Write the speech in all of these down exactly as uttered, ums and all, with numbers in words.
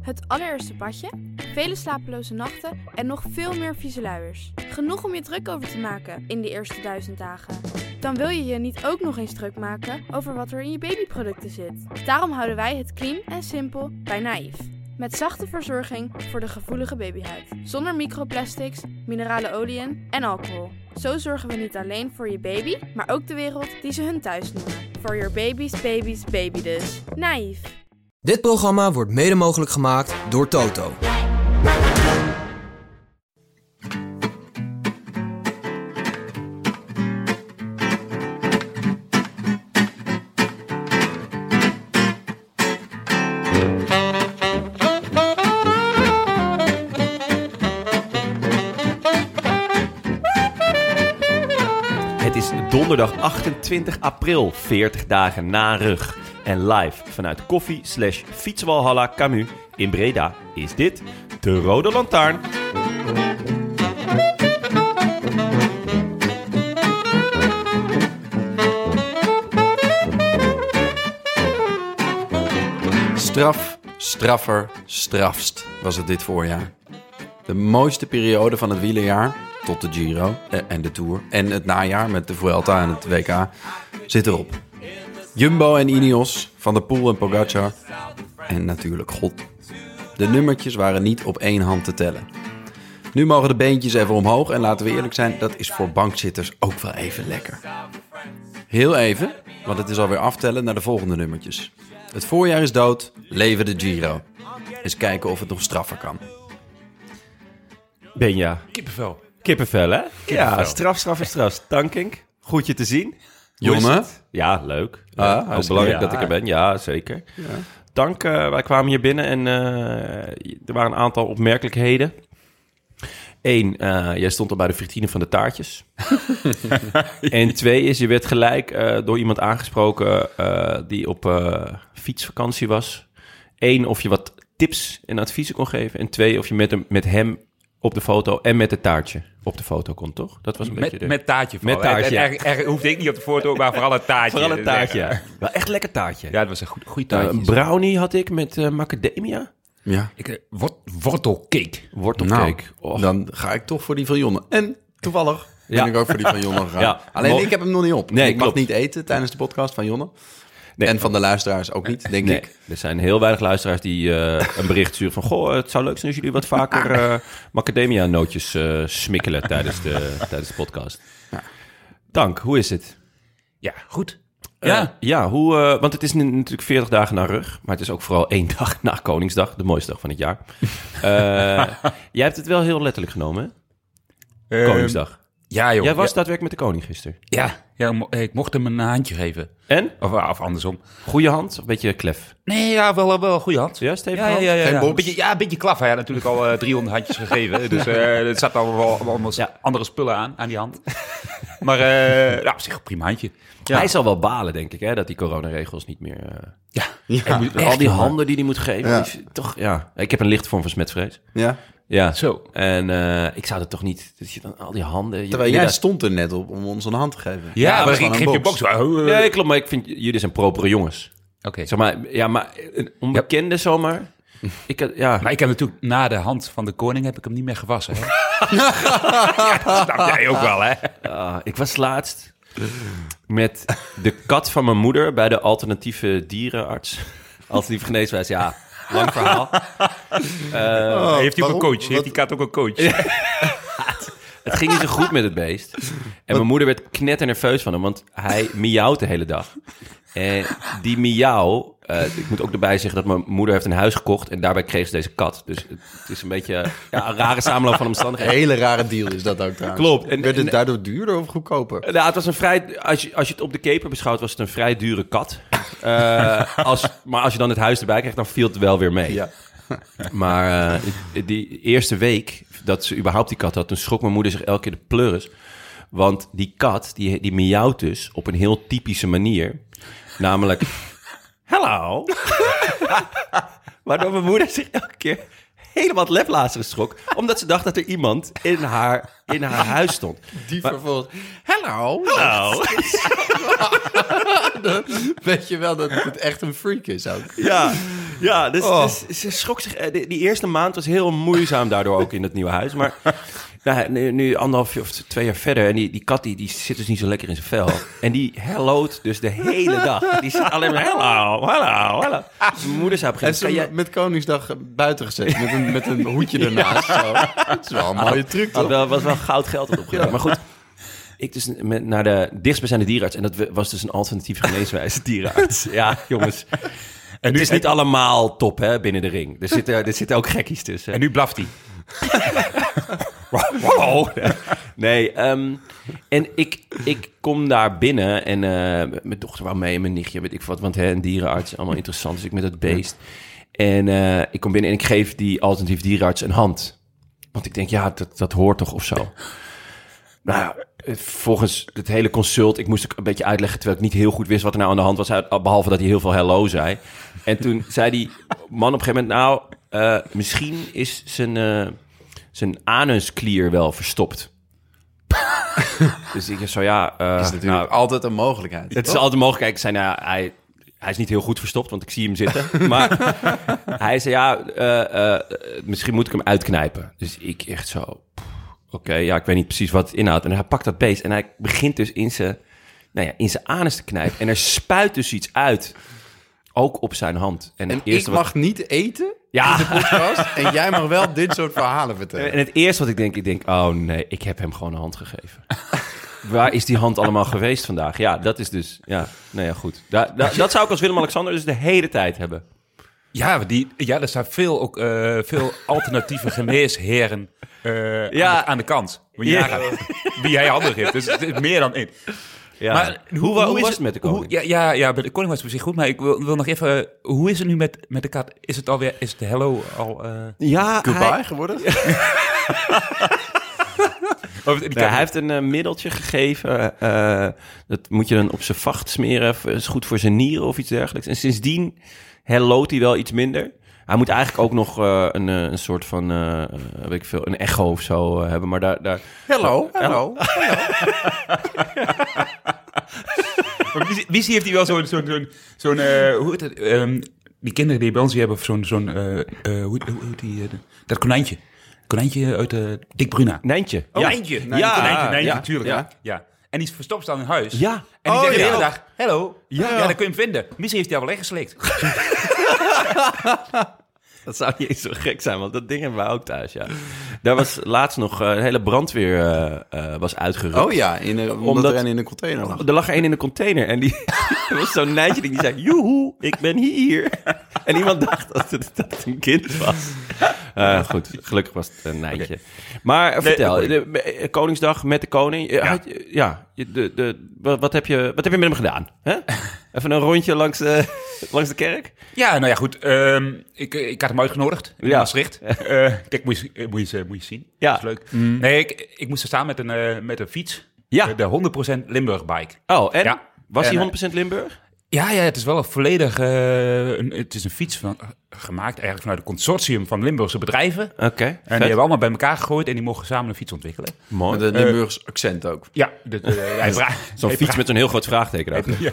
Het allereerste badje, vele slapeloze nachten en nog veel meer vieze luiers. Genoeg om je druk over te maken in die eerste duizend dagen. Dan wil je je niet ook nog eens druk maken over wat er in je babyproducten zit. Daarom houden wij het clean en simpel bij Naïef. Met zachte verzorging voor de gevoelige babyhuid. Zonder microplastics, minerale oliën en alcohol. Zo zorgen we niet alleen voor je baby, maar ook de wereld die ze hun thuis noemen. For your baby's baby's baby dus. Naïef. Dit programma wordt mede mogelijk gemaakt door Toto. Het is donderdag achtentwintig april, veertig dagen na rug. En live vanuit koffie slash fietswalhalla Camus in Breda is dit de Rode Lantaarn. Straf, straffer, strafst was het dit voorjaar. De mooiste periode van het wielerjaar, tot de Giro en de Tour en het najaar met de Vuelta en het W K, zit erop. Jumbo en Ineos, Van der Poel en Pogacar en natuurlijk God. De nummertjes waren niet op één hand te tellen. Nu mogen de beentjes even omhoog en laten we eerlijk zijn, dat is voor bankzitters ook wel even lekker. Heel even, want het is alweer aftellen naar de volgende nummertjes. Het voorjaar is dood, leven de Giro. Eens kijken of het nog straffer kan. Benja. Kippenvel. Kippenvel, hè? Kippenvel. Ja, straf, straf en straf. Dankink. Goed je te zien. Jonne? Ja, leuk. Ah, Ja, ook hartstikke belangrijk ja. dat ik er ben. Ja, zeker. Ja. Dank. Uh, wij kwamen hier binnen en uh, er waren een aantal opmerkelijkheden. Eén, uh, jij stond al bij de vitrine van de taartjes. En twee is, je werd gelijk uh, door iemand aangesproken uh, die op uh, fietsvakantie was. Eén, of je wat tips en adviezen kon geven. En twee, of je met hem, met hem op de foto en met het taartje op de foto kon, toch? Dat was een Met, beetje de... met taartje vooral. Met taartje, Er, er, er hoefde ik niet op de foto, maar vooral het taartje. Vooral het taartje, ja. Wel echt lekker taartje. Ja, dat was een goed, goed Uh, taartje. een brownie had ik met uh, macadamia. Ja. Ik, uh, wort, wortelcake. Wortelcake. Nou, Och. dan ga ik toch voor die van Jonne. En toevallig ben Ja. ik ook voor die van Jonne gegaan. Ja. Alleen Mo- ik heb hem nog niet op. Nee, ik mag klopt. niet eten tijdens de podcast van Jonne. Nee. En van de luisteraars ook niet, denk Nee, ik. er zijn heel weinig luisteraars die uh, een bericht sturen van... Goh, het zou leuk zijn als jullie wat vaker uh, macadamia-nootjes uh, smikkelen tijdens de, tijdens de podcast. Ja. Dank, hoe is het? Ja, goed. Uh, Ja. ja, hoe, uh, want het is nu natuurlijk veertig dagen na rug. Maar het is ook vooral één dag na Koningsdag. De mooiste dag van het jaar. Uh, jij hebt het wel heel letterlijk genomen, hè? Um, Koningsdag. Ja, joh. Jij was ja, daadwerkelijk met de koning gisteren. ja, ja, mo- ik mocht hem een handje geven. En? Of, of andersom. Goeie hand of een beetje klef? Nee, ja, wel, wel een goede hand. Ja, stevige Ja, ja, hand? ja, ja, Geen ja. box? Een beetje, ja, een beetje klaf. Hij had natuurlijk al uh, driehonderd handjes gegeven. Dus uh, er zat al wel allemaal Ja. andere spullen aan, aan die hand. Maar uh, nou, op zich een prima handje. Ja. Hij zal wel balen, denk ik, hè, dat die coronaregels niet meer... Uh, Ja, Ja. Met al die handen die hij moet geven. Ja. die- toch, ja. Ik heb een lichte vorm van smetvrees. Ja. Ja. Zo. En uh, ik zou er toch niet... Dat je dan al die handen... je- Terwijl je jij daar- stond er net op om ons een hand te geven. Ja, dat maar is ik gewoon geef een je box. box. Uh, Nee, klopt, maar ik vind jullie zijn propere jongens. Oké. Zeg maar, ja, maar een onbekende zomaar... Ik, had- ja. Maar ik heb natuurlijk na de hand van de koning heb ik hem niet meer gewassen. Hè? Ja, dat snap jij ook wel, hè? Ah, ik was laatst met de kat van mijn moeder bij de alternatieve dierenarts. Alternatieve geneeswijze, ja. Lang verhaal. Uh, Heeft hij ook waarom? een coach? Heeft Wat- die kat ook een coach? Het ging niet zo goed met het beest. En mijn moeder werd knetternerveus van hem, want hij miauwt de hele dag. En die miauw... Uh, ik moet ook erbij zeggen dat mijn moeder heeft een huis gekocht... en daarbij kreeg ze deze kat. Dus het is een beetje ja, een rare samenloop van Een omstandigheden. hele rare deal is dat ook trouwens. Klopt. En- Werd het en- daardoor duurder of goedkoper? Nou, het was een vrij... Als je, als je het op de keper beschouwt, was het een vrij dure kat. Uh, als, maar als je dan het huis erbij krijgt, dan viel het wel weer mee. Ja. Maar uh, die eerste week dat ze überhaupt die kat had... toen schrok mijn moeder zich elke keer de pleuris. Want die kat, die, die miauwt dus op een heel typische manier. Namelijk... Hallo. Waardoor mijn moeder zich elke keer helemaal het leplazeren schrok. Omdat ze dacht dat er iemand in haar, in haar huis stond. Die Maar- vervolgens... Hallo. Hallo. Dan weet je wel dat het echt een freak is ook. Ja, ja dus, Oh. dus ze schrok zich. eh, Die, die eerste maand was heel moeizaam daardoor ook in het nieuwe huis. Maar nou, nu, nu anderhalf of twee jaar verder... en die, die kat die, die zit dus niet zo lekker in zijn vel. En die helloot dus de hele dag. Die zit alleen maar hallo, hallo, hallo. Mijn moeder zei op een En gegeven ze moment... kan jij- met Koningsdag buiten gezet. Met een, met een hoedje ernaast. Zo. Dat is wel een mooie truc, had toch? wel, was wel goud geld op opgedaan. Maar goed, ik dus met, naar de dichtstbijzijnde dierenarts. En dat was dus een alternatieve geneeswijze dierenarts. Ja, jongens. En Het is niet allemaal top hè, binnen de ring. Er zitten, er zitten ook gekkies tussen. En nu blaft hij. Wow. Nee, um, en ik, ik kom daar binnen en uh, mijn dochter wou mee en mijn nichtje, weet ik wat. Want hè, een dierenarts, allemaal interessant. Dus ik met het beest. En uh, ik kom binnen en ik geef die alternatief dierenarts een hand. Want ik denk, ja, dat, dat hoort toch of zo. Nou ja, volgens het hele consult, ik moest ook een beetje uitleggen... terwijl ik niet heel goed wist wat er nou aan de hand was... behalve dat hij heel veel hello zei. En toen zei die man op een gegeven moment... nou, uh, misschien is zijn, uh, zijn anusklier wel verstopt. Dus ik zo, ja... Uh, Dat is natuurlijk nou, altijd een mogelijkheid. het is toch? altijd mogelijk. Ik zei, nou ja, hij, hij is niet heel goed verstopt... want ik zie hem zitten. Maar hij zei, ja, uh, uh, misschien moet ik hem uitknijpen. Dus ik echt zo... Oké, okay, ja, ik weet niet precies wat het inhoudt. En hij pakt dat beest en hij begint dus in zijn, nou ja, in zijn anus te knijpen. En er spuit dus iets uit, ook op zijn hand. En, En het eerste ik wat, mag niet eten Ja. in de podcast. En jij mag wel dit soort verhalen vertellen. En het eerste wat ik denk, ik denk, oh nee, ik heb hem gewoon een hand gegeven. Waar is die hand allemaal geweest vandaag? Ja, dat is dus, ja, nou ja, goed. Da, da, dat zou ik als Willem-Alexander dus de hele tijd hebben. Ja, die, ja, er staan veel, ook, uh, veel alternatieve geneesheren uh, Ja. aan, de, aan de kant. Moet je Ja. nagaan wie hij handig heeft. Dus het is meer dan één. Ja. Maar hoe, hoe, hoe is was het met de koning? Hoe, ja, ja, ja, bij de koning was het op zich goed. Maar ik wil, wil nog even... Uh, hoe is het nu met, met de kat? Is het alweer... Is het de hello al... Uh... Ja, Goodbye hij, geworden? Oh, die nee, hij heeft een uh, middeltje gegeven. Uh, dat moet je dan op zijn vacht smeren. Dat is goed voor zijn nieren of iets dergelijks. En sindsdien helloot hij wel iets minder. Hij moet eigenlijk ook nog uh, een, uh, een soort van, uh, weet ik veel, een echo of zo uh, hebben. Maar daar... daar Hello, hello. wie, wie heeft hij wel zo'n... zo'n, zo'n, zo'n uh, hoe heet het? Um, die kinderen die bij ons die hebben zo'n... zo'n uh, uh, hoe, hoe heet die? Uh, dat konijntje. Konijntje uit uh, Dick Bruna. Nijntje. Oh, ja. Nijntje. Ja, Ja, konijntje, Nijntje, ja, natuurlijk. ja. Ja. Ja. En die verstopt dan in huis. Ja. En die Oh, zegt de ja. hele dag, hello. Ja. Ja, dan kun je hem vinden. Misschien heeft hij al wel ingeslikt. Dat zou niet eens zo gek zijn, want dat ding hebben wij ook thuis, ja. Daar was laatst nog uh, een hele brandweer uh, uh, was uitgerukt. Oh ja, in een, omdat, Omdat- er een in een container lag. Er lag er één in de container en die er was zo'n nijtje die zei, joehoe, ik ben hier. En iemand dacht dat het, dat het een kind was. Uh, goed, gelukkig was het een nijtje. Okay. Maar uh, vertel, de de, de, Koningsdag met de koning. Ja, Ja. ja de, de, wat, wat, heb je, wat heb je met hem gedaan? Hè? Even een rondje langs de, langs de kerk? Ja, nou ja, goed. Um, ik, ik had hem uitgenodigd in Ja. Maastricht. Uh, kijk, moet je, moet, je, moet je zien. Ja. Dat is leuk. Mm. Nee, ik, ik moest er staan met een, uh, met een fiets. Ja. Uh, de honderd procent Limburg bike. Oh, en? Ja. Was En, die uh, honderd procent Limburg? Ja, ja, het is wel een volledig... Uh, een, het is een fiets van, uh, gemaakt eigenlijk vanuit een consortium van Limburgse bedrijven. Oké, okay, En die hebben allemaal bij elkaar gegooid en die mogen samen een fiets ontwikkelen. mooi. Met een Limburgs accent ook. Ja, de, uh, hij vra- Zo'n hij fiets vra- met zo'n heel groot vraagteken erachter. Ja.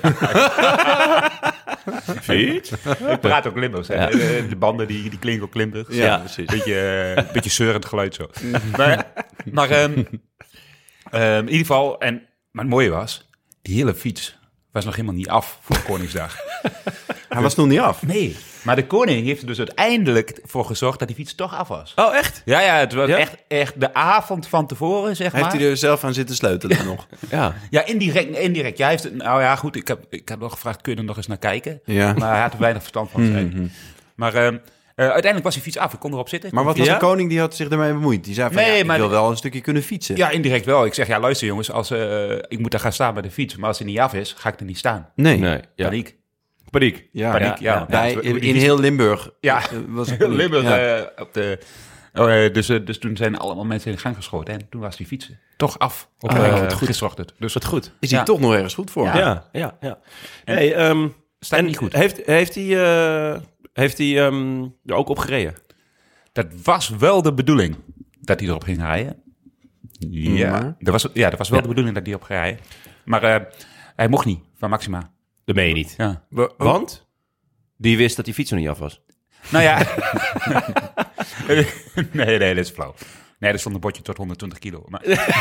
Fiets? Ik praat ook Limburgs. hè. Ja. De, de banden die, die klinken ook Limburgs. Ja, precies. Beetje, uh, beetje zeurend geluid zo. maar maar um, um, in ieder geval, en, maar het mooie was, die hele fiets was nog helemaal niet af voor Koningsdag. Hij was nog niet af. Nee, maar de koning heeft er dus uiteindelijk voor gezorgd dat die fiets toch af was. Oh, echt? Ja, ja, het was Ja? echt, echt de avond van tevoren, zeg Heeft maar. hij er zelf aan zitten sleutelen nog? Ja. Ja, indirect, indirect. Ja, hij heeft, nou ja, goed, ik heb, ik heb wel gevraagd, kun je er nog eens naar kijken? Ja. Maar hij had er weinig verstand van. zei hij. Maar um, uh, uiteindelijk was die fiets af, ik kon erop zitten. Maar wat was Ja? de koning die had zich ermee bemoeid? Die zei van, Nee, ja, ik maar wil de- wel een stukje kunnen fietsen. Ja, indirect wel. Ik zeg, ja, luister jongens, als, uh, ik moet daar gaan staan met de fiets. Maar als hij niet af is, ga ik er niet staan. Nee. Nee, ja. Paniek. Paniek. Ja, Paniek, ja. ja. Bij, Ja, in, die in fiets- heel Limburg Ja, eh, was het heel paniek. Limburg Ja. uh, op de... Oh, uh, dus, uh, dus toen zijn allemaal mensen in de gang geschoten. En toen was die fiets toch af op Oh, uh, wat goed. gisterochtend. Dus Wat goed. Is hij Ja. toch nog ergens goed voor? Ja. Ja, ja, ja. Hey, um, staat en niet goed. Heeft, heeft hij, uh, heeft hij um, er ook op gereden? Dat was wel de bedoeling dat hij erop ging rijden. Ja, Maar? dat was, ja, dat was wel Ja. de bedoeling dat hij op ging rijden. Maar uh, hij mocht niet van Maxima. Dat meen je niet. Ja. We- oh, Want die wist dat die fiets nog niet af was. Nou ja. nee, nee, dat is flauw. Nee, er stond een bordje tot honderdtwintig kilo. Maar...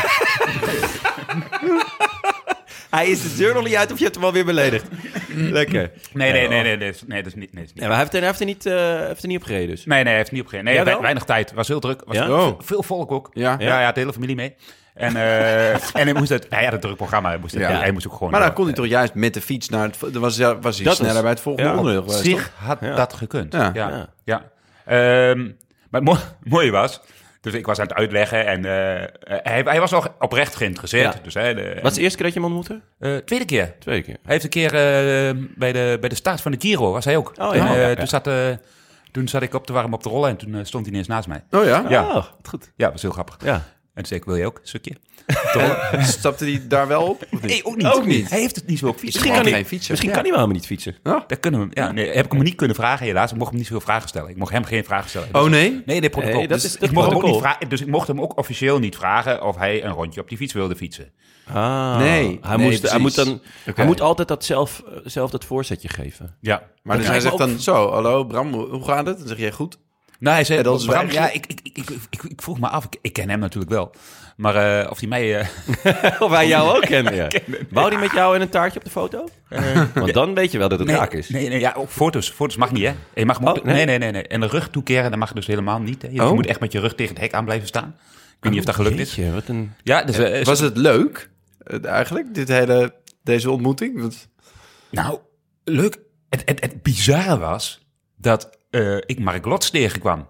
Hij is de deur nog niet uit of je hebt hem alweer beledigd. Lekker. Nee, nee, nee, nee, nee, dat is- nee, dat is niet. Nee, dat is niet. Ja, maar hij heeft er, hij heeft er, niet, uh, heeft er niet op gereden dus. Nee, nee, hij heeft niet opgegeven. Nee, Jij wel? we- weinig tijd. Was heel druk. Was Ja? veel, Oh. veel volk ook. Ja. ja, ja, de hele familie mee. En, uh, en hij moest het. Hij had een druk programma. Hij moest, het, Ja. hij moest ook gewoon. Maar dan uh, kon hij toch juist met de fiets naar het... Dan was, was hij Dat sneller is- bij het volgende ja, onderdeel op geweest, zich toch? had Ja. dat gekund. Ja. Ja, Ja. ja. Ehm, maar het mo- mooie was. Dus ik was aan het uitleggen en uh, hij, hij was ook oprecht geïnteresseerd. Ja. Dus, hè, de, Wat is de eerste keer dat je hem ontmoette? uh, tweede keer. Tweede keer. Hij heeft een keer uh, bij, de, bij de start van de Giro, was hij ook. Oh, en, ja. uh, Ja, ja. Toen, zat, uh, toen zat ik op te warmen op de rollen en toen uh, stond hij ineens naast mij. Oh ja? Ja. Oh, wat goed. Ja, dat was heel grappig. Ja. En toen zei ik, wil je ook een stukje? En stapte hij daar wel op? Of niet? Nee, ook niet. Ook niet. Hij heeft het niet zo op fietsen. Misschien, Gewoon kan hij, geen fietser. misschien Ja. kan hij wel helemaal niet fietsen. Dat kunnen we. Ja, nee, heb ik hem niet kunnen vragen, helaas. Ik mocht hem niet zoveel vragen stellen. Ik mocht hem geen vragen stellen. Dus- Oh nee? Nee, dit protocol. Nee, dat dus, is het ik mocht hem ook protocol. niet vragen, dus ik mocht hem ook officieel niet vragen of hij een rondje op die fiets wilde fietsen. Ah, Nee, hij, nee, moest, hij, precies. moet dan, Oké. hij moet altijd dat zelf, zelf dat voorzetje geven. Ja. Maar dus Ja, hij ik zegt wou dan zo, hallo Bram, hoe gaat het? Dan zeg jij goed. Nou, hij zei, En dat is Bram, weinig- ja, ik, ik, ik, ik, ik, ik vroeg me af, ik, ik ken hem natuurlijk wel. Maar uh, of hij mij... Uh, Of hij jou ook kende, ja. Wou hij met jou in een taartje op de foto? Want dan weet je wel dat het nee, raak is. nee, nee, ja, ook foto's. Foto's mag niet, hè? Je mag hem ook- Oh, nee? nee, nee, nee, nee. En de rug toekeren, dat mag dus helemaal niet. Hè? Je Oh. moet echt met je rug tegen het hek aan blijven staan. Ik weet niet of dat gelukt is. Jeetje, wat een... Ja, dus, uh, Was het leuk, eh, eigenlijk, dit hele, deze ontmoeting? Want, Nou, leuk. Het, het, het bizarre was dat uh, ik Mark Lots tegenkwam.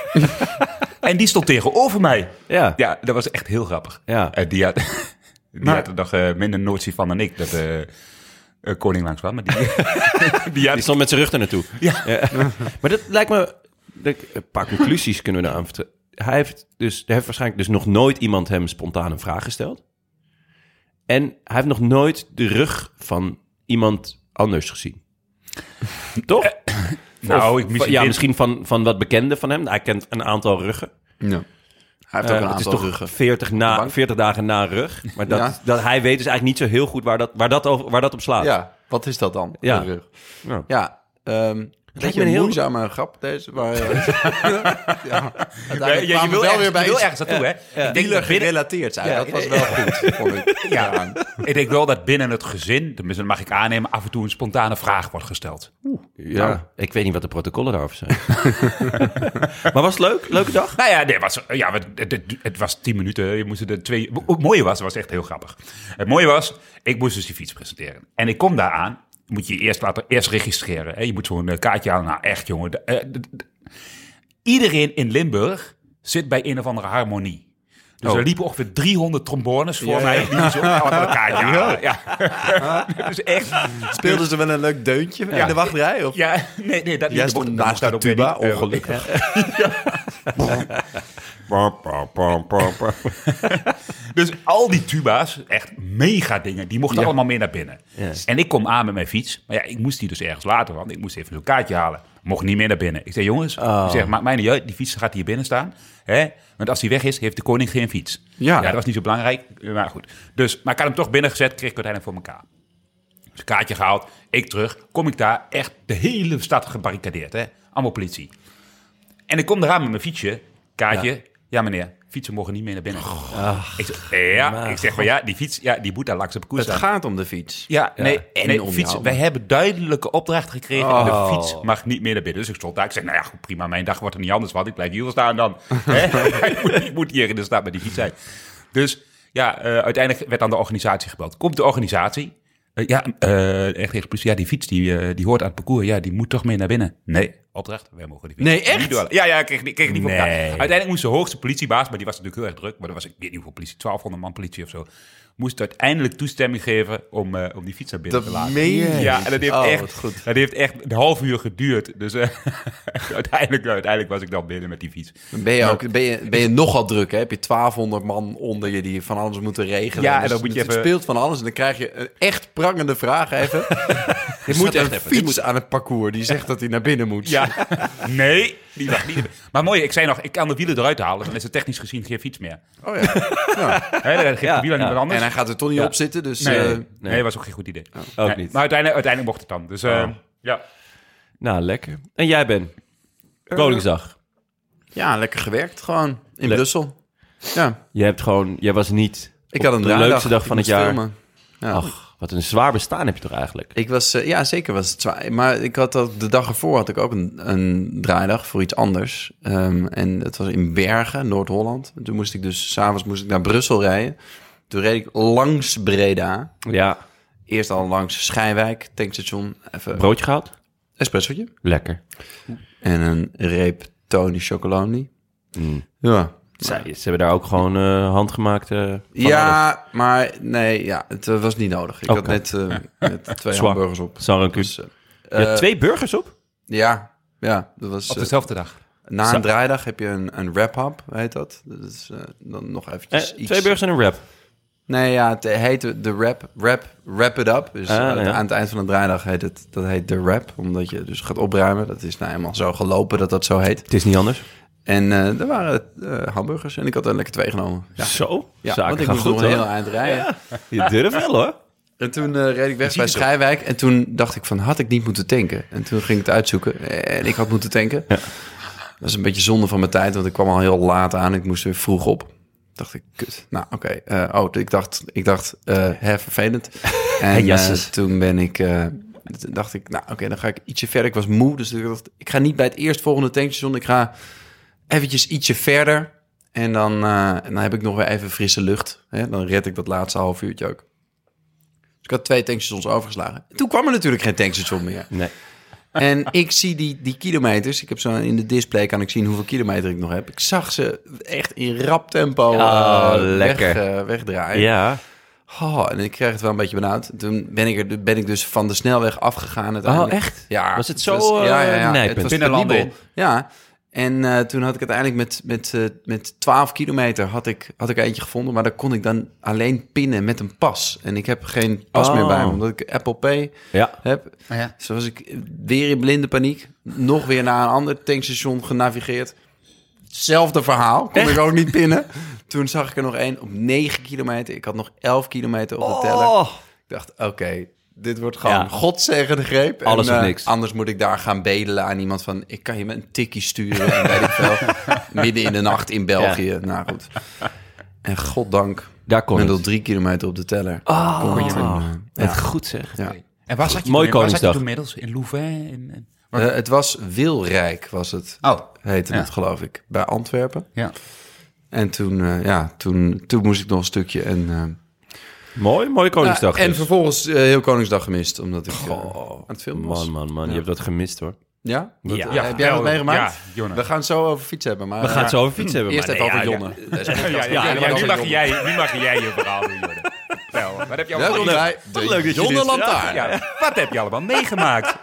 En die stond tegenover mij. Ja. Ja, dat was echt heel grappig. Ja. En die had, die Maar- had er nog uh, minder notie van dan ik, dat uh, uh, Koning langs kwam. Maar die, die had... Die stond met zijn rug er naartoe. Ja. Maar dat lijkt me... Een paar conclusies kunnen we daar aan vertellen. Hij heeft dus... Er heeft waarschijnlijk dus nog nooit iemand hem spontaan een vraag gesteld. En hij heeft nog nooit de rug van iemand anders gezien. Toch? Nou, Of- ik misschien... ja, misschien van, van wat bekenden van hem. Hij kent een aantal ruggen. ja. Hij heeft Eh, ook een het is aantal toch ruggen. veertig, na, Bank. veertig dagen na rug. Maar dat, Ja. dat, hij weet dus eigenlijk niet zo heel goed waar dat, waar dat, over, waar dat op slaat. Ja, wat is dat dan? Ja. De rug. Ja. Ja, um, een beetje me een een heel- moeizame grap deze, maar... uh, ja, uiteindelijk je, je kwamen we wil wel ergens, weer bij je wil iets ergens naartoe, hè? Ik denk wieler dat binnen, gerelateerd zijn. Ja, dat was ja, wel goed, vond ik. ja, ik denk wel dat binnen het gezin, tenminste dat mag ik aannemen, af en toe een spontane vraag wordt gesteld. Ja, Nou. ik weet niet wat de protocollen daarover zijn. Maar was het leuk? Leuke dag? Nou ja, nee, het, was, ja het, het, het was tien minuten. Je moest er twee... Het mooie was, het was echt heel grappig. Het mooie was, ik moest dus die fiets presenteren. En ik kom daar aan, moet je eerst laten eerst registreren. Hè? Je moet zo'n uh, kaartje halen. Nou, echt jongen. De, uh, de, de, iedereen in Limburg zit bij een of andere harmonie. Dus Oh. er liepen ongeveer driehonderd trombones voor Ja, mij. ja. Die zo allemaal een kaartje halen. Ja. Dus echt... Speelden ze wel een leuk deuntje in de wachtrij? Of? Ja, nee, nee, dat Jij niet. stond Dat naast mocht de daar ook weer tuba, niet. Uh, ongelukkig. Dus al die tuba's, echt mega dingen, die mochten Ja. allemaal mee naar binnen. Ja. En ik kom aan met mijn fiets. Maar ja, ik moest die dus ergens laten, want ik moest even zo'n kaartje halen. Mocht niet meer naar binnen. Ik zei, jongens, Oh. ik zeg, maakt mij niet uit, die fiets gaat hier binnen staan. Hè? Want als die weg is, heeft de koning geen fiets. Ja. dat was niet zo belangrijk, maar goed. Dus, maar ik had hem toch binnengezet, kreeg ik uiteindelijk voor elkaar. Dus een kaartje gehaald, ik terug. Kom ik daar, echt de hele stad gebarricadeerd, hè? Allemaal politie. En ik kom eraan met mijn fietsje, kaartje. Ja, ja meneer, fietsen mogen niet meer naar binnen. Ik zeg, ja, ik zeg van ja, die fiets, ja, die moet daar langs op de koers Het staan. gaat om de fiets. Ja, nee, en nee om fiets, jou. wij hebben duidelijke opdracht gekregen. En Oh. de fiets mag niet meer naar binnen. Dus ik stond daar. Ik zeg, nou ja, goed, prima. Mijn dag wordt er niet anders, want ik blijf hier wel staan dan. Hè? ik, moet, ik moet hier in de stad met die fiets zijn. Dus ja, uh, uiteindelijk werd dan de organisatie gebeld. Komt de organisatie. Uh, ja, uh, echt tegen de politie. Ja, die fiets die, uh, die hoort aan het parcours. Ja, die moet toch mee naar binnen. Nee, opdracht. Wij mogen die fiets Nee, echt? niet door. Ja, ja, ik kreeg, ik kreeg het niet voor elkaar. Nee. Uiteindelijk moest de hoogste politiebaas, maar die was natuurlijk heel erg druk. Maar dat was, ik weet niet hoeveel politie, twaalfhonderd man politie of zo. Moest uiteindelijk toestemming geven om, uh, om die fiets naar binnen Dat te laten. meen je? Ja, en dat heeft, Oh, echt, wat goed. dat heeft echt een half uur geduurd. Dus uh, uiteindelijk, uiteindelijk was ik dan binnen met die fiets. Dan ben je, ook, ben, je, ben je nogal druk, hè? Heb je twaalfhonderd man onder je die van alles moeten regelen. Ja, en Dus dan moet je het even- speelt van alles en dan krijg je een echt prangende vraag even. Dit moet echt een even. Dit fiets moet... aan het parcours die zegt dat hij naar binnen moet. Ja, nee, die mag niet. Maar mooi, ik zei nog, ik kan de wielen eruit halen. Dan is het technisch gezien geen fiets meer. Oh ja. ja. Hè, dan geeft Ja, de wiel aan ja. iemand anders. En hij gaat er toch niet Ja. op zitten, dus... Nee, eh, nee. nee, dat was ook geen goed idee. Ook Nee, niet. Maar uiteindelijk, uiteindelijk mocht het dan. Dus uh, Oh. ja. Nou, lekker. En jij, Ben? Koningsdag. ja, lekker gewerkt gewoon. In Le- Brussel. Ja, Je hebt gewoon... Jij was niet ik op had een de draaidag. leukste dag Ik van het moest jaar. filmen. Ja. Ach, wat een zwaar bestaan heb je toch eigenlijk? Ik was, uh, ja, zeker was het zwaar. Maar ik had dat, de dag ervoor had ik ook een, een draaidag voor iets anders. Um, en dat was in Bergen, Noord-Holland. En toen moest ik dus, s'avonds moest ik naar Brussel rijden. Toen reed ik langs Breda. Ja. Eerst al langs Schijwijk, tankstation. Even Broodje gehaald? espressotje. Lekker. En een reep Tony Chocolonely. Mm. Ja. Zij, ze hebben daar ook gewoon uh, handgemaakt uh, van alles. Ja, maar nee, ja, het uh, was niet nodig. Ik Oké. had net, uh, net twee Zwak. hamburgers op. Sans rancune. Dus, uh, Je had uh, twee burgers op? Ja, ja, dat was... Op uh, dezelfde dag. Na Zo. een draaidag heb je een, een wrap-up, heet dat. Dat is uh, dan nog eventjes Eh, iets... twee burgers en een wrap. Nee, ja, het heet de wrap, wrap, wrap it up. Dus Ah, uh, ja. aan het eind van de draaidag heet het, dat heet de wrap. Omdat je dus gaat opruimen. Dat is nou eenmaal zo gelopen dat dat zo heet. Het is niet anders. En uh, er waren uh, hamburgers en ik had er lekker twee genomen. Ja, Zo, ja zaken want ik gaan moest goed, nog een hoor. heel eind rijden. Je durft wel, hoor. En toen uh, reed ik weg zie bij het ook. Schijwijk. En toen dacht ik van, had ik niet moeten tanken? En toen ging ik het uitzoeken. En ik had moeten tanken. Ja. Dat is een beetje zonde van mijn tijd, want ik kwam al heel laat aan. Ik moest weer vroeg op. Dacht ik, kut. Nou, oké. Okay. Uh, oh, ik dacht, ik dacht, uh, hè, vervelend. En uh, toen ben ik, uh, dacht ik, nou, oké, okay, dan ga ik ietsje verder. Ik was moe, dus ik dacht, ik ga niet bij het eerstvolgende tankstation. Ik ga eventjes ietsje verder. En dan, uh, en dan heb ik nog weer even frisse lucht. Hè? Dan red ik dat laatste half uurtje ook. Dus ik had twee tankstations overgeslagen. Toen kwam er natuurlijk geen tankstation meer. Nee. En ik zie die, die kilometers. Ik heb zo in de display kan ik zien hoeveel kilometer ik nog heb. Ik zag ze echt in rap tempo Oh, uh, lekker. Weg, uh, wegdraaien. Ja. Oh, en ik kreeg het wel een beetje benauwd. Toen ben ik, er, ben ik dus van de snelweg afgegaan. Uiteindelijk. Oh, echt? Ja. Was het zo, was, ja, ja, uh, ja. nijpend? Het was Binnenlanden penibel. Ja. En uh, toen had ik uiteindelijk met, met, uh, met twaalf kilometer had ik, had ik eentje gevonden. Maar daar kon ik dan alleen pinnen met een pas. En ik heb geen pas Oh. meer bij me, omdat ik Apple Pay Ja. heb. Oh ja. Zo was ik weer in blinde paniek. Nog weer naar een ander tankstation genavigeerd. Hetzelfde verhaal. Kon ik ook niet pinnen. Toen zag ik er nog één op negen kilometer. Ik had nog elf kilometer op de teller. Oh. Ik dacht, oké, okay, dit wordt gewoon Ja. godzegende greep. Alles en, of uh, niks. Anders moet ik daar gaan bedelen aan iemand van... ik kan je met een tikkie sturen en weet ik veel. Midden in de nacht in België. Ja. Nou goed. En goddank, Daar kon met het. al drie kilometer op de teller. Oh, Kon ik toen, uh, het ja. goed zeg. Ja. En waar zat je Mooi toen, waar zat je Koningsdag. toen inmiddels? In Louvain? In, in... Uh, het was Wilrijk, was het. Oh, Heette Ja. het, geloof ik. Bij Antwerpen. ja. En toen, uh, ja, toen, toen moest ik nog een stukje. En, uh, Mooi, mooie Koningsdag. ja, en dus. vervolgens uh, heel Koningsdag gemist. Omdat ik uh, Oh, aan het filmen was. Man, man, man. Ja. Je hebt dat gemist, hoor. Ja? Wat, Ja. uh, Ja, heb jij wat meegemaakt? Ja, Jonah. We gaan het zo over fiets hebben. Maar, We gaan het zo over fiets hebben. Eerst maar even nee, over ja, Jonne. ja. Deze podcast Ja, gaat ja, helemaal ja, nu, over mag Jonne. jij, nu mag jij je verhaal doen, Jordan. Vertel, wat heb je allemaal Welkom bij de leuk dat je Jonne dit- Lantaarn. Ja, wat heb je allemaal meegemaakt?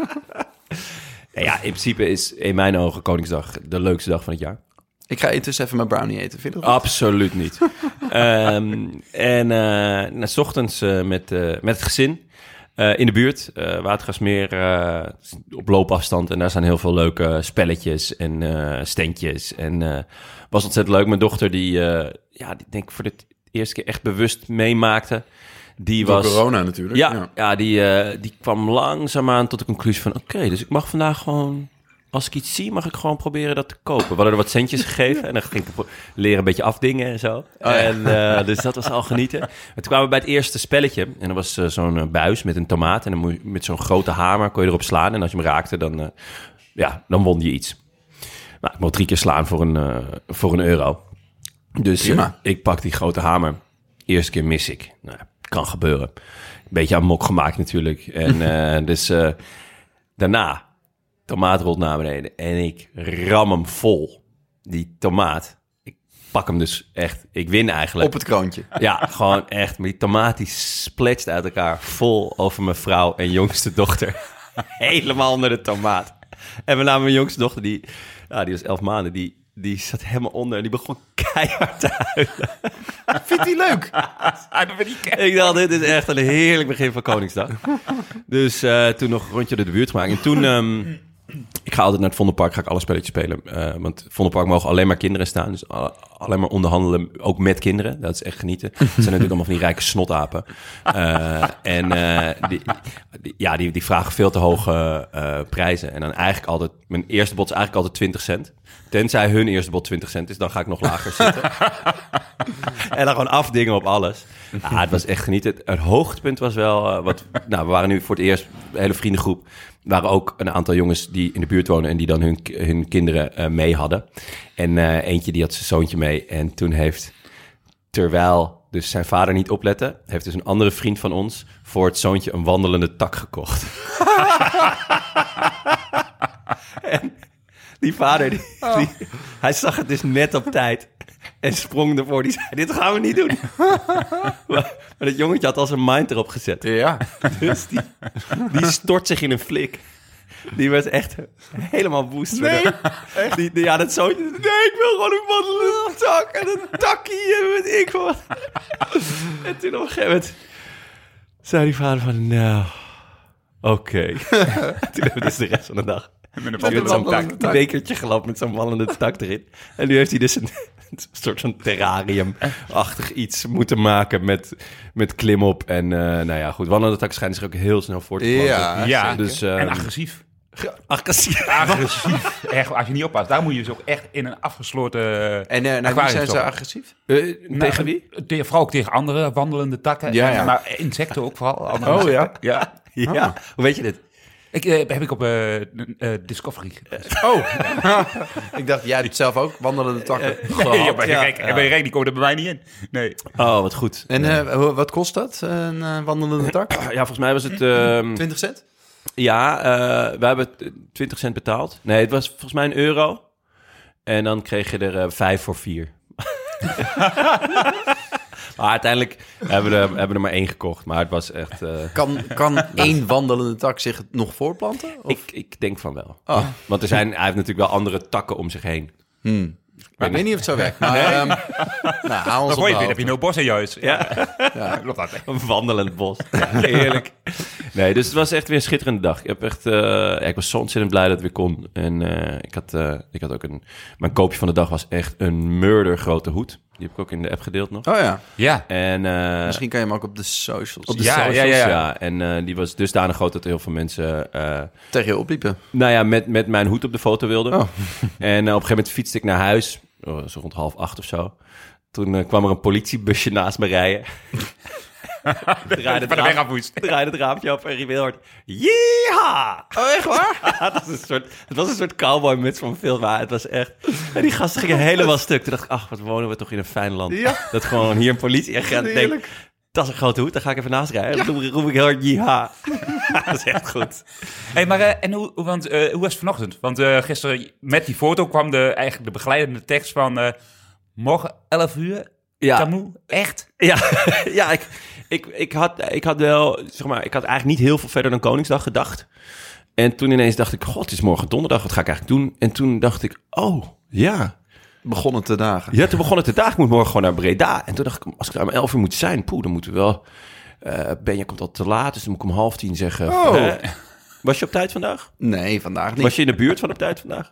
Nee, ja, in principe is in mijn ogen Koningsdag de leukste dag van het jaar. Ik ga intussen even mijn brownie eten. Vind je dat goed? Absoluut niet. um, en uh, nou, 's ochtends uh, met, uh, met het gezin uh, in de buurt, uh, Watergasmeer, uh, op loopafstand. En daar zijn heel veel leuke spelletjes en uh, standjes. En uh, was ontzettend leuk. Mijn dochter, die, uh, ja, die denk ik voor de eerste keer echt bewust meemaakte. Die Door was, corona natuurlijk. Ja, Ja. ja. die, uh, die kwam langzaamaan tot de conclusie van... oké, okay, dus ik mag vandaag gewoon... als ik iets zie, mag ik gewoon proberen dat te kopen. We hadden er wat centjes gegeven en dan ging ik pro- leren een beetje afdingen en zo. ja. En, uh, dus dat was al genieten. En toen kwamen we bij het eerste spelletje. En dat was uh, zo'n uh, buis met een tomaat. En dan moet je, met zo'n grote hamer kon je erop slaan. En als je hem raakte, dan, uh, ja, dan won je iets. Nou, ik mocht drie keer slaan voor een, uh, voor een euro. Dus uh, Prima. ik pak die grote hamer. Eerste keer mis ik. Nou, kan gebeuren. Een beetje aan mok gemaakt natuurlijk. En uh, dus uh, daarna... tomaat rolt naar beneden en ik ram hem vol. Die tomaat. Ik pak hem dus echt. Ik win eigenlijk. Op het kroontje. Ja, gewoon echt. Maar die tomaat die spletst uit elkaar vol over mijn vrouw en jongste dochter. Helemaal onder de tomaat. En we namen mijn jongste dochter, die, ja, die was elf maanden, die die zat helemaal onder en die begon keihard te huilen. Vindt hij leuk? Ah, dat vind ik... Ik dacht, dit is echt een heerlijk begin van Koningsdag. Dus uh, toen nog een rondje door de buurt gemaakt. En toen... Um, ik ga altijd naar het Vondelpark, ga ik alle spelletjes spelen. Uh, want het Vondelpark mogen alleen maar kinderen staan. Dus uh, alleen maar onderhandelen, ook met kinderen. Dat is echt genieten. Het zijn natuurlijk allemaal van die rijke snotapen. Uh, en uh, die, die, ja, die, die vragen veel te hoge uh, prijzen. En dan eigenlijk altijd... Mijn eerste bod is eigenlijk altijd twintig cent. Tenzij hun eerste bod twintig cent is, dan ga ik nog lager zitten. En dan gewoon afdingen op alles. Ja, het was echt genieten. Het, het hoogtepunt was wel... Uh, wat, nou, we waren nu voor het eerst, een hele vriendengroep... waren ook een aantal jongens die in de buurt wonen... en die dan hun, hun kinderen uh, mee hadden. En uh, eentje die had zijn zoontje mee. En toen heeft, terwijl dus zijn vader niet oplette... heeft dus een andere vriend van ons... voor het zoontje een wandelende tak gekocht. En die vader, die, Oh. die, hij zag het dus net op tijd... en sprong ervoor. Die zei, dit gaan we niet doen. Maar dat jongetje had al zijn mind erop gezet. Ja. Dus die, die stort zich in een flik. Die werd echt helemaal woest. Nee, echt? Die, die, ja, dat zo... Nee, ik wil gewoon een wandelende tak en een takkie en weet ik wat. En toen op een gegeven moment zei die vader van... Nou, oké. Okay. Toen hebben we dus de rest van de dag... Met een Met zo'n wandelende tak. bekertje gelopen met zo'n wandelende tak erin. En nu heeft hij dus een, een soort van terrarium-achtig iets moeten maken met, met klimop. En uh, nou ja, goed, wandelende tak schijnen zich ook heel snel voor te planten. Ja, Ja, dus, en um, agressief. agressief. Agressief. Echt, als je niet oppast, daar moet je dus ook echt in een afgesloten... En uh, naar wie aquarium zijn ze stoppen. agressief? Uh, Nou, tegen wie? Tegen, vooral ook tegen andere wandelende takken. Ja, ja. Maar insecten ook vooral. Andere Oh, insecten. Ja. Ja, hoe weet je dit? Ik, uh, heb ik op uh, uh, Discovery. Oh, ik dacht, jij doet zelf ook wandelende takken. Nee, ja, maar ja. kijk, Ja. bij Rijn, die komen er bij mij niet in. Nee. Oh, wat goed. En uh, hoe- wat kost dat, een uh, wandelende tak? Ja, volgens mij was het... Um, twintig cent? ja, uh, we hebben twintig cent betaald. Nee, het was volgens mij een euro. En dan kreeg je er uh, vijf voor vier. Maar uiteindelijk hebben we, er, hebben we er maar één gekocht. Maar het was echt... Uh, Kan, kan één wandelende tak zich nog voorplanten? Of? ik, ik denk van wel. Oh. Want er zijn, hij heeft natuurlijk wel andere takken om zich heen. Hmm. Maar ik weet niet of het zo werkt. Maar, nee. um, nou, haal ons Dan op gooi je de weer, heb je nou bos in je huis. Ja. Ja. Klopt dat, hè? Een wandelend bos. Ja, heerlijk. Nee, dus het was echt weer een schitterende dag. Ik, heb echt, uh, ja, ik was zo ontzettend blij dat het weer kon. En uh, ik, had, uh, ik had ook een... Mijn koopje van de dag was echt een murder grote hoed. Die heb ik ook in de app gedeeld nog. Oh ja, Ja. En, uh, misschien kan je hem ook op de socials op de Ja, socials, ja, ja, ja, ja. En uh, die was dusdanig groot dat heel veel mensen... Uh, tegen je opliepen. nou ja, met, met mijn hoed op de foto wilden. Oh. En uh, op een gegeven moment fietste ik naar huis. Oh, zo rond half acht of zo. Toen uh, kwam er een politiebusje naast me rijden. draaide, Van de weg afwoest. draaide het raampje op en riep heel hard... Yeeha! Oh, echt waar? Ja, het, was een soort, het was een soort cowboy-muts van film, maar het was echt... En die gasten gingen helemaal stuk. Toen dacht ik, ach, wat wonen we toch in een fijn land. Ja. Dat gewoon hier een politieagent denkt... Heerlijk. Dat is een grote hoed, daar ga ik even naast rijden. Ja. Dan roep, roep ik heel hard, yeeha. Dat is echt goed. Hey, maar uh, en hoe, want, uh, hoe was het vanochtend? Want uh, gisteren met die foto kwam de, eigenlijk de begeleidende tekst van... Uh, morgen elf uur, Ja. Camus, echt? Ja, ja ik, ik, ik, had, ik had wel, zeg maar, ik had eigenlijk niet heel veel verder dan Koningsdag gedacht. En toen ineens dacht ik, god, het is morgen donderdag, wat ga ik eigenlijk doen? En toen dacht ik, oh, ja. Begonnen te dagen. Ja, toen begon het de dag, ik moet morgen gewoon naar Breda. En toen dacht ik, als ik daar om elf uur moet zijn, poeh, dan moeten we wel... Uh, Benja komt al te laat, dus dan moet ik om half tien zeggen... Oh. Uh, was je op tijd vandaag? Nee, vandaag niet. Was je in de buurt van op tijd vandaag?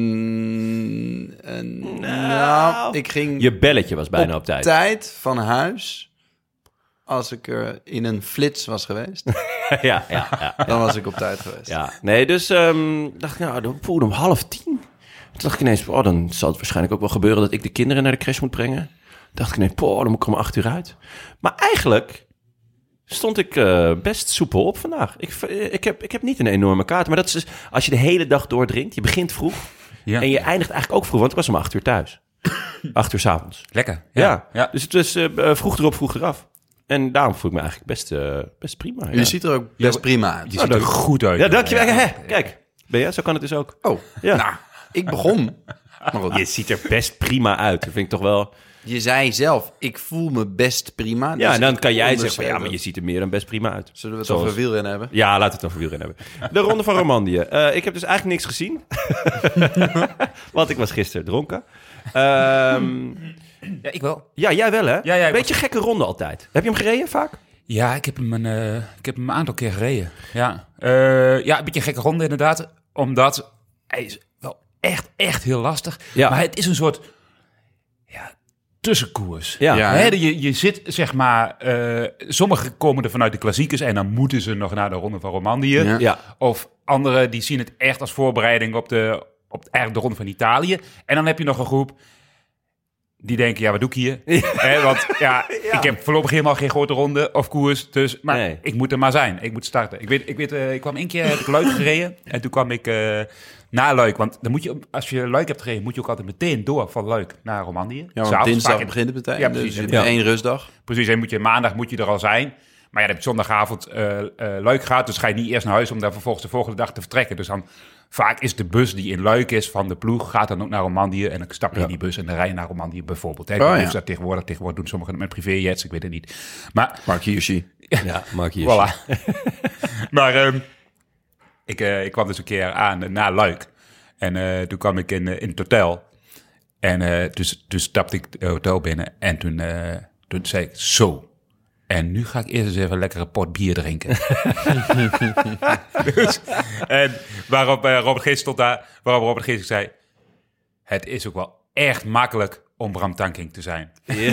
Mm, uh, nou, ik ging Je belletje was bijna op, op tijd. tijd van huis. Als ik er in een flits was geweest, ja, ja, ja. dan was ik op tijd geweest. Ja, nee, dus um, dacht ik, nou, dan poeh, om half tien. Toen dacht ik ineens, oh, dan zal het waarschijnlijk ook wel gebeuren dat ik de kinderen naar de crash moet brengen. Dacht ik ineens, poh, dan moet ik om acht uur uit. Maar eigenlijk stond ik uh, best soepel op vandaag. Ik, ik, heb, ik heb niet een enorme kaart, maar dat is dus, als je de hele dag doordringt, je begint vroeg Ja. en je eindigt eigenlijk ook vroeg, want ik was om acht uur thuis. acht uur 's avonds. Lekker. Ja, Ja. ja. dus het was uh, vroeg erop, vroeg eraf. En daarom voel ik me eigenlijk best, uh, best prima. Je Ja. ziet er ook best Ja, prima uit. Je ziet er goed uit. Ja, dankjewel. Ja, kijk, ben je? Zo kan het dus ook. Oh, Ja. nou, ik begon Maar goed. Je ziet er best prima uit. Dat vind ik toch wel... Je zei zelf, ik voel me best prima. Ja, dus en dan ik kan jij zeggen, van, onderschrijf ja, maar je ziet er meer dan best prima uit. Zullen we het Zoals- over wielrennen hebben? Ja, laten we het over wielrennen hebben. De Ronde van Romandie. Uh, ik heb dus eigenlijk niks gezien. Want ik was gisteren dronken. Ehm, Ja, ik wel. ja, jij wel, hè? Ja, ja, ik Beetje gekke ronde altijd. Heb je hem gereden vaak? Ja, ik heb hem een, uh, ik heb hem een aantal keer gereden. Ja, uh, ja een beetje een gekke ronde inderdaad. Omdat hij is wel echt, echt heel lastig. Ja. Maar het is een soort ja, tussenkoers. Ja. Ja. Hè, je, je zit, zeg maar... Uh, sommigen komen er vanuit de klassiekers... en dan moeten ze nog naar de Ronde van Romandie. Ja. Ja. Of anderen die zien het echt als voorbereiding... op, de, op eigenlijk de Ronde van Italië. En dan heb je nog een groep... die denken, ja, wat doe ik hier? Hè, want ja, ik heb voorlopig helemaal geen grote ronde of koers. Dus, maar Nee. ik moet er maar zijn. Ik moet starten. Ik weet, ik weet, uh, ik kwam één keer, heb ik Luik gereden. En toen kwam ik uh, naar Luik. Want dan moet je, als je Luik hebt gereden, moet je ook altijd meteen door van Luik naar Romandie. Ja, want S'avonds dinsdag vaak in- begint het meteen. Ja, precies. Dus je hebt Ja. één rustdag. Precies, en moet je, maandag moet je er al zijn. Maar ja, dan heb je zondagavond uh, uh, Luik gaat. Dus ga je niet eerst naar huis om daar vervolgens de volgende dag te vertrekken. Dus dan vaak is de bus die in Luik is van de ploeg... gaat dan ook naar Romandie. En dan stap je Ja. in die bus en dan rij je naar Romandie bijvoorbeeld. Hè. Ik Oh, weet niet ja. of dat tegenwoordig, tegenwoordig doen sommigen met privéjets. Ik weet het niet. Maar Mark Hirschi. Ja, Mark hier. voilà. maar um, ik, uh, ik kwam dus een keer aan uh, naar Luik. En uh, toen kwam ik in, uh, in het hotel. En uh, dus, dus stapte ik het hotel binnen. En toen, uh, toen zei ik, zo... En nu ga ik eerst eens even een lekkere pot bier drinken. dus, en waarop uh, Robert Geest stond daar, waarop Robert Geest zei... Het is ook wel echt makkelijk om Bram Tankink te zijn.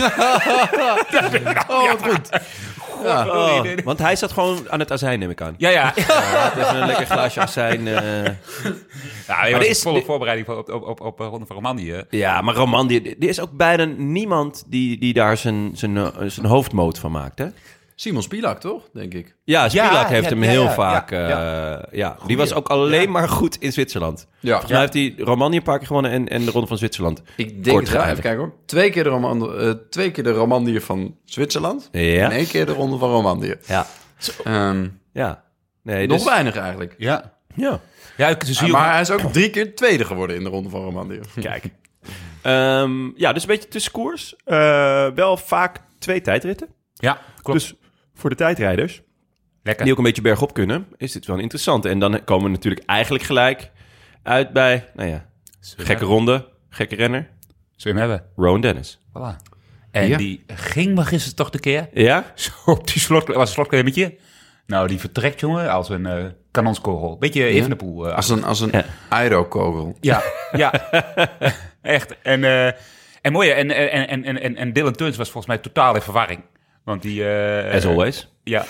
Oh, wat goed. Ja. Oh, want hij zat gewoon aan het azijn, neem ik aan. Ja, ja. Ja, even een lekker glaasje azijn. uh. ja je er was is- volle voorbereiding op, op, op, op Ronde van Romandie. Hè? Ja, maar Romandie, er is ook bijna niemand die, die daar zijn, zijn, uh, zijn hoofdmoot van maakt, hè? Simon Spilak, toch? Denk ik. Ja, Spilak Ja, heeft ja, hem ja, heel ja, vaak... ja, uh, ja. ja. Die was ook alleen maar goed in Zwitserland. Ja. Volgens mij heeft hij Romandie een paar keer gewonnen en, en de Ronde van Zwitserland. Ik denk Kort het wel. gehouden. Even kijken hoor. Twee keer de, Romandie, uh, twee keer de Romandie van Zwitserland. Ja. En één keer de Ronde van Romandie. Ja. Ehm, Ja. Nee, nog dus, weinig eigenlijk. Ja. Ja. Ja, ik zie Ah, je maar hij is ook drie keer tweede geworden in de Ronde van Romandie. Kijk. Ehm, ja, dus een beetje tussenkoers. Uh, wel vaak twee tijdritten. Ja, klopt. Dus voor de tijdrijders, Lekker. die ook een beetje bergop kunnen, is dit wel interessant. En dan komen we natuurlijk eigenlijk gelijk uit bij, nou ja, gekke ronde, gekke renner, Zul je hem hebben? Rowan Dennis. Voilà. En Ja. die ging maar gisteren toch de keer. Ja? Zo op die slot, was een slotklimmetje. Nou, die vertrekt, jongen, als een uh, kanonskogel. Beetje Evenepoel. Uh, Als een, als een Ja. aerokogel. Ja, ja. Echt. En, uh, en mooi, en, en, en, en, en, en Dylan Teuns was volgens mij totaal in verwarring. Want die... Uh, As always. Ja.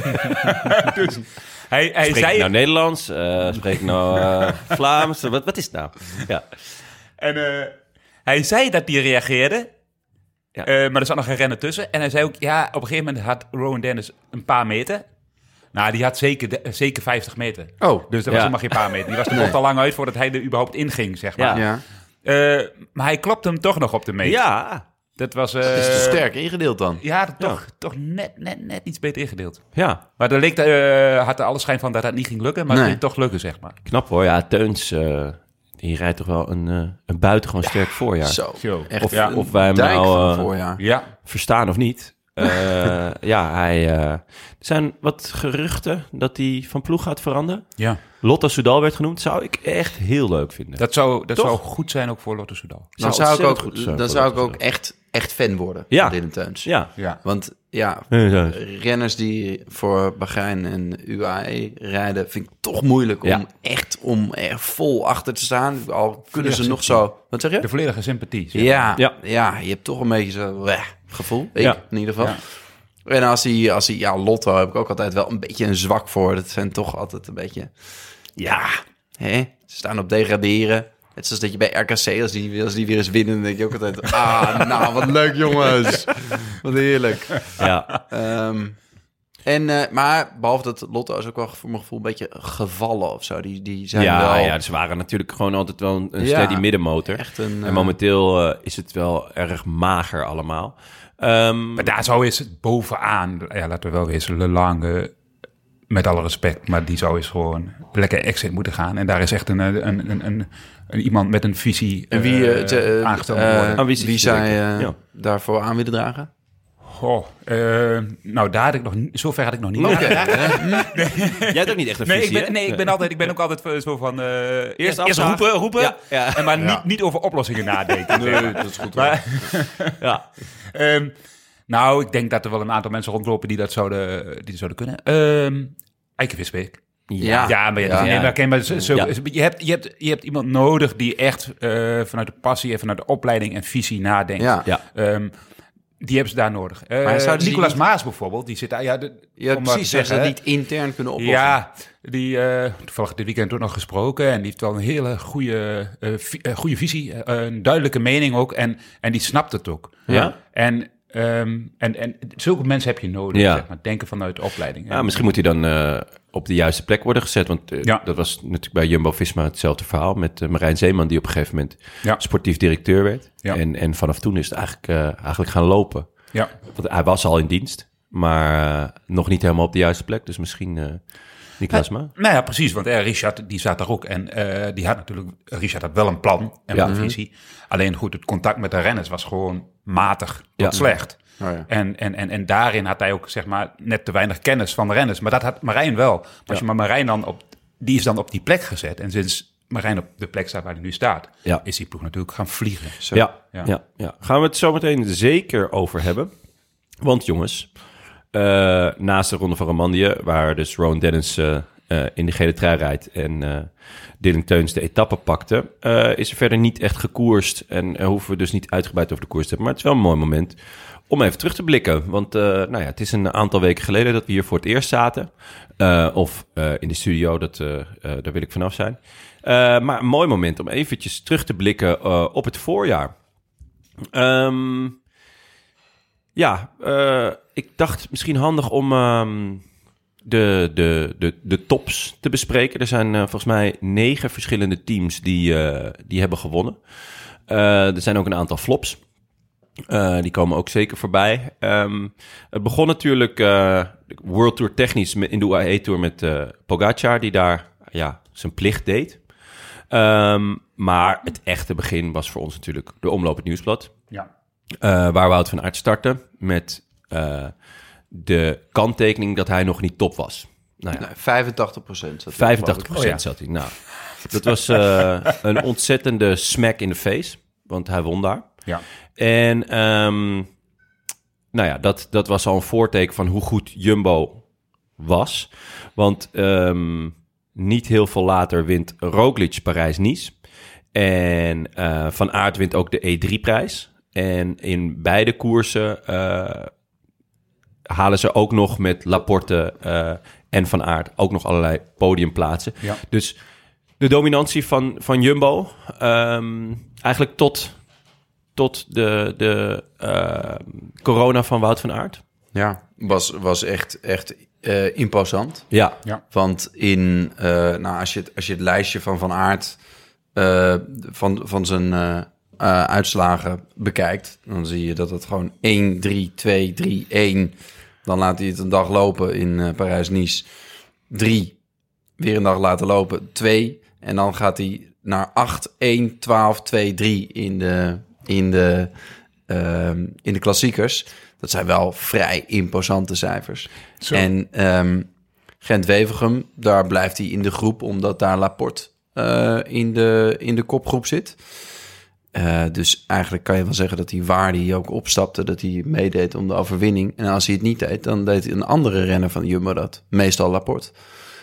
dus hij, hij Spreek zei... ik nou Nederlands? Uh, spreek ik nou uh, Vlaams? Wat, wat is het nou? Ja. En uh, hij zei dat hij reageerde. Ja. Uh, maar er zat nog een renner tussen. En hij zei ook, ja, op een gegeven moment had Rowan Dennis een paar meter. Nou, die had zeker, de, zeker vijftig meter. Oh, Dus dat Ja. was helemaal geen paar meter. Die was er nog al lang uit voordat hij er überhaupt inging, zeg maar. Ja. ja. Uh, maar hij klopte hem toch nog op de meter. Ja. Dat was... Uh, Is te sterk ingedeeld dan? Ja, toch, toch net, net, net iets beter ingedeeld. Ja. Maar er leek, uh, had er alle schijn van dat dat niet ging lukken. Maar Nee. het ging toch lukken, zeg maar. Knap hoor. Ja, Teuns, uh, die rijdt toch wel een, uh, een buitengewoon sterk voorjaar. Zo. Zo. Echt Of, Ja. of wij hem dijk nou van uh, voorjaar. Ja. verstaan of niet. Uh, ja, hij, uh, er zijn wat geruchten dat hij van ploeg gaat veranderen. Ja. Lotta Soudal werd genoemd. Zou ik echt heel leuk vinden. Dat, zou, dat Toch? zou goed zijn ook voor Lotto Soudal. Dan Zou zou ik ook, ontzettend goed zijn dan voor zou ik Lotte ook echt, echt fan worden Ja. van Dylan Teuns. Ja. Ja. Want ja, Ja. renners die voor Bahrein en U A E rijden, vind ik toch moeilijk om Ja. echt om er vol achter te staan. Al kunnen ze Volledig nog zo... Wat zeg je? De volledige sympathie. zeg Ja, Ja. ja. je hebt toch een beetje zo'n eh, gevoel. Ik Ja. in ieder geval. Ja. En als hij, als hij, ja, Lotto heb ik ook altijd wel een beetje een zwak voor. Dat zijn toch altijd een beetje, ja, hè? Ze staan op degraderen. Net zoals dat je bij R K C, als die, als die weer eens winnen, dan denk je ook altijd, ah, nou, wat leuk jongens. Wat heerlijk. Ja. Ehm, en, uh, maar behalve dat Lotto is ook wel voor mijn gevoel een beetje gevallen of zo. Die, die zijn Ja, wel ja, ze waren natuurlijk gewoon altijd wel een, een Ja. steady middenmotor. echt een... En uh, momenteel uh, is het wel erg mager allemaal. Um, Maar daar zou eens bovenaan, ja, laten we wel wezen, Le Lange, met alle respect, maar die zou eens gewoon lekker exit moeten gaan. En daar is echt een, een, een, een, een iemand met een visie En wie, uh, uh, te, uh, aangesteld uh, moet worden. Ah, wie zit wie je zij denken? uh, Ja. daarvoor aan willen dragen? Goh, uh, nou, daar had ik nog, niet- zover had ik nog niet. Oké. Jij hebt ook niet echt een Nee, visie, ik ben, hè? nee, ik ben altijd, ik ben ook altijd zo van uh, eerst, eerst afzagen. roepen, roepen, Ja, ja. en maar Ja. niet, niet over oplossingen nadenken. Nee, dat is goed. Maar, Ja. um, nou, ik denk dat er wel een aantal mensen rondlopen die dat zouden, die dat zouden kunnen. Um, Eike Visbeek. Ja. Ja, maar, je, Ja. nee, maar, ken- maar zo, zo- Ja. je, hebt, je, hebt, je hebt iemand nodig die echt uh, vanuit de passie en vanuit de opleiding en visie nadenkt. Ja. Ja. Um, die hebben ze daar nodig. Uh, Maar zouden ze Nicolas die Maas bijvoorbeeld, die zit daar. Ja, de, Ja, om maar precies. te Zeggen ze zeggen, dat niet intern kunnen oplossen. ja, die uh, toevallig dit weekend ook nog gesproken. En die heeft wel een hele goede, uh, vi- uh, goede visie. Uh, een duidelijke mening ook. En, en die snapt het ook. Ja? En, um, en, en zulke mensen heb je nodig. Ja. Zeg maar. Denken vanuit de opleiding. Ja, misschien moet hij dan uh, op de juiste plek worden gezet. Want uh, Ja. dat was natuurlijk bij Jumbo-Visma hetzelfde verhaal... met uh, Marijn Zeeman, die op een gegeven moment Ja. sportief directeur werd. Ja. En, en vanaf toen is het eigenlijk, uh, eigenlijk gaan lopen. Ja. Want hij was al in dienst, maar uh, nog niet helemaal op de juiste plek. Dus misschien uh, Nicolas Maas. Nou ja, precies. Want eh, Richard, die zat daar ook. En uh, die had natuurlijk... Richard had wel een plan en Ja. een visie. Alleen goed, het contact met de renners was gewoon matig tot Ja. slecht. Oh ja. En, en, en, en daarin had hij ook, zeg maar, net te weinig kennis van de renners. Maar dat had Marijn wel. Maar als je maar Marijn dan op... Die is dan op die plek gezet. En sinds Marijn op de plek staat waar hij nu staat... Ja. is die ploeg natuurlijk gaan vliegen. Zo. Ja, Ja. ja. Ja, gaan we het zo meteen zeker over hebben. Want jongens, uh, naast de Ronde van Romandie... waar dus Rowan Dennis uh, uh, in de gele trui rijdt... en uh, Dylan Teuns de etappe pakte... Uh, is er verder niet echt gekoerst... en uh, hoeven we dus niet uitgebreid over de koers te hebben. Maar het is wel een mooi moment om even terug te blikken. Want uh, nou ja, het is een aantal weken geleden dat we hier voor het eerst zaten. Uh, of uh, in de studio, dat, uh, uh, daar wil ik vanaf zijn. Uh, maar een mooi moment om eventjes terug te blikken uh, op het voorjaar. Um, ja, uh, ik dacht misschien handig om um, de, de, de, de tops te bespreken. Er zijn uh, volgens mij negen verschillende teams die, uh, die hebben gewonnen. Uh, er zijn ook een aantal flops. Uh, die komen ook zeker voorbij. Um, het begon natuurlijk uh, World Tour technisch in de U A E Tour met uh, Pogacar... die daar ja, zijn plicht deed. Um, maar het echte begin was voor ons natuurlijk de Omloop het Nieuwsblad. Ja. Uh, waar Wout van Aert startte met uh, de kanttekening dat hij nog niet top was. Nou ja, Nee, vijfentachtig procent. vijfentachtig procent Oh ja. zat hij. Nou, dat was uh, een ontzettende smack in de face, want hij won daar. Ja. En um, nou ja, dat, dat was al een voorteken van hoe goed Jumbo was. Want um, niet heel veel later wint Roglic Parijs-Nice. En uh, Van Aert wint ook de E drie prijs. En in beide koersen uh, halen ze ook nog met Laporte uh, en Van Aert ook nog allerlei podiumplaatsen. Ja. Dus de dominantie van, van Jumbo, um, eigenlijk tot, tot de, de uh, corona van Wout van Aert. Ja, was, was echt, echt uh, imposant. Ja, Ja. Want in, uh, nou, als, je het, als je het lijstje van Van Aert uh, van, van zijn uh, uh, uitslagen bekijkt, dan zie je dat het gewoon één, drie, twee, drie, één. Dan laat hij het een dag lopen in uh, Parijs-Nice. drie, weer een dag laten lopen. twee, en dan gaat hij naar acht, één, twaalf, twee, drie in de, in de, uh, in de klassiekers. Dat zijn wel vrij imposante cijfers. Zo. En um, Gent-Wevelgem, daar blijft hij in de groep, omdat daar Laporte uh, in, de, in de kopgroep zit. Uh, dus eigenlijk kan je wel zeggen dat hij waar hij ook opstapte, dat hij meedeed om de overwinning. En als hij het niet deed, dan deed een andere renner van Jumbo dat. Meestal Laporte.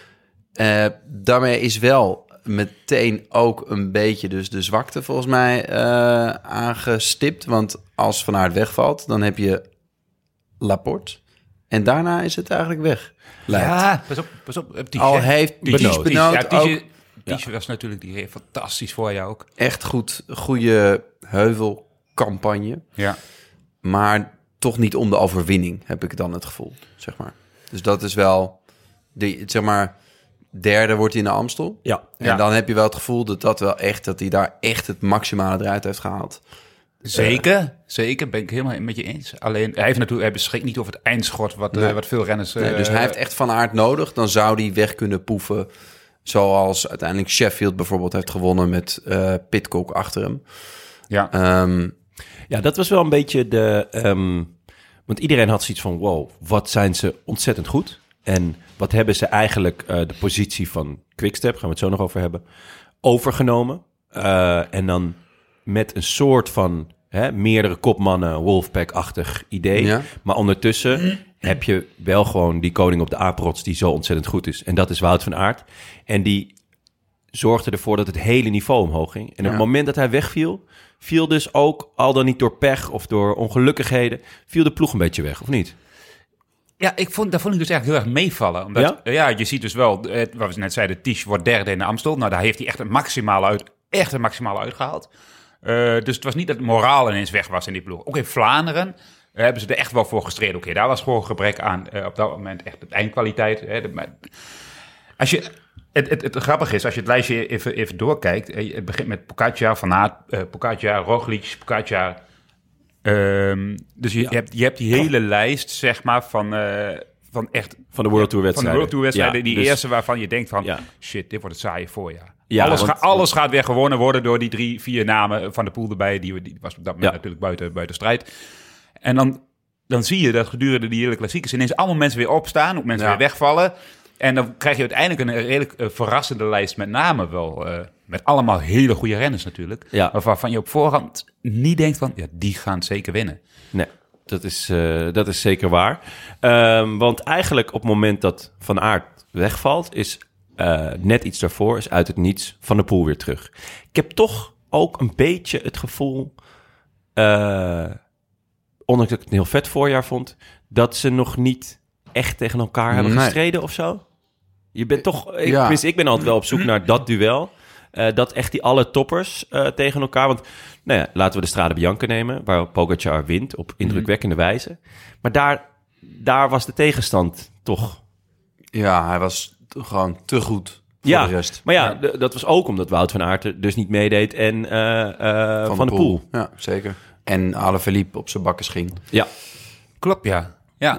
Uh, daarmee is wel meteen ook een beetje dus de zwakte volgens mij uh, aangestipt. Want als Van Aert wegvalt, dan heb je Laporte. En daarna is het eigenlijk weg. Lijkt. Ja, pas op, pas op. Ties, Al hè? heeft Ties, Ties Ties, Benoot ja, Ties, ook Ties was natuurlijk die reed fantastisch voor jou ook. echt goed, goede heuvelcampagne. Ja. Maar toch niet om de overwinning, heb ik dan het gevoel, zeg maar. Dus dat is wel, die, zeg maar, derde wordt hij in de Amstel. ja. En Ja. dan heb je wel het gevoel dat dat wel echt, dat hij daar echt het maximale eruit heeft gehaald. Zeker, uh, zeker. Ben ik helemaal met je eens. Alleen, hij, heeft natuurlijk, hij beschikt niet over het eindschot... wat, nee. uh, wat veel renners... Uh, nee, dus hij heeft echt Van Aert nodig. Dan zou hij weg kunnen poeven... zoals uiteindelijk Sheffield bijvoorbeeld heeft gewonnen... met uh, Pidcock achter hem. Ja. Um, ja, dat was wel een beetje de... Um, want iedereen had zoiets van... wow, wat zijn ze ontzettend goed... En wat hebben ze eigenlijk uh, de positie van Quickstep, gaan we het zo nog over hebben, overgenomen. Uh, en dan met een soort van hè, meerdere kopmannen, Wolfpack-achtig idee. Ja. Maar ondertussen heb je wel gewoon die koning op de apenrots die zo ontzettend goed is. En dat is Wout van Aert. En die zorgde ervoor dat het hele niveau omhoog ging. En op ja. het moment dat hij wegviel, viel dus ook, al dan niet door pech of door ongelukkigheden, viel de ploeg een beetje weg, of niet? Ja, ik vond, daar vond ik dus eigenlijk heel erg meevallen. Omdat, ja? ja, je ziet dus wel, het, wat we net zeiden, Tisch wordt derde in de Amstel. Nou, daar heeft hij echt het maximale uit, echt het maximale uitgehaald. Uh, dus het was niet dat het moraal ineens weg was in die ploeg. Ook in Vlaanderen uh, hebben ze er echt wel voor gestreden. Oké, okay, daar was gewoon gebrek aan uh, op dat moment echt de eindkwaliteit. Hè, de, als je, het, het, het grappige is, als je het lijstje even, even doorkijkt. Uh, het begint met Pogacar, Van Aert, uh, Pogacar, Roglic, Pogacar... Um, dus je, ja. je, hebt, je hebt die hele lijst, zeg maar, van, uh, van echt... Van de World Tour wedstrijden. Van de World Tour wedstrijden. Ja, die dus, eerste waarvan je denkt van, ja. shit, dit wordt het saaie voorjaar. Ja, alles, want, ga, alles gaat weer gewonnen worden door die drie, vier namen van de pool erbij. Die, die was op dat moment ja. natuurlijk buiten, buiten strijd. En dan, dan zie je dat gedurende die hele klassiekers ineens allemaal mensen weer opstaan. Ook mensen ja. weer wegvallen. En dan krijg je uiteindelijk een redelijk uh, verrassende lijst met namen wel... Uh, met allemaal hele goede renners natuurlijk. Ja. Waarvan je op voorhand niet denkt van... ja, die gaan zeker winnen. Nee, dat is, uh, dat is zeker waar. Um, want eigenlijk op het moment dat Van Aert wegvalt... is uh, net iets daarvoor, is uit het niets Van der Poel weer terug. Ik heb toch ook een beetje het gevoel... Uh, ondanks dat ik het een heel vet voorjaar vond... dat ze nog niet echt tegen elkaar hebben nee. gestreden of zo. Je bent toch... Ik, ja. ik ben altijd wel op zoek naar dat duel... Uh, dat echt die alle toppers uh, tegen elkaar... Want nou ja, laten we de Strade Bianca nemen... waar Pogacar wint op indrukwekkende mm-hmm. wijze. Maar daar, daar was de tegenstand toch... Ja, hij was t- gewoon te goed voor ja, de rest. Maar ja, ja. D- dat was ook omdat Wout van Aert er dus niet meedeed... en uh, uh, Van, van de Poel. Ja, zeker. En Alaphilippe op zijn bakkes ging. Ja. Klopt, ja.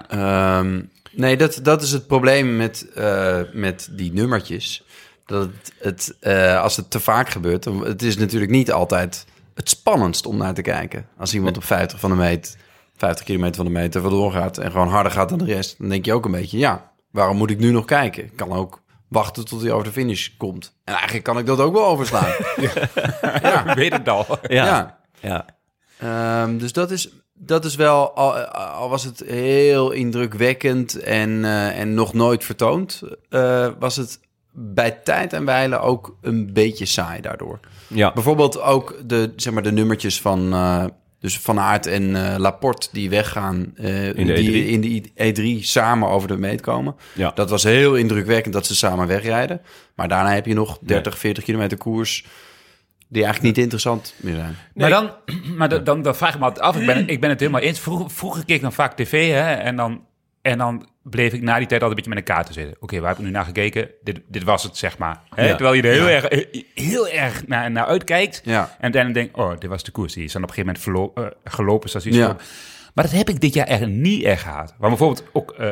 ja. Um, nee, dat, dat is het probleem met, uh, met die nummertjes... Dat het, het uh, als het te vaak gebeurt... Het is natuurlijk niet altijd het spannendst om naar te kijken. Als iemand op vijftig van de meter, vijftig kilometer van de meter vandoor gaat... en gewoon harder gaat dan de rest... dan denk je ook een beetje... ja, waarom moet ik nu nog kijken? Ik kan ook wachten tot hij over de finish komt. En eigenlijk kan ik dat ook wel overslaan. ja, ja. weet het al. Ja. ja. ja. Um, dus dat is, dat is wel... Al, al was het heel indrukwekkend en, uh, en nog nooit vertoond... Uh, was het... bij tijd en wijle ook een beetje saai daardoor. Ja. Bijvoorbeeld ook de, zeg maar, de nummertjes van, uh, dus Van Aert en uh, Laporte die weggaan... Uh, in de die E drie. in de E drie samen over de meet komen. Ja. Dat was heel indrukwekkend dat ze samen wegrijden. Maar daarna heb je nog dertig, nee. veertig kilometer koers... die eigenlijk niet interessant meer zijn. Nee. Maar, dan, maar dan, dan, dan vraag ik me altijd af, ik ben, ik ben het helemaal eens. Vroeger, vroeger keek ik dan vaak tv, hè, en dan... En dan bleef ik na die tijd altijd een beetje met een kaart te zitten. Oké, okay, waar heb ik nu naar gekeken? Dit, dit was het, zeg maar. Hè? Ja. Terwijl je er heel ja. erg, heel erg naar, naar uitkijkt. Ja. En dan denk ik, oh, dit was de koers. Die is dan op een gegeven moment verlo- uh, gelopen. Zoals ja. Maar dat heb ik dit jaar echt niet echt gehad. Maar bijvoorbeeld ook... Uh,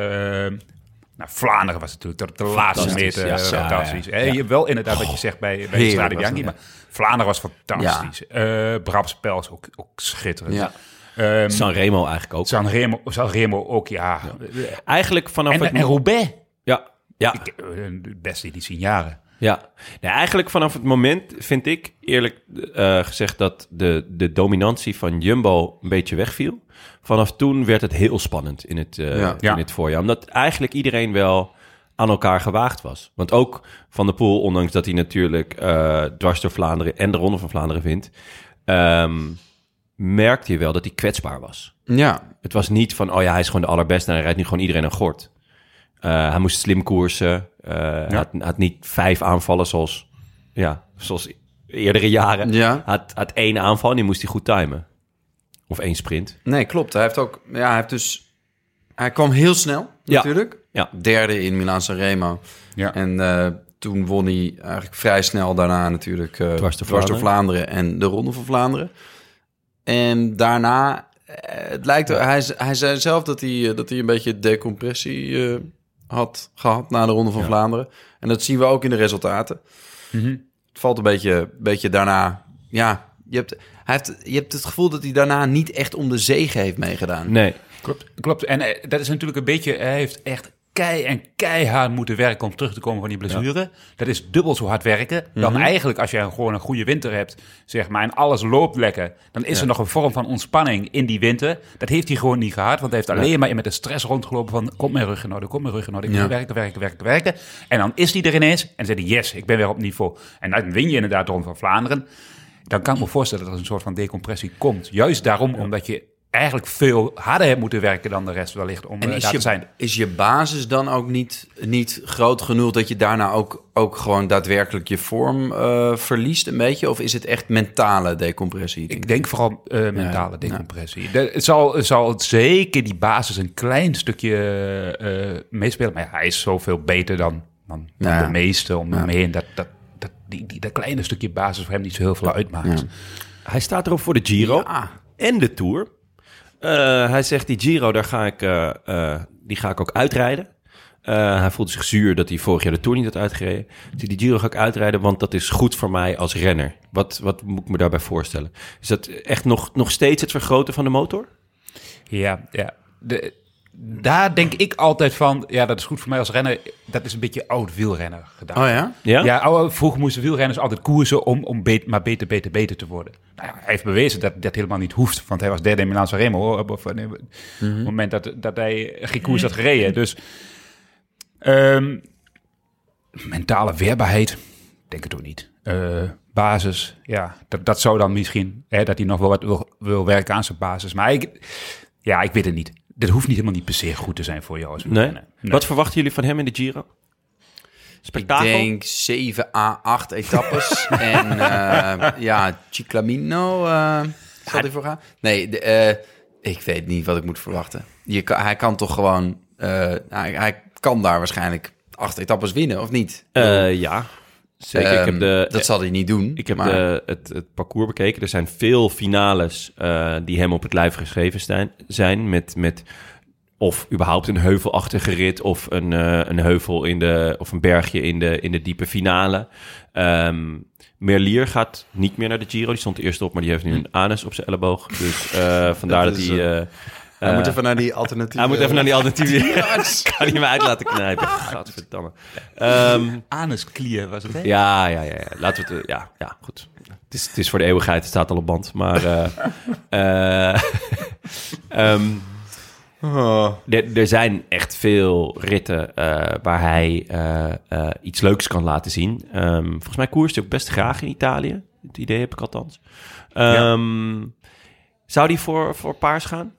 nou, Vlaanderen was natuurlijk de, de laatste meter ja, fantastisch. Ja, ja. Ja. Je hebt wel inderdaad oh, wat je zegt bij, bij de Strade Bianchi. Maar Vlaanderen was fantastisch. Ja. Uh, Brabantspels ook, ook schitterend. Ja. Um, Sanremo eigenlijk ook. Sanremo, Sanremo ook, ja. ja. Eigenlijk vanaf en, het... En Roubaix. Ja. ja. Ik, de beste editie in jaren. Ja. Nee, eigenlijk vanaf het moment vind ik eerlijk uh, gezegd... dat de, de dominantie van Jumbo een beetje wegviel. Vanaf toen werd het heel spannend in het, uh, ja. in het voorjaar. Omdat eigenlijk iedereen wel aan elkaar gewaagd was. Want ook Van der Poel, ondanks dat hij natuurlijk uh, dwars door Vlaanderen... en de Ronde van Vlaanderen vindt... Um, merkte je wel dat hij kwetsbaar was. Ja. Het was niet van, oh ja, hij is gewoon de allerbeste... en hij rijdt nu gewoon iedereen een gort. Uh, hij moest slim koersen. Uh, ja. Hij had, had niet vijf aanvallen zoals, ja, zoals eerdere jaren. Ja. Hij had, had één aanval en die moest hij goed timen. Of één sprint. Nee, klopt. Hij heeft ook... Ja, hij heeft dus... Hij kwam heel snel, ja. natuurlijk. Ja. Derde in Milaan-Sanremo. Ja. En uh, toen won hij eigenlijk vrij snel daarna natuurlijk... Uh, dwars door Vlaanderen. Vlaanderen en de Ronde van Vlaanderen. En daarna, uh, het lijkt, ja. hij, hij zei zelf dat hij, uh, dat hij een beetje decompressie uh, had gehad na de Ronde van ja. Vlaanderen. En dat zien we ook in de resultaten. Mm-hmm. Het valt een beetje, beetje daarna, ja, je hebt, hij heeft, je hebt het gevoel dat hij daarna niet echt om de zege heeft meegedaan. Nee. Klopt, klopt. En uh, dat is natuurlijk een beetje, hij heeft echt kei en keihard moeten werken om terug te komen van die blessure. Ja. Dat is dubbel zo hard werken dan mm-hmm. eigenlijk als je gewoon een goede winter hebt, zeg maar, en alles loopt lekker. Dan is ja. er nog een vorm van ontspanning in die winter. Dat heeft hij gewoon niet gehad, want hij heeft alleen ja. maar met de stress rondgelopen van, kom mijn rug in orde, kom mijn rug in orde, ik moet ja. werken, werken, werken, werken. En dan is hij er ineens en zegt hij, yes, ik ben weer op niveau. En dan win je inderdaad de Ronde van Vlaanderen. Dan kan ik me voorstellen dat er een soort van decompressie komt. Juist daarom, ja. omdat je eigenlijk veel harder hebt moeten werken dan de rest wellicht om en is daar je, te zijn. Is je basis dan ook niet, niet groot genoeg dat je daarna ook, ook gewoon daadwerkelijk je vorm uh, verliest een beetje? Of is het echt mentale decompressie? Denk ik denk vooral uh, mentale ja, decompressie. Ja. De, het, zal, het zal zeker die basis een klein stukje uh, meespelen. Maar ja, hij is zoveel beter dan, dan, dan ja. de meeste om hem ja. heen. Dat, dat, dat, die, die, dat kleine stukje basis voor hem niet zo heel veel uitmaakt. Ja. Hij staat erop voor de Giro ja. en de Tour. Uh, hij zegt, die Giro, daar ga ik, uh, uh, die ga ik ook uitrijden. Uh, hij voelt zich zuur dat hij vorig jaar de Tour niet had uitgereden. Dus die Giro ga ik uitrijden, want dat is goed voor mij als renner. Wat, wat moet ik me daarbij voorstellen? Is dat echt nog, nog steeds het vergroten van de motor? Ja, ja. De, daar denk ik altijd van, ja, dat is goed voor mij als renner. Dat is een beetje oud wielrenner gedaan. Oh ja? Ja, ja oude, vroeger moesten wielrenners altijd koersen om, om beter, maar beter, beter, beter te worden. Nou ja, hij heeft bewezen dat dat helemaal niet hoeft. Want hij was derde in Milaan-San Remo op, op, op nee, mm-hmm. het moment dat, dat hij geen koers had gereden. Dus um, mentale weerbaarheid, denk het ook niet. Uh, basis, ja, dat, dat zou dan misschien, hè, dat hij nog wel wat wil, wil werken aan zijn basis. Maar ik, ja, ik weet het niet. Dit hoeft niet helemaal niet per se goed te zijn voor jou als nee. nee. Wat verwachten jullie van hem in de Giro? Spektakel? Ik denk zeven à acht etappes. en uh, ja, Ciclamino uh, zal hij voor gaan. Nee, de, uh, ik weet niet wat ik moet verwachten. Je kan, hij kan toch gewoon... Uh, hij, hij kan daar waarschijnlijk acht etappes winnen, of niet? Uh, ja, zeker. Um, ik heb de, dat zal hij niet doen. Ik heb maar... de, het, het parcours bekeken. Er zijn veel finales uh, die hem op het lijf geschreven zijn. zijn met, met of überhaupt een heuvelachtige rit of een, uh, een heuvel in de, of een bergje in de, in de diepe finale. Um, Merlier gaat niet meer naar de Giro. Die stond eerst op, maar die heeft nu een anus op zijn elleboog. Dus uh, vandaar dat, dat hij... Uh, Hij uh, moet even naar die alternatieve... Hij moet even naar die alternatieve... kan hij me uit laten knijpen. Gadverdamme. Um, Anusklier was het, hè? Ja, ja, ja, ja. Laten we het... Ja, ja goed. Het is, het is voor de eeuwigheid. Het staat al op band. Maar... Uh, uh, um, oh. er, er zijn echt veel ritten uh, waar hij uh, uh, iets leuks kan laten zien. Um, volgens mij koerst hij ook best graag in Italië. Het idee heb ik althans. Um, ja. Zou die voor, voor paars gaan?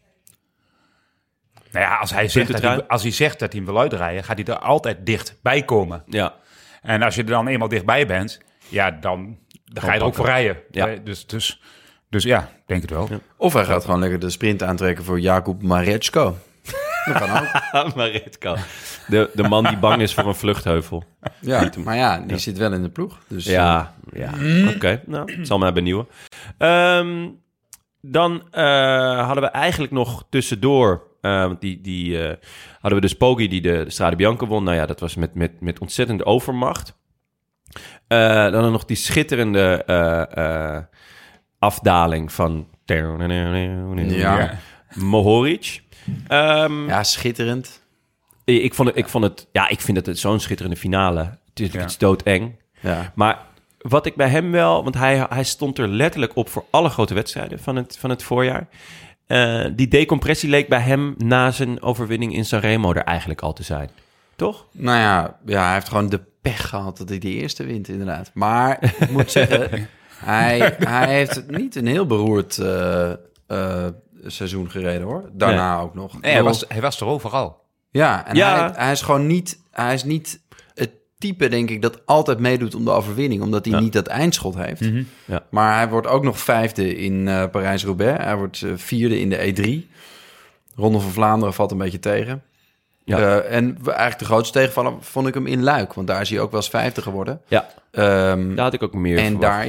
Nou ja, als hij, zegt dat hij, als hij zegt dat hij hem wil uitrijden, gaat hij er altijd dichtbij komen. Ja. En als je er dan eenmaal dichtbij bent, ja, dan, dan ga je er ook voor rijden. Ja. Dus, dus, dus ja, denk het wel. Ja. Of hij gaat gewoon lekker de sprint aantrekken voor Jakub Mareczko. Dat kan ook. Mareczko. De, de man die bang is voor een vluchtheuvel. Ja, maar ja, die ja. zit wel in de ploeg. Dus, ja, ja. Mm. oké. Okay. Nou, het zal mij benieuwen. Um, dan uh, hadden we eigenlijk nog tussendoor... Uh, want die, die uh, hadden we dus Poggi die de, de Strade Bianca won. Nou ja, dat was met, met, met ontzettende overmacht. Uh, dan hadden we nog die schitterende uh, uh, afdaling van ja. Mohoric. Um, ja, schitterend. Ik vond het, ik vond het, ja, ik vind het zo'n schitterende finale. Het is, ja. het is doodeng. Ja. Maar wat ik bij hem wel, want hij, hij stond er letterlijk op voor alle grote wedstrijden van het, van het voorjaar. Uh, die decompressie leek bij hem na zijn overwinning in Sanremo er eigenlijk al te zijn. Toch? Nou ja, ja, hij heeft gewoon de pech gehad dat hij die eerste wint, inderdaad. Maar ik moet zeggen, hij, hij heeft niet een heel beroerd uh, uh, seizoen gereden, hoor. Daarna nee. ook nog. Nee, hij, was, hij was er overal. Ja, en ja. Hij, hij is gewoon niet... Hij is niet het type, denk ik, dat altijd meedoet om de overwinning. Omdat hij ja. niet dat eindschot heeft. Mm-hmm. Ja. Maar hij wordt ook nog vijfde in uh, Parijs-Roubaix. Hij wordt uh, vierde in de E drie. Ronde van Vlaanderen valt een beetje tegen. Ja. Uh, en eigenlijk de grootste tegenvaller vond ik hem in Luik. Want daar is hij ook wel eens vijfde geworden. Ja, um, daar had ik ook meer En verwacht. daar is hij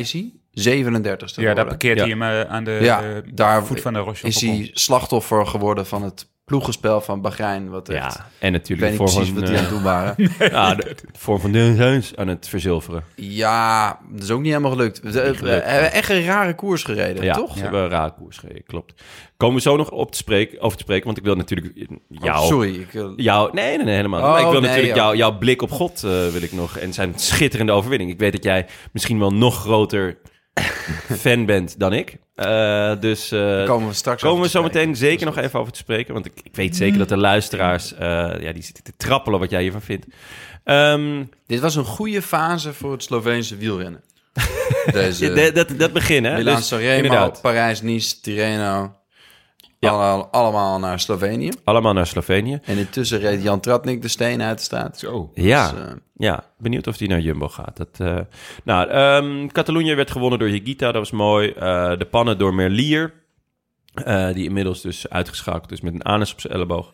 zevenendertigste Ja, daar geworden. parkeert Ja. hij hem uh, aan de Ja, uh, daar voet van de Roche. is hij slachtoffer geworden van het ploegenspel van Bahrein. Wat echt, Ja, en ik natuurlijk weet de niet vorm precies van, wat die aan het doen waren. uh, ja, de, de vorm van de huis aan het verzilveren. Ja, dat is ook niet helemaal gelukt. We we- we hebben echt een rare koers gereden, Ja, toch? ze hebben een rare koers gereden, klopt. Komen we zo nog op te spreken, over te spreken, want ik wil natuurlijk jou... Oh, sorry. Ik, uh, Jou, nee, nee, nee, helemaal niet. Oh, Maar ik wil nee, natuurlijk ja. jou, jouw blik op God uh, wil ik nog. En zijn schitterende overwinning. Ik weet dat jij misschien wel nog groter fan bent dan ik. Uh, dus uh, daar komen we straks komen we over te zo meteen spreken. zeker nog even over te spreken. Want ik, ik weet zeker dat de luisteraars, uh, ja, die zitten te trappelen wat jij hiervan vindt. Um, Dit was een goede fase voor het Sloveense wielrennen. Deze dat, dat, dat begin, hè? Milaan Dus, Sanremo, inderdaad. Parijs-Nice, Tirreno. Ja. Alle- allemaal naar Slovenië. Allemaal naar Slovenië. En intussen reed Jan Tratnik de steen uit de straat. Zo. Ja, Dus, uh, ja, benieuwd of die naar Jumbo gaat. Dat, uh, nou, um, Catalonië werd gewonnen door Higuita, dat was mooi. Uh, de pannen door Merlier, uh, die inmiddels dus uitgeschakeld is met een anus op zijn elleboog.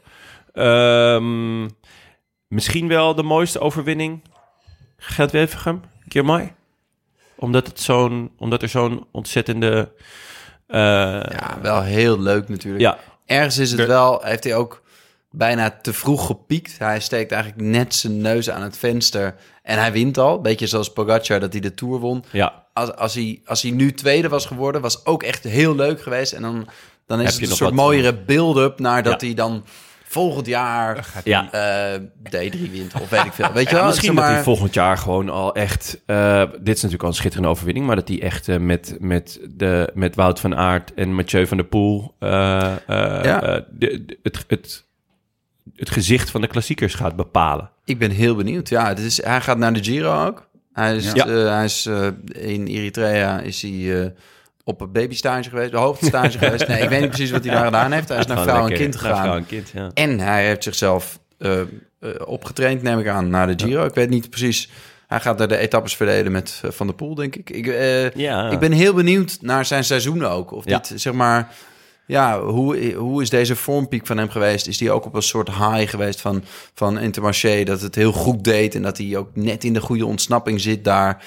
Um, misschien wel de mooiste overwinning. Gent-Wevelgem, Girmay. Omdat, het zo'n, omdat er zo'n ontzettende... Uh, ja, wel heel leuk natuurlijk. ja, Ergens is het De- wel, heeft hij ook bijna te vroeg gepiekt. Hij steekt eigenlijk net zijn neus aan het venster en hij wint al. Beetje zoals Pogacar dat hij de Tour won. ja. Als, als, hij, als hij nu tweede was geworden, was ook echt heel leuk geweest. En dan, dan is Heb het je een nog soort wat- mooiere build-up naar dat Ja. hij dan volgend jaar ja. eh, D drie wint of weet ik veel. Weet je wel? Misschien Zeg dat maar, hij volgend jaar gewoon al echt... uh, dit is natuurlijk al een schitterende overwinning... maar dat hij echt uh, met, met, de, met Wout van Aert en Mathieu van der Poel... Uh, uh, Ja. uh, de, de- het, het, het gezicht van de klassiekers gaat bepalen. Ik ben heel benieuwd. Ja, het is, hij gaat naar de Giro ook. Hij is, Ja. eh, hij is uh, in Eritrea is hij uh, op een babystage geweest, de hoofdstage geweest. Nee, ik weet niet precies wat hij daar gedaan heeft. Hij is naar Gewoon vrouw en lekker- kind naar gegaan. vrouw en kind, ja. En hij heeft zichzelf uh, uh, opgetraind, neem ik aan, naar de Giro. Ik weet niet precies. Hij gaat daar de etappes verdelen met uh, Van der Poel, denk ik. Ik, uh, Ja. ik ben heel benieuwd naar zijn seizoen ook. Of Ja. dit, zeg maar... Ja, hoe, hoe is deze vormpiek van hem geweest? Is die ook op een soort high geweest van, van Intermarché... dat het heel goed deed en dat hij ook net in de goede ontsnapping zit daar...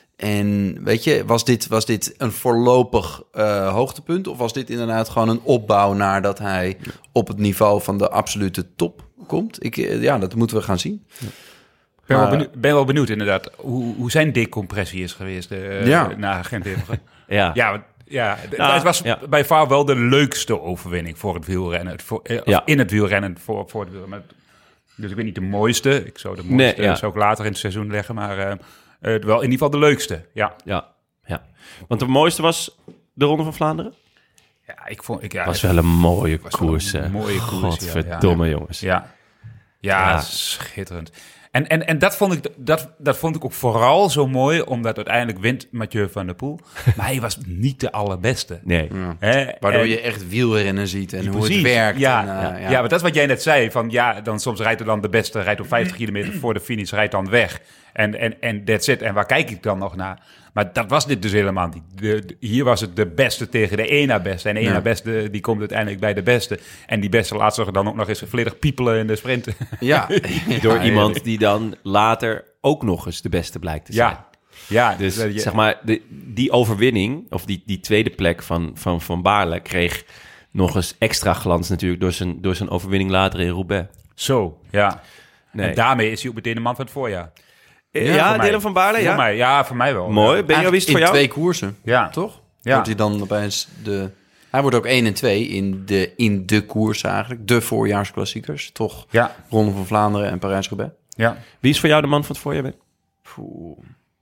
En weet je, was dit, was dit een voorlopig uh, hoogtepunt? Of was dit inderdaad gewoon een opbouw naar dat hij op het niveau van de absolute top komt? Ik, uh, ja, dat moeten we gaan zien. Ik ben, Maar- wel benieuwd, ben wel benieuwd inderdaad hoe, hoe zijn decompressie is geweest uh, Ja. na Gent-Wevelgem. Ja. Ja, want- ja, d- Nou, het was ja. bij far wel de leukste overwinning voor het wielrennen. Het voor, eh, of Ja. in het wielrennen voor, voor het wielrennen. Dus ik weet niet de mooiste. Ik zou de mooiste Nee, ja. zou ik later in het seizoen leggen. Maar uh, uh, wel in ieder geval de leukste. Ja, Ja, ja. Want de mooiste was de Ronde van Vlaanderen? ja ik vond... Ik, ja, was wel een mooie was wel koers, een hè. mooie koers, ja, Godverdomme, ja. jongens. Ja, ja, Ja. schitterend. En, en, en dat, vond ik, dat, dat vond ik ook vooral zo mooi, omdat uiteindelijk wint Mathieu van der Poel. Maar hij was niet de allerbeste. Nee. Hè? Waardoor En- je echt wielrennen ziet en hoe Precies, het werkt. Ja, en, uh, ja. ja. ja, maar dat is wat jij net zei. Van, ja, dan soms rijdt er dan de beste, rijdt op vijftig kilometer voor de finish, rijdt dan weg. En, en, en that's it. En waar kijk ik dan nog naar? Maar dat was dit dus helemaal niet. De, de- hier was het de beste tegen de één na beste. En de één Ja. na beste, die komt uiteindelijk bij de beste. En die beste laat zich dan ook nog eens volledig piepelen in de sprint. Ja. Door Ja, iemand die dan later ook nog eens de beste blijkt te zijn. Ja, ja. Dus dat je- zeg maar, de, die overwinning, of die, die tweede plek van Van, van Baarle... kreeg nog eens extra glans natuurlijk door zijn, door zijn overwinning later in Roubaix. Zo, ja. Nee. En daarmee is hij ook meteen de man van het voorjaar. Ja, voor mij. Dylan van Baarle, Voor ja. mij, ja, voor mij wel. Mooi. Ja. Benjo, wie is het voor in jou? twee koersen, Ja. toch? Ja. Wordt hij dan opeens de... Hij wordt ook één en twee in de, in de koers eigenlijk. De voorjaarsklassiekers, toch? Ja, Ronde van Vlaanderen en Parijs-Roubaix. ja. Wie is voor jou de man van het voorjaar, Ben? Poeh.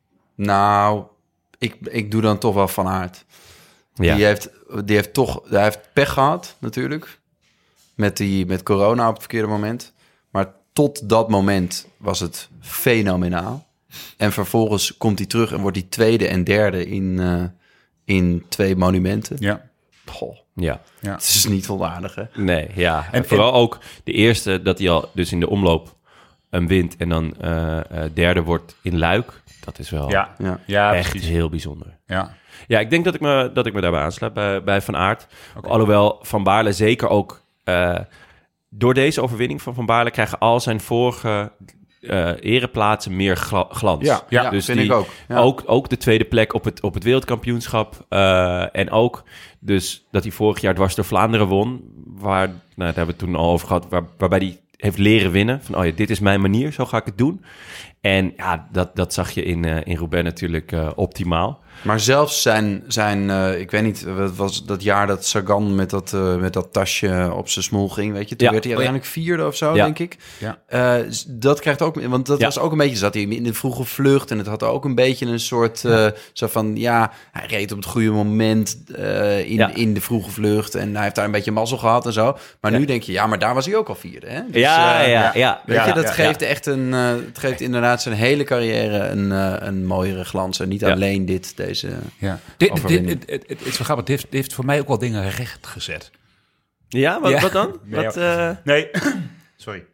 Nou, ik, ik doe dan toch wel Van Aert. Ja. Die, heeft, die heeft toch hij heeft pech gehad, natuurlijk. Met, die, met corona op het verkeerde moment. Maar tot dat moment was het fenomenaal. En vervolgens komt hij terug en wordt hij tweede en derde in, uh, in twee monumenten. ja. Goh, Ja. ja. het is niet onaardig, hè? Nee, ja. En En- vooral ook de eerste dat hij al dus in de omloop een wint... en dan uh, uh, derde wordt in Luik. Dat is wel Ja, Ja. ja, echt precies. heel bijzonder. Ja. Ja, ik denk dat ik me, dat ik me daarbij aansluit bij, bij Van Aert. Alhoewel Van Baarle zeker ook... Uh, door deze overwinning van Van Baarle krijgen al zijn vorige uh, ereplaatsen meer gla- glans. Ja, ja dus vind die, ik ook. Ja. ook. Ook de tweede plek op het, op het wereldkampioenschap. Uh, en ook dus dat hij vorig jaar dwars door Vlaanderen won. Waar, nou, daar hebben we het toen al over gehad. Waar, waarbij hij heeft leren winnen. Van, oh ja, dit is mijn manier, zo ga ik het doen. En ja, dat, dat zag je in, uh, in Roubaix natuurlijk uh, optimaal. Maar zelfs zijn, zijn uh, ik weet niet, wat was dat jaar dat Sagan met dat, uh, met dat tasje op zijn smoel ging, weet je? Toen ja. werd hij uiteindelijk vierde of zo, ja. denk ik. Ja. Uh, dat krijgt ook, want dat ja. was ook een beetje, zat hij in de vroege vlucht en het had ook een beetje een soort, uh, ja. zo van, ja, hij reed op het goede moment uh, in, ja. in de vroege vlucht en hij heeft daar een beetje mazzel gehad en zo. Maar ja. nu denk je, ja, maar daar was hij ook al vierde, hè? Dus, ja, uh, ja, ja. Weet ja, je, dat ja, geeft ja. echt een, uh, het geeft inderdaad zijn hele carrière een, uh, een mooiere glans en niet ja. alleen dit, deze... Ja. Dit, dit, het, het, het is zo grappig, dit heeft, dit heeft voor mij ook wel dingen recht gezet. Ja, wat, ja. wat dan? Nee, wat, uh... nee. sorry.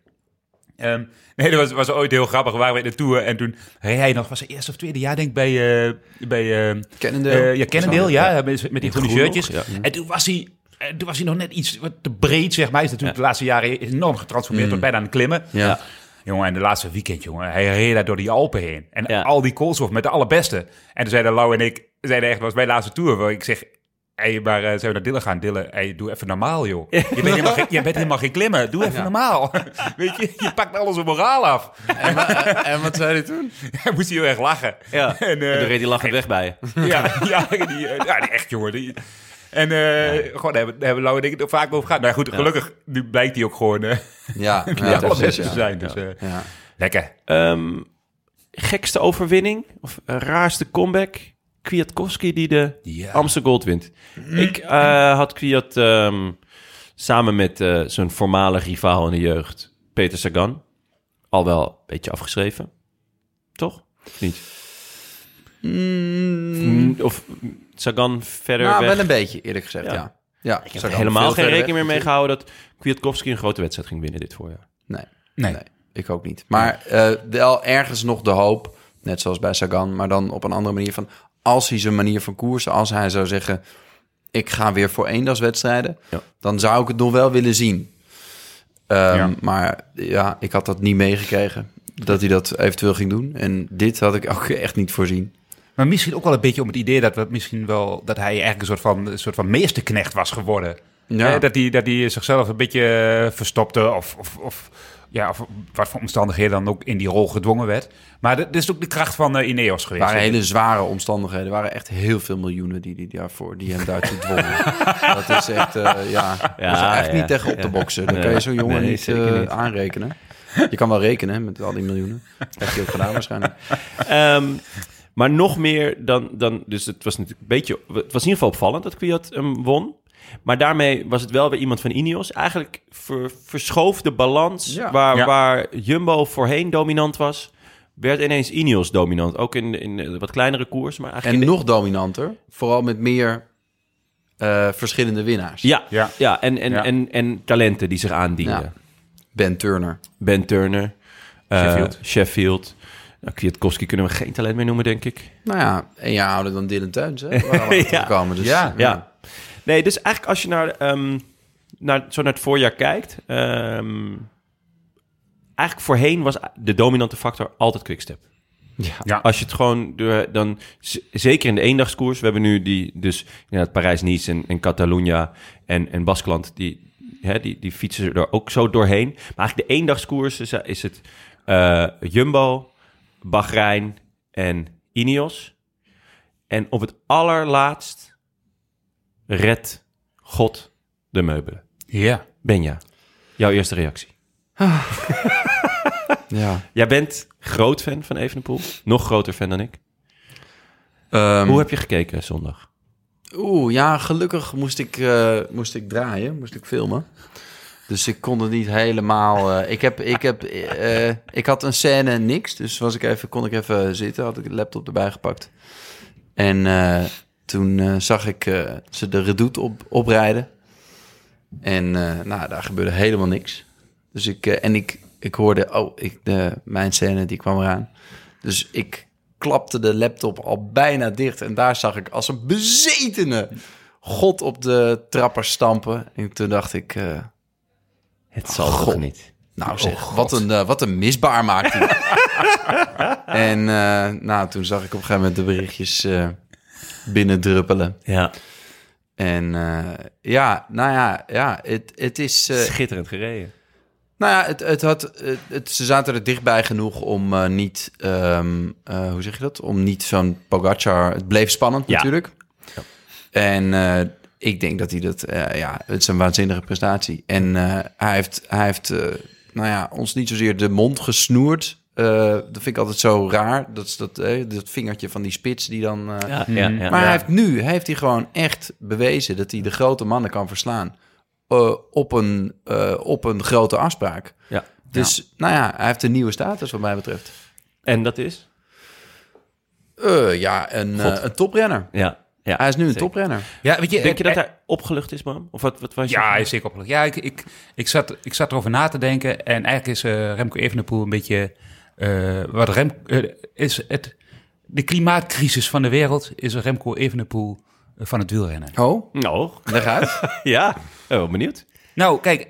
Um, nee, dat was, was ooit heel grappig. We waren in de Tour en toen reed hij nog, was het eerste of tweede jaar, denk ik, bij... Uh, bij uh, Cannondale. Uh, ja, Cannondale, ja, ja, met, met die groene shirtjes. Ja. En toen was hij... En toen was hij nog net iets wat te breed, zeg maar. Hij is natuurlijk ja. de laatste jaren enorm getransformeerd, mm. tot bijna aan het klimmen. Ja. Jongen, en de laatste weekend, jongen, hij reed daar door die Alpen heen. En ja. al die koolstof met de allerbeste. En toen zeiden Lau en ik, zeiden echt, was mijn laatste Tour, waar ik zeg... Hey, maar uh, zijn we naar Dille gaan? Dille, hey, doe even normaal, joh. Je bent helemaal geen, je bent helemaal geen klimmen. Doe even ja. normaal. Weet je, je pakt alles op moraal af. En, uh, en wat zei hij toen? Hij moest heel erg lachen. Ja, en, uh, en toen reed hij lachend weg bij je. Ja, ja, die, uh, ja die echt, jongen. Die, en uh, ja. gewoon, daar hebben, daar hebben Lau en ik het vaak over gehad. Nou goed, gelukkig, ja. nu blijkt hij ook gewoon... Uh, ja, ja, ja, alle beste te zijn. Dus, uh, ja. lekker. Um, gekste overwinning? Of uh, raarste comeback? Kwiatkowski die de ja. Amstel Gold wint. Mm. Ik uh, had Kwiat um, samen met uh, zijn voormalig rivaal in de jeugd, Peter Sagan, al wel een beetje afgeschreven. Toch? Of niet? Mm. Of Sagan verder nou, weg? wel een beetje, eerlijk gezegd, ja. ja. ja ik heb er helemaal geen rekening meer mee gehouden dat Kwiatkowski een grote wedstrijd ging winnen dit voorjaar. Nee, nee, nee ik ook niet. Maar uh, wel ergens nog de hoop, net zoals bij Sagan, maar dan op een andere manier van... Als hij zijn manier van koersen, als hij zou zeggen... ik ga weer voor eendagswedstrijden... Ja. dan zou ik het nog wel willen zien. Um, ja. Maar ja, ik had dat niet meegekregen... dat hij dat eventueel ging doen. En dit had ik ook echt niet voorzien. Maar misschien ook wel een beetje om het idee... dat, we misschien wel, dat hij eigenlijk een soort van, een soort van meesterknecht was geworden. Ja. Eh, dat, hij, dat hij zichzelf een beetje verstopte... of... of, of Ja, of wat voor omstandigheden dan ook in die rol gedwongen werd. Maar dat is ook de kracht van uh, Ineos geweest. Het waren hele zware omstandigheden. Er waren echt heel veel miljoenen die, die, daarvoor, die hem daartoe dwongen. Dat is echt, uh, ja, ja, dat is echt ja. niet tegen op te boksen. Dan nee, kan je zo'n jongen nee, niet, uh, niet aanrekenen. Je kan wel rekenen met al die miljoenen. Dat heb je ook gedaan waarschijnlijk. Um, maar nog meer dan, dan... Dus het was natuurlijk een beetje... Het was in ieder geval opvallend dat Kwiat hem won. Maar daarmee was het wel weer iemand van Ineos. Eigenlijk ver, verschoof de balans ja. Waar, ja. waar Jumbo voorheen dominant was... werd ineens Ineos dominant. Ook in, in wat kleinere koers. Maar eigenlijk en de... nog dominanter. Vooral met meer uh, verschillende winnaars. Ja, ja. ja, en, en, ja. En, en talenten die zich aandienen. Ja. Ben Turner. Ben Turner. Uh, Sheffield. Sheffield. Nou, Kwiatkowski kunnen we geen talent meer noemen, denk ik. Nou ja, een jaar ouder dan Dylan Teuns. Hè? Waar we ja. komen, dus, ja, ja. ja. Nee, dus eigenlijk als je naar, um, naar, zo naar het voorjaar kijkt... Um, eigenlijk voorheen was de dominante factor altijd Quickstep. Ja. ja. Als je het gewoon... dan z- zeker in de eendagskoers... We hebben nu die, dus ja, Parijs-Nice en, en Catalunya en, en Baskeland... Die, hè, die, die fietsen er ook zo doorheen. Maar eigenlijk de eendagskoers is, is het uh, Jumbo, Bahrein en Ineos. En op het allerlaatst... Red God de meubelen. Ja. Benja, jouw eerste reactie. ja. Jij bent groot fan van Evenepoel. Nog groter fan dan ik. Um, Hoe heb je gekeken zondag? Oeh, ja, gelukkig moest ik, uh, moest ik draaien. Moest ik filmen. Dus ik kon het niet helemaal... Uh, ik, heb, ik, heb, uh, ik had een scène en niks. Dus was ik even, kon ik even zitten. Had ik de laptop erbij gepakt. En... Uh, Toen uh, zag ik uh, ze de redoute op, oprijden. En uh, nou, daar gebeurde helemaal niks. Dus ik, uh, en ik, ik hoorde, oh, ik, de, mijn scène die kwam eraan. Dus ik klapte de laptop al bijna dicht. En daar zag ik als een bezetene God op de trapper stampen. En toen dacht ik... Uh, het zal God toch niet? Nou zeg, wat, een, uh, wat een misbaar maakt hij. En uh, nou, toen zag ik op een gegeven moment de berichtjes uh, binnendruppelen. Ja. En uh, ja, nou ja, ja het, het is... Uh, Schitterend gereden. Nou ja, het, het had, het, het, ze zaten er dichtbij genoeg om uh, niet... Um, uh, hoe zeg je dat? Om niet zo'n Pogacar... Het bleef spannend ja. natuurlijk. Ja. En uh, ik denk dat hij dat... Uh, ja, het is een waanzinnige prestatie. En uh, hij heeft, hij heeft uh, nou ja, ons niet zozeer de mond gesnoerd... Uh, dat vind ik altijd zo raar. Dat is dat, uh, dat vingertje van die spits die dan... Uh, ja, ja, ja, maar ja. hij heeft nu heeft hij gewoon echt bewezen... dat hij de grote mannen kan verslaan... Uh, op, een, uh, op een grote afspraak. Ja. Dus ja. nou ja, hij heeft een nieuwe status wat mij betreft. En dat is? Uh, ja, een, uh, een toprenner. Ja. Ja, hij is nu een zeker. toprenner. Ja, weet je, Denk je dat hij hij opgelucht is, man? Of wat, wat was je? Ja, hij is zeker opgelucht. Ja, ik, ik, ik, zat, ik zat erover na te denken. En eigenlijk is uh, Remco Evenepoel een beetje... Uh, wat Rem, uh, is het, de klimaatcrisis van de wereld is Remco Evenepoel uh, van het wielrennen. Oh, nou, leg uit. Ja, oh, benieuwd. Nou, kijk...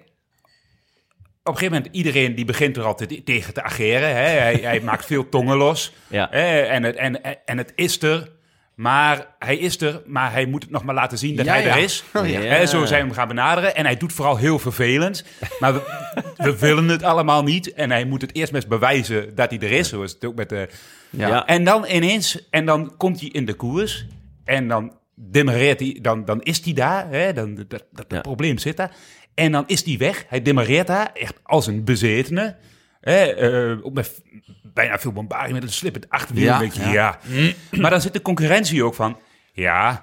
Op een gegeven moment, iedereen die begint er altijd tegen te ageren. Hè? Hij, hij maakt veel tongen los. Ja. Hè? En, het, en, en het is er. Maar hij is er, maar hij moet het nog maar laten zien dat ja, hij ja. er is. Oh, ja. Hè? Zo zijn we hem gaan benaderen. En hij doet vooral heel vervelend. Maar we, we willen het allemaal niet. En hij moet het eerst maar eens bewijzen dat hij er is. Zo is het ook met de... Ja. Ja. En dan ineens, en dan komt hij in de koers. En dan demareert hij, dan, dan is hij daar. Hè? Dan, dat dat, dat Ja. probleem zit daar. En dan is hij weg. Hij demareert daar, echt als een bezetene. Hè? Uh, ook met bijna veel bombardie, met een slippend achterwiel. Ja, Weet je, ja. ja. Maar dan zit de concurrentie ook van... Ja,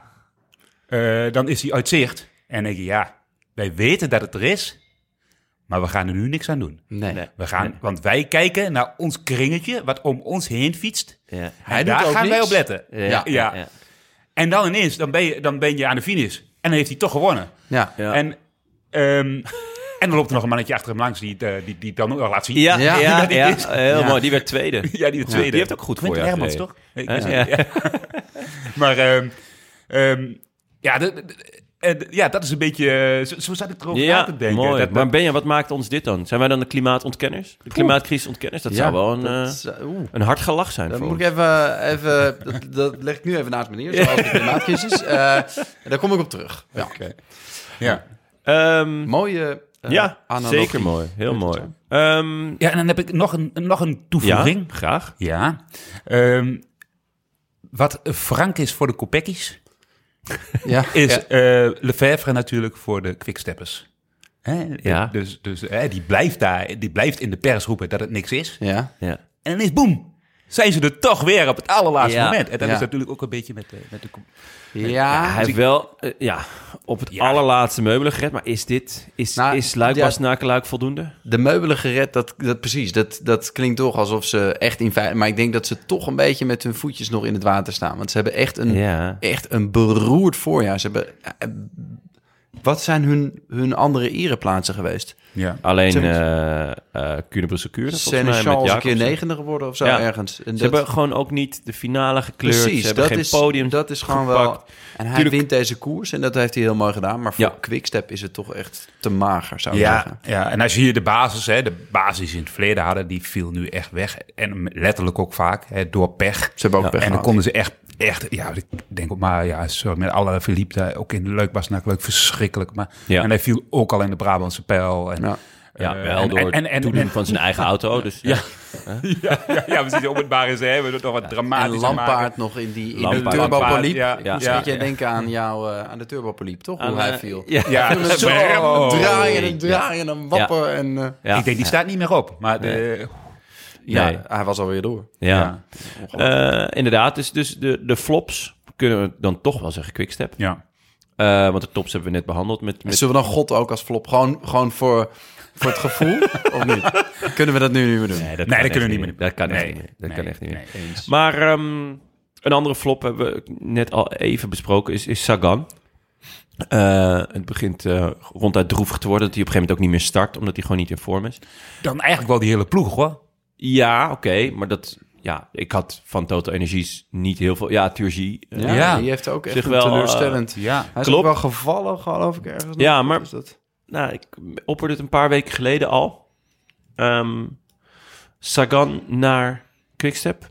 uh, dan is hij uit zicht. En dan denk je, ja, wij weten dat het er is... maar we gaan er nu niks aan doen. Nee. Nee. We gaan, Nee. Want wij kijken naar ons kringetje... wat om ons heen fietst. Ja. Hij En doet daar ook gaan wij niks. op letten. Ja. Ja. Ja. Ja. En dan ineens, dan ben, je, dan ben je aan de finish. En dan heeft hij toch gewonnen. Ja. Ja. En, um, en dan loopt er nog een mannetje achter hem langs... die het, uh, die, die het dan ook nog laat zien. Ja, Ja. ja, Dat die ja, is. heel Ja. mooi. Die werd tweede. Ja, die de tweede. Die heeft ook goed Quinten voorjaar Hermans, gereden. toch? Ik Ja, weet het ja. niet, ja. Maar um, um, ja, de, de, de, ja, dat is een beetje... Zo, zo zat ik erover na Ja, te denken. mooi. Dat, dat, Maar Benja, wat maakt ons dit dan? Zijn wij dan de klimaatontkenners? De klimaatcrisisontkenners? Dat zou wel een, dat uh, is, uh, oeh. een hard gelach zijn Dan voor moet ons. ik even, even dat, dat leg ik nu even naast me neer, zoals de klimaatcrisis. Uh, daar kom ik op terug. Ja. okay. Ja. Ehm, Mooie uh, ja, analogie. zeker mooi. Heel mooi. Um, ja, en dan heb ik nog een, nog een toevoeging. ja, graag. Ja. Um, wat Frank is voor de Kopeckis... Ja. is Ja. uh, Lefevre natuurlijk voor de quicksteppers. Hè? Ja. Dus, dus hè, die blijft daar, die blijft in de pers roepen dat het niks is. Ja. Ja. En dan is boem, zijn ze er toch weer op het allerlaatste Ja. moment. En dat Ja. is natuurlijk ook een beetje met de... Met de Ja. Ja, hij heeft wel uh, ja, op het Ja. allerlaatste meubelen gered. Maar is dit, is, Nou, is Luik ja. Bastenaken-Luik voldoende? De meubelen gered, dat, dat precies. Dat, dat klinkt toch alsof ze echt in feite... Maar ik denk dat ze toch een beetje met hun voetjes nog in het water staan. Want ze hebben echt een, Ja. echt een beroerd voorjaar. Ze hebben... eh, Wat zijn hun, hun andere ereplaatsen geweest? ja. Alleen Ze- uh, uh, Kuurne-Brussel-Kuurne, volgens mij, met Seneschal is een keer Jacobsen. negende geworden of zo Ja. ergens. En Ze dat- hebben gewoon ook niet de finale gekleurd. Precies, Ze hebben dat geen is, podium dat is gewoon gepakt. wel... En hij Tuurlijk- wint deze koers en dat heeft hij heel mooi gedaan. Maar voor Ja. Quickstep is het toch echt te mager, zou ik Ja, zeggen. ja, en als je hier de basis, hè, de basis in het verleden hadden, die viel nu echt weg. En letterlijk ook vaak, hè, door pech. Ze hebben ook Ja, pech En dan gehad. konden ze echt, echt, ja, ik denk ook maar, ja, sorry, met alle Philippe, ook in de Leuk Bastenaken Leuk, verschrikkelijk. Maar, Ja. En hij viel ook al in de Brabantse pijl. En, Ja. Ja, eh, wel en- door en- en- het toedoen en- van zijn eigen auto. Dus, ja. ja, ja, ja, we zitten op het bare zee, we doen toch wat En dramatisch Lampaard nog in die in Lampaard. de turbopoliep. Lampaard, ja. Ik Ja. moest Ja. een beetje denken aan jou, uh, aan de turbopoliep, toch? Hoe Aan, hij uh, viel. Ja. Ja, Toen het zo Oh. draaien en draaien en wappen. En, uh, Ja. Ik denk, die staat niet meer op. Maar de, ja, Nee. hij was alweer door. Ja. Ongelooflijk. Uh, inderdaad, dus, dus de, de flops kunnen we dan toch wel zeggen Quickstep. ja. Uh, want de tops hebben we net behandeld. Met, met... Zullen we dan God ook als flop? Gewoon, gewoon voor, voor het gevoel? Of niet? Kunnen we dat nu niet meer doen? Nee, dat, Nee, kan dat kunnen we echt niet meer. Dat kan echt Nee. niet meer. Dat Nee. kan echt niet meer. Nee, eens. Maar um, een andere flop hebben we net al even besproken, is, is Sagan. Uh, het begint uh, ronduit droevig te worden dat hij op een gegeven moment ook niet meer start, omdat hij gewoon niet in vorm is. Dan eigenlijk wel die hele ploeg, hoor. Ja, oké, okay, maar dat... Ja, ik had van Total Energies niet heel veel... Ja, Turgie. Uh, Ja, Ja. die heeft ook echt Zich een wel, teleurstellend. Ja. hij is klopt. ook wel gevallen, geloof ik, ergens. nog. Ja, maar- Is dat... Nou, ik opperde het een paar weken geleden al. um, Sagan naar Quickstep?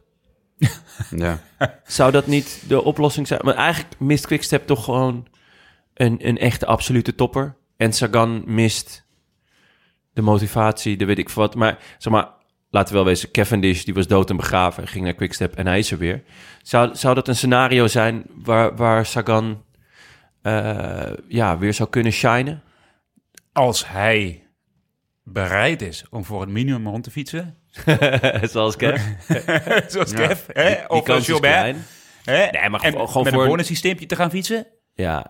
Ja. Zou dat niet de oplossing zijn? Maar eigenlijk mist Quickstep toch gewoon een, een echte absolute topper. En Sagan mist de motivatie, de weet ik veel wat. Maar zeg maar, laten we wel wezen, Cavendish, die was dood en begraven, ging naar Quickstep en hij is er weer. Zou, zou dat een scenario zijn waar, waar Sagan uh, ja, weer zou kunnen shinen? Als hij bereid is om voor het minimum rond te fietsen. Zoals Kev. Zoals Ja. Kev, hè? Die, die Of kans is Gilbert. klein. Hè? Nee, maar En gewoon, gewoon met voor een een- bonussysteempje te gaan fietsen. Ja.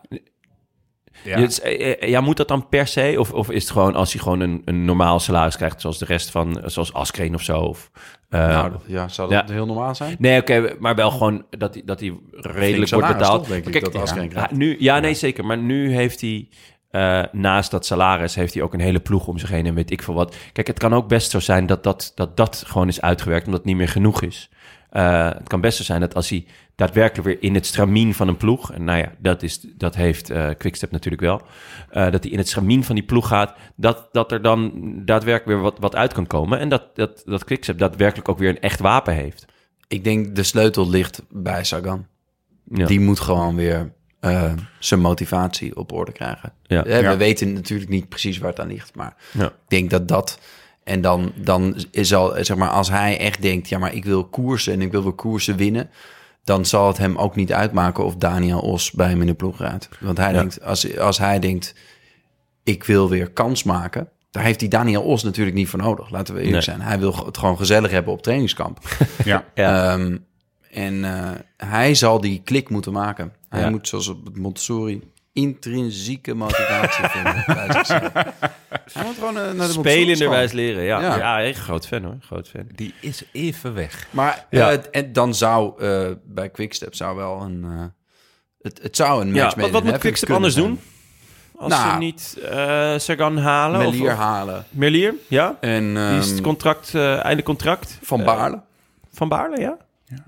Ja. Dus, eh, eh, ja, moet dat dan per se? Of, of is het gewoon als hij gewoon een, een normaal salaris krijgt, zoals de rest van, zoals Askreen of zo? Of, uh, Nou, dat- ja, zou dat ja. heel normaal zijn? Nee, oké, okay, maar wel gewoon dat hij, dat hij redelijk wordt salaris, betaald. toch, denk ik, Kijk, dat Askreen ja, krijgt. nu, ja, nee, zeker. Maar nu heeft hij, uh, naast dat salaris, heeft hij ook een hele ploeg om zich heen en weet ik veel wat. Kijk, het kan ook best zo zijn dat dat, dat, dat gewoon is uitgewerkt, omdat het niet meer genoeg is. Uh, het kan best zo zijn dat als hij daadwerkelijk weer in het stramien van een ploeg, en nou ja, dat, is, dat heeft uh, Quickstep natuurlijk wel, uh, dat hij in het stramien van die ploeg gaat, dat, dat er dan daadwerkelijk weer wat, wat uit kan komen en dat, dat, dat Quickstep daadwerkelijk ook weer een echt wapen heeft. Ik denk de sleutel ligt bij Sagan. Ja. Die moet gewoon weer uh, zijn motivatie op orde krijgen. Ja. Eh, We Ja. weten natuurlijk niet precies waar het aan ligt, maar Ja. ik denk dat dat... En dan, dan is al, zeg maar, als hij echt denkt, ja, maar ik wil koersen en ik wil weer koersen winnen, dan zal het hem ook niet uitmaken of Daniel Os bij hem in de ploeg rijdt. Want hij Ja. denkt, als, als hij denkt, ik wil weer kans maken, daar heeft die Daniel Os natuurlijk niet voor nodig. Laten we eerlijk Nee. zijn. Hij wil het gewoon gezellig hebben op trainingskamp. Ja. Ja. Ehm, en uh, hij zal die klik moeten maken. Hij Ja. moet, zoals op het Montessori, intrinsieke motivatie vinden bij zichzelf. Hij moet gewoon uh, naar de Montessori Spelenderwijs school. leren, ja. Ja, Ja. ja echt groot fan hoor, groot fan. Die is even weg. Maar Ja. uh, en dan zou uh, bij Quickstep zou wel een... Uh, het, het zou een match Ja, made wat, in wat moet heaven Quickstep kunnen anders zijn. doen? Als Nou, ze niet uh, Sagan halen? of- Melier of, halen. Merlier, ja. En Die is um, het contract, uh, einde contract. Van Uh, Baarle. Van Baarle, ja.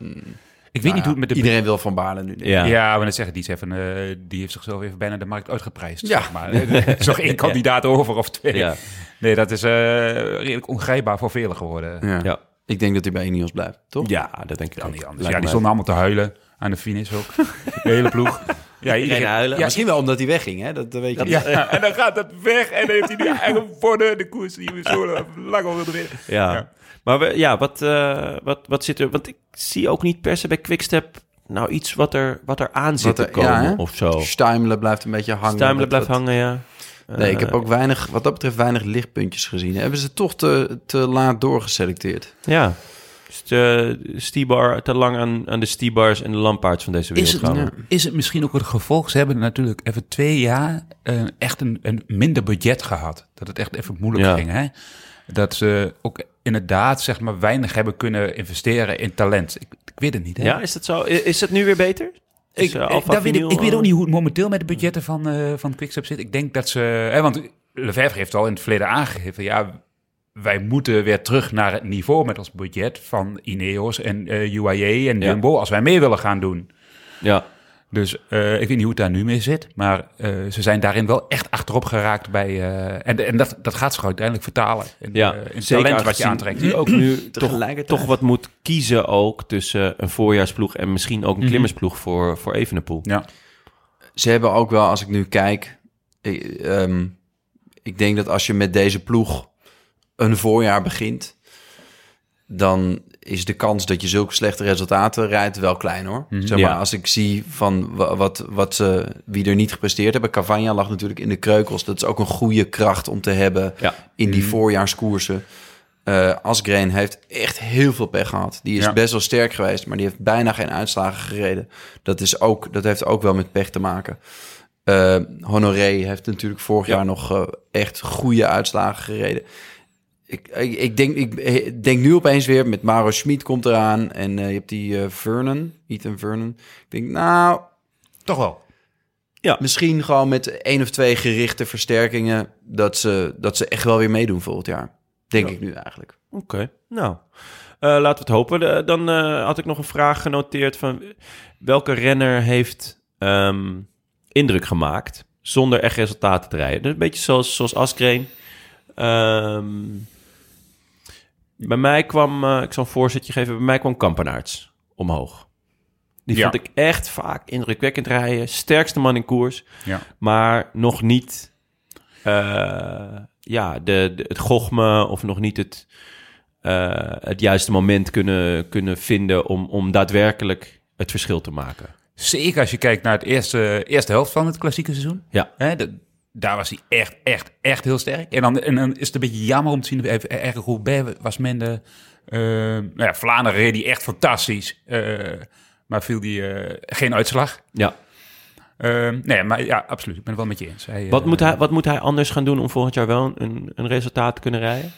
Ik weet Nou niet ja, hoe het met de... Iedereen wil Van Baarle nu. denk ik. Ja. Ja, maar dan zeggen die, is even, uh, die heeft zichzelf even bijna de markt uitgeprijsd. Ja. Zeg maar. Er is nog één kandidaat over of twee. Ja. Nee, dat is uh, redelijk ongrijpbaar voor velen geworden. Ja. Ja. Ik denk dat hij bij Ineos blijft, toch? Ja, dat denk ik Kan ook. niet anders. Lijkt Ja, die me- stonden allemaal te huilen aan de finish ook. De hele ploeg. Ja, Iedereen huilen. Ja, Misschien wel omdat hij wegging, hè? Dat, dat weet je niet. ja, en dan gaat dat weg en dan heeft hij nu eigen gewonnen. De koers die we zo lang over de winnen. Ja. Ja. Maar we, ja, wat, uh, wat, wat zit er... Want ik zie ook niet per se bij Quickstep nou iets wat er, wat er aan zit Wat te er- ja, komen hè? of zo. Stuimelen blijft een beetje hangen. Stuimelen Dat- blijft dat- hangen, ja. Nee, ik heb Uh, ook weinig, wat dat betreft, weinig lichtpuntjes gezien. Hebben ze toch te, te laat doorgeselecteerd? Ja. Dus de Stibar te lang aan, aan de Stibars en de Lampaards van deze wereld Is het, gaan. Ja. is het misschien ook het gevolg? Ze hebben natuurlijk even twee jaar uh, echt een, een minder budget gehad. Dat het echt even moeilijk Ja. ging. Hè? Dat ze ook inderdaad zeg maar weinig hebben kunnen investeren in talent. Ik, ik weet het niet. Hè? Ja, is dat zo? I- Is het nu weer beter? Is, Ik, uh, ik, Alpha dat weet ik, Vinyl, ik weet ook uh, niet hoe het momenteel met de budgetten van, uh, van Quickstep zit. Ik denk dat ze... Hè, want Lefevre heeft al in het verleden aangegeven... ja, wij moeten weer terug naar het niveau met ons budget... van Ineos en uh, U A E en Ja. Jumbo... als wij mee willen gaan doen. Ja. Dus uh, ik weet niet hoe het daar nu mee zit... maar uh, ze zijn daarin wel echt achterop geraakt bij... Uh, en en dat, dat gaat zich uiteindelijk vertalen in, Ja, uh, in het zeker talent wat je aangezien aantrekt. die ook nu toch, Tegelijkertijd. toch wat moet kiezen ook tussen een voorjaarsploeg en misschien ook een Mhm. klimmersploeg voor, voor Evenepoel. Ja. Ze hebben ook wel, als ik nu kijk... Ik, ehm, ik denk dat als je met deze ploeg een voorjaar begint... dan is de kans dat je zulke slechte resultaten rijdt wel klein, hoor. Mhm. Zeg maar, Ja. als ik zie van wa- wat, wat ze, wie er niet gepresteerd hebben... Cavagna lag natuurlijk in de kreukels. Dat is ook een goede kracht om te hebben Ja. in die Mhm. voorjaarskoersen. Uh, Asgreen heeft echt heel veel pech gehad. Die is Ja. best wel sterk geweest, maar die heeft bijna geen uitslagen gereden. Dat, is ook, dat heeft ook wel met pech te maken. Uh, Honoré heeft natuurlijk vorig Ja. jaar nog uh, echt goede uitslagen gereden. Ik, ik, ik, denk, ik denk nu opeens weer, met Mauro Schmid komt eraan... en uh, je hebt die uh, Vernon, Ethan Vernon. Ik denk, nou, Toch wel. misschien gewoon met één of twee gerichte versterkingen... dat ze, dat ze echt wel weer meedoen volgend jaar. Denk Ja. ik nu eigenlijk. Oké, nou, uh, laten we het hopen. De, dan uh, had ik nog een vraag genoteerd van... welke renner heeft um, indruk gemaakt zonder echt resultaten te rijden? Dus een beetje zoals, zoals Asgreen. Um, Bij mij kwam, uh, ik zal een voorzetje geven, bij mij kwam Kampenaerts omhoog. Die Ja. vond ik echt vaak indrukwekkend rijden. Sterkste man in koers. Ja. Maar nog niet uh, ja, de, de, het gochme of nog niet het, uh, het juiste moment kunnen, kunnen vinden om, om daadwerkelijk het verschil te maken. Zeker als je kijkt naar het eerste, eerste helft van het klassieke seizoen. Ja. Hè, de, daar was hij echt, echt, echt heel sterk. En dan, en dan is het een beetje jammer om te zien. Eigenlijk Roubaix was minder. Uh, nou ja, Vlaanderen reed die echt fantastisch. Uh, maar viel die uh, geen uitslag. Ja. Uh, nee, maar ja, absoluut. Ik ben het wel met je eens. Hij, Wat, uh, moet hij, wat moet hij anders gaan doen om volgend jaar wel een, een resultaat te kunnen rijden?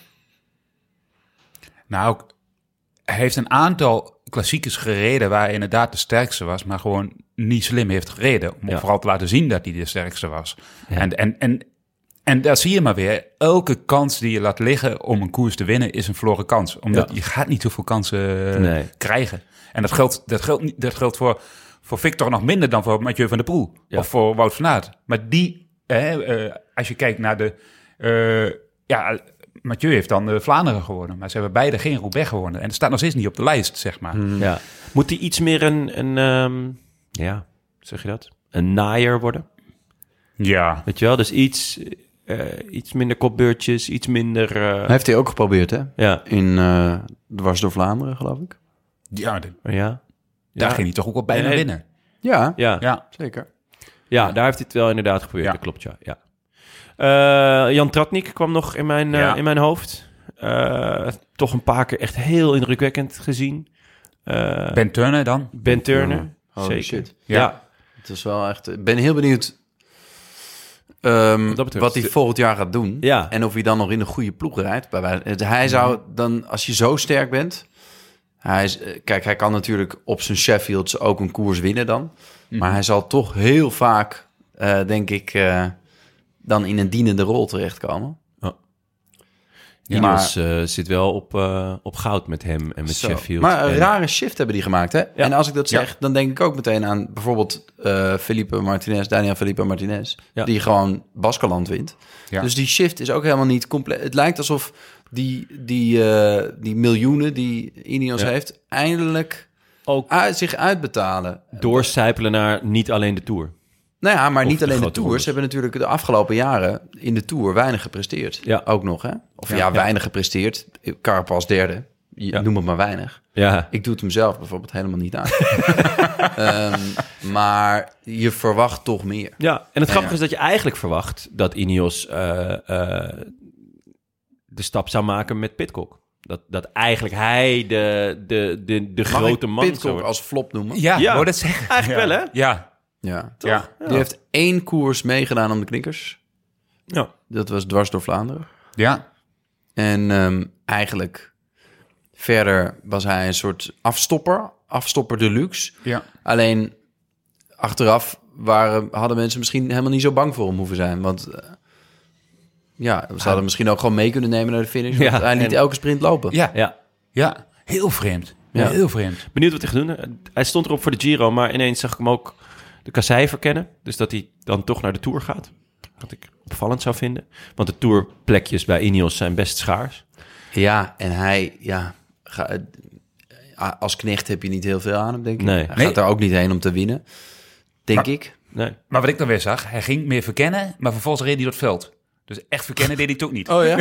Nou, hij heeft een aantal klassiekers gereden waar hij inderdaad de sterkste was, maar gewoon niet slim heeft gereden. Om Ja. vooral te laten zien dat hij de sterkste was. Ja. En, en, en, en daar zie je maar weer. Elke kans die je laat liggen om een koers te winnen is een verloren kans. Omdat Ja. je gaat niet zoveel kansen Nee. krijgen. En dat geldt, dat geldt, niet- dat geldt voor, voor Victor nog minder dan voor Mathieu van der Poel. Ja. Of voor Wout van Aert. Maar die, hè, eh, als je kijkt naar de... eh, ja, Mathieu heeft dan de Vlaanderen gewonnen. Maar ze hebben beide geen Roubaix gewonnen. En het staat nog steeds niet op de lijst, zeg maar. Ja. Moet hij iets meer een, een um, ja, zeg je dat? Een naaier worden? Ja. Weet je wel? Dus iets, uh, iets minder kopbeurtjes, iets minder... Uh, Heeft hij ook geprobeerd, hè? ja. In uh, Dwars door Vlaanderen, geloof ik. Ja, de, Ja. daar Ja. ging hij toch ook wel bijna Nee, winnen. Ja, Ja. Ja. Ja. zeker. daar heeft hij het wel inderdaad geprobeerd. Ja. Dat klopt, ja. ja. Uh, Jan Tratnik kwam nog in mijn, uh, Ja. in mijn hoofd. Uh, toch een paar keer echt heel indrukwekkend gezien. Uh, Ben Turner dan? Ben Turner, Ja. Holy zeker. shit. Ja. Ja. Het is wel echt... Ik ben heel benieuwd um, Wat dat betreft. wat hij volgend jaar gaat doen. Ja. En of hij dan nog in een goede ploeg rijdt. Bij wijze- Hij zou dan, als je zo sterk bent... Hij is, kijk, hij kan natuurlijk op zijn Sheffields ook een koers winnen dan. Maar hij zal toch heel vaak, uh, denk ik, uh, dan in een dienende rol terechtkomen. Ineos uh, zit wel op, uh, op goud met hem en met Zo. Sheffield. Maar een en, rare shift hebben die gemaakt, hè? En als ik dat zeg, Ja. dan denk ik ook meteen aan bijvoorbeeld uh, Felipe Martinez, Daniel Felipe Martinez, Ja. die gewoon Baskeland wint. Ja. Dus die shift is ook helemaal niet compleet. Het lijkt alsof die, die, uh, die miljoenen die Ineos Ja. heeft, eindelijk ook uit, zich uitbetalen. doorcijpelen naar niet alleen de Tour. Nou ja, maar Of niet de alleen de grote Tours. rondes. Ze hebben natuurlijk de afgelopen jaren in de Tour weinig gepresteerd. Ja. Ook nog, hè? Of ja, Ja. weinig gepresteerd. Carapaz derde. Je, Ja. Noem het maar weinig. Ja, Ik doe het hem zelf bijvoorbeeld helemaal niet aan. um, maar je verwacht toch meer. ja. en het grappige ja. is dat je eigenlijk verwacht dat Ineos uh, uh, de stap zou maken met Pidcock. Dat, dat eigenlijk hij de, de, de, de Mag grote ik man zou Pidcock worden. als flop noemen? Ja, Ja. wou dat zeggen. Eigenlijk ja. wel, hè? Ja. Ja. Ja. Die heeft één koers meegedaan om de knikkers. Ja. Dat was dwars door Vlaanderen. Ja. En um, eigenlijk verder was hij een soort afstopper. Afstopper deluxe. Ja. Alleen achteraf waren, hadden mensen misschien helemaal niet zo bang voor hem hoeven zijn. Want uh, ja, ze hadden misschien ook gewoon mee kunnen nemen naar de finish. Want Ja, hij liet en- elke sprint lopen. Ja. Ja. Ja. Heel vreemd. Ja. Heel vreemd. Benieuwd wat hij gaat doen. Hij stond erop voor de Giro, maar ineens zag ik hem ook de kassei verkennen. Dus dat hij dan toch naar de Tour gaat. Wat ik opvallend zou vinden. Want de Tourplekjes bij Ineos zijn best schaars. Ja, en hij, ja, ga, uh, als knecht heb je niet heel veel aan hem, denk ik. Nee. Hij Nee. gaat daar ook niet heen om te winnen, denk Maar- ik. Nee. Maar wat ik dan weer zag, hij ging meer verkennen, maar vervolgens reed hij door het veld. Dus echt verkennen deed hij het ook niet. Oh ja?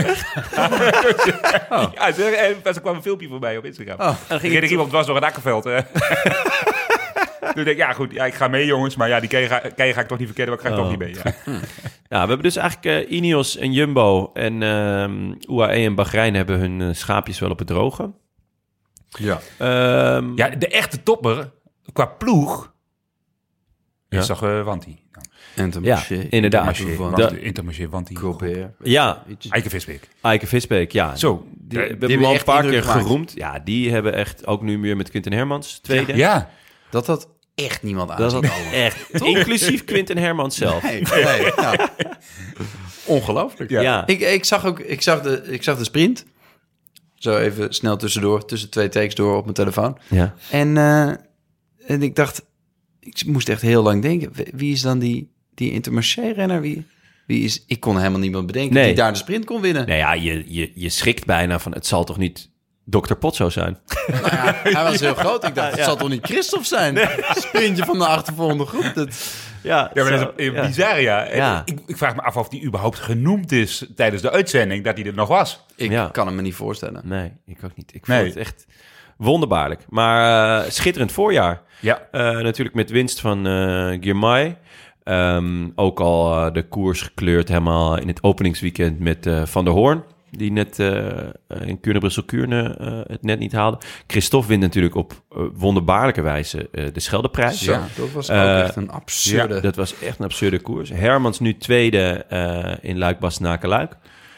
Ja, er, er kwam een filmpje voorbij op Instagram. Oh. En dan ging er iemand dwars door het akkerveld. Hè. Toen denk ik, ja goed, ja, ik ga mee jongens, maar ja, die kei ga, kei ga ik toch niet verkennen, maar ik ga Oh. toch niet mee. Ja. Ja, we hebben dus eigenlijk uh, Ineos en Jumbo en uh, U A E en Bahrein hebben hun uh, schaapjes wel op het droge. Ja. Um, Ja, de echte topper qua ploeg Ja. is toch uh, Wanty. Intermarché. Ja, inderdaad. Intermarché, Van Wanty, de- Intermarché, Wanty. Colbert. Ja. Eiken Visbeek. Eike Visbeek, ja. Zo. Die, Die we hebben hem hebben al een echt paar indruk keer gemaakt. geroemd. Ja, die hebben echt, ook nu weer met Quinten Hermans, tweede. Ja, Dat had echt niemand aan. Dat zien was komen. echt, inclusief Quinten Hermans zelf. Nee, nee, nou. Ongelooflijk. Ja. Ja. Ik, ik, zag ook, ik, zag de, ik zag de sprint. Zo even snel tussendoor, tussen twee takes door op mijn telefoon. Ja. En, uh, en ik dacht, ik moest echt heel lang denken. Wie is dan die, die Intermarché-renner? Wie, wie is, ik kon helemaal niemand bedenken Nee. die daar de sprint kon winnen. Nou ja, je, je, je schrikt bijna van, het zal toch niet dokter Pot zou zijn. Nou ja, hij was heel groot. Ik dacht, het zal toch niet Christophe zijn? Nee. Sprintje van de achtervolgende groep. Dat... Ja, Ja, maar zo, dat is ja. bizar, ja. Ja. Ik, ik vraag me af of die überhaupt genoemd is tijdens de uitzending, dat hij er nog was. Ik Ja. kan hem me niet voorstellen. Nee, ik ook niet. Ik Nee. vond het echt wonderbaarlijk. Maar uh, schitterend voorjaar. Ja. Uh, natuurlijk met winst van uh, Girmay. Um, ook al uh, de koers gekleurd helemaal in het openingsweekend met uh, Van der Hoorn. Die net uh, in Kuurne-Brussel-Kuurne uh, het net niet haalde. Christophe wint natuurlijk op uh, wonderbaarlijke wijze uh, de Scheldeprijs. Ja, dat was ook Uh, echt een absurde... Dat was echt een absurde koers. Hermans nu tweede uh, in Luik-Bastenaken-Luik.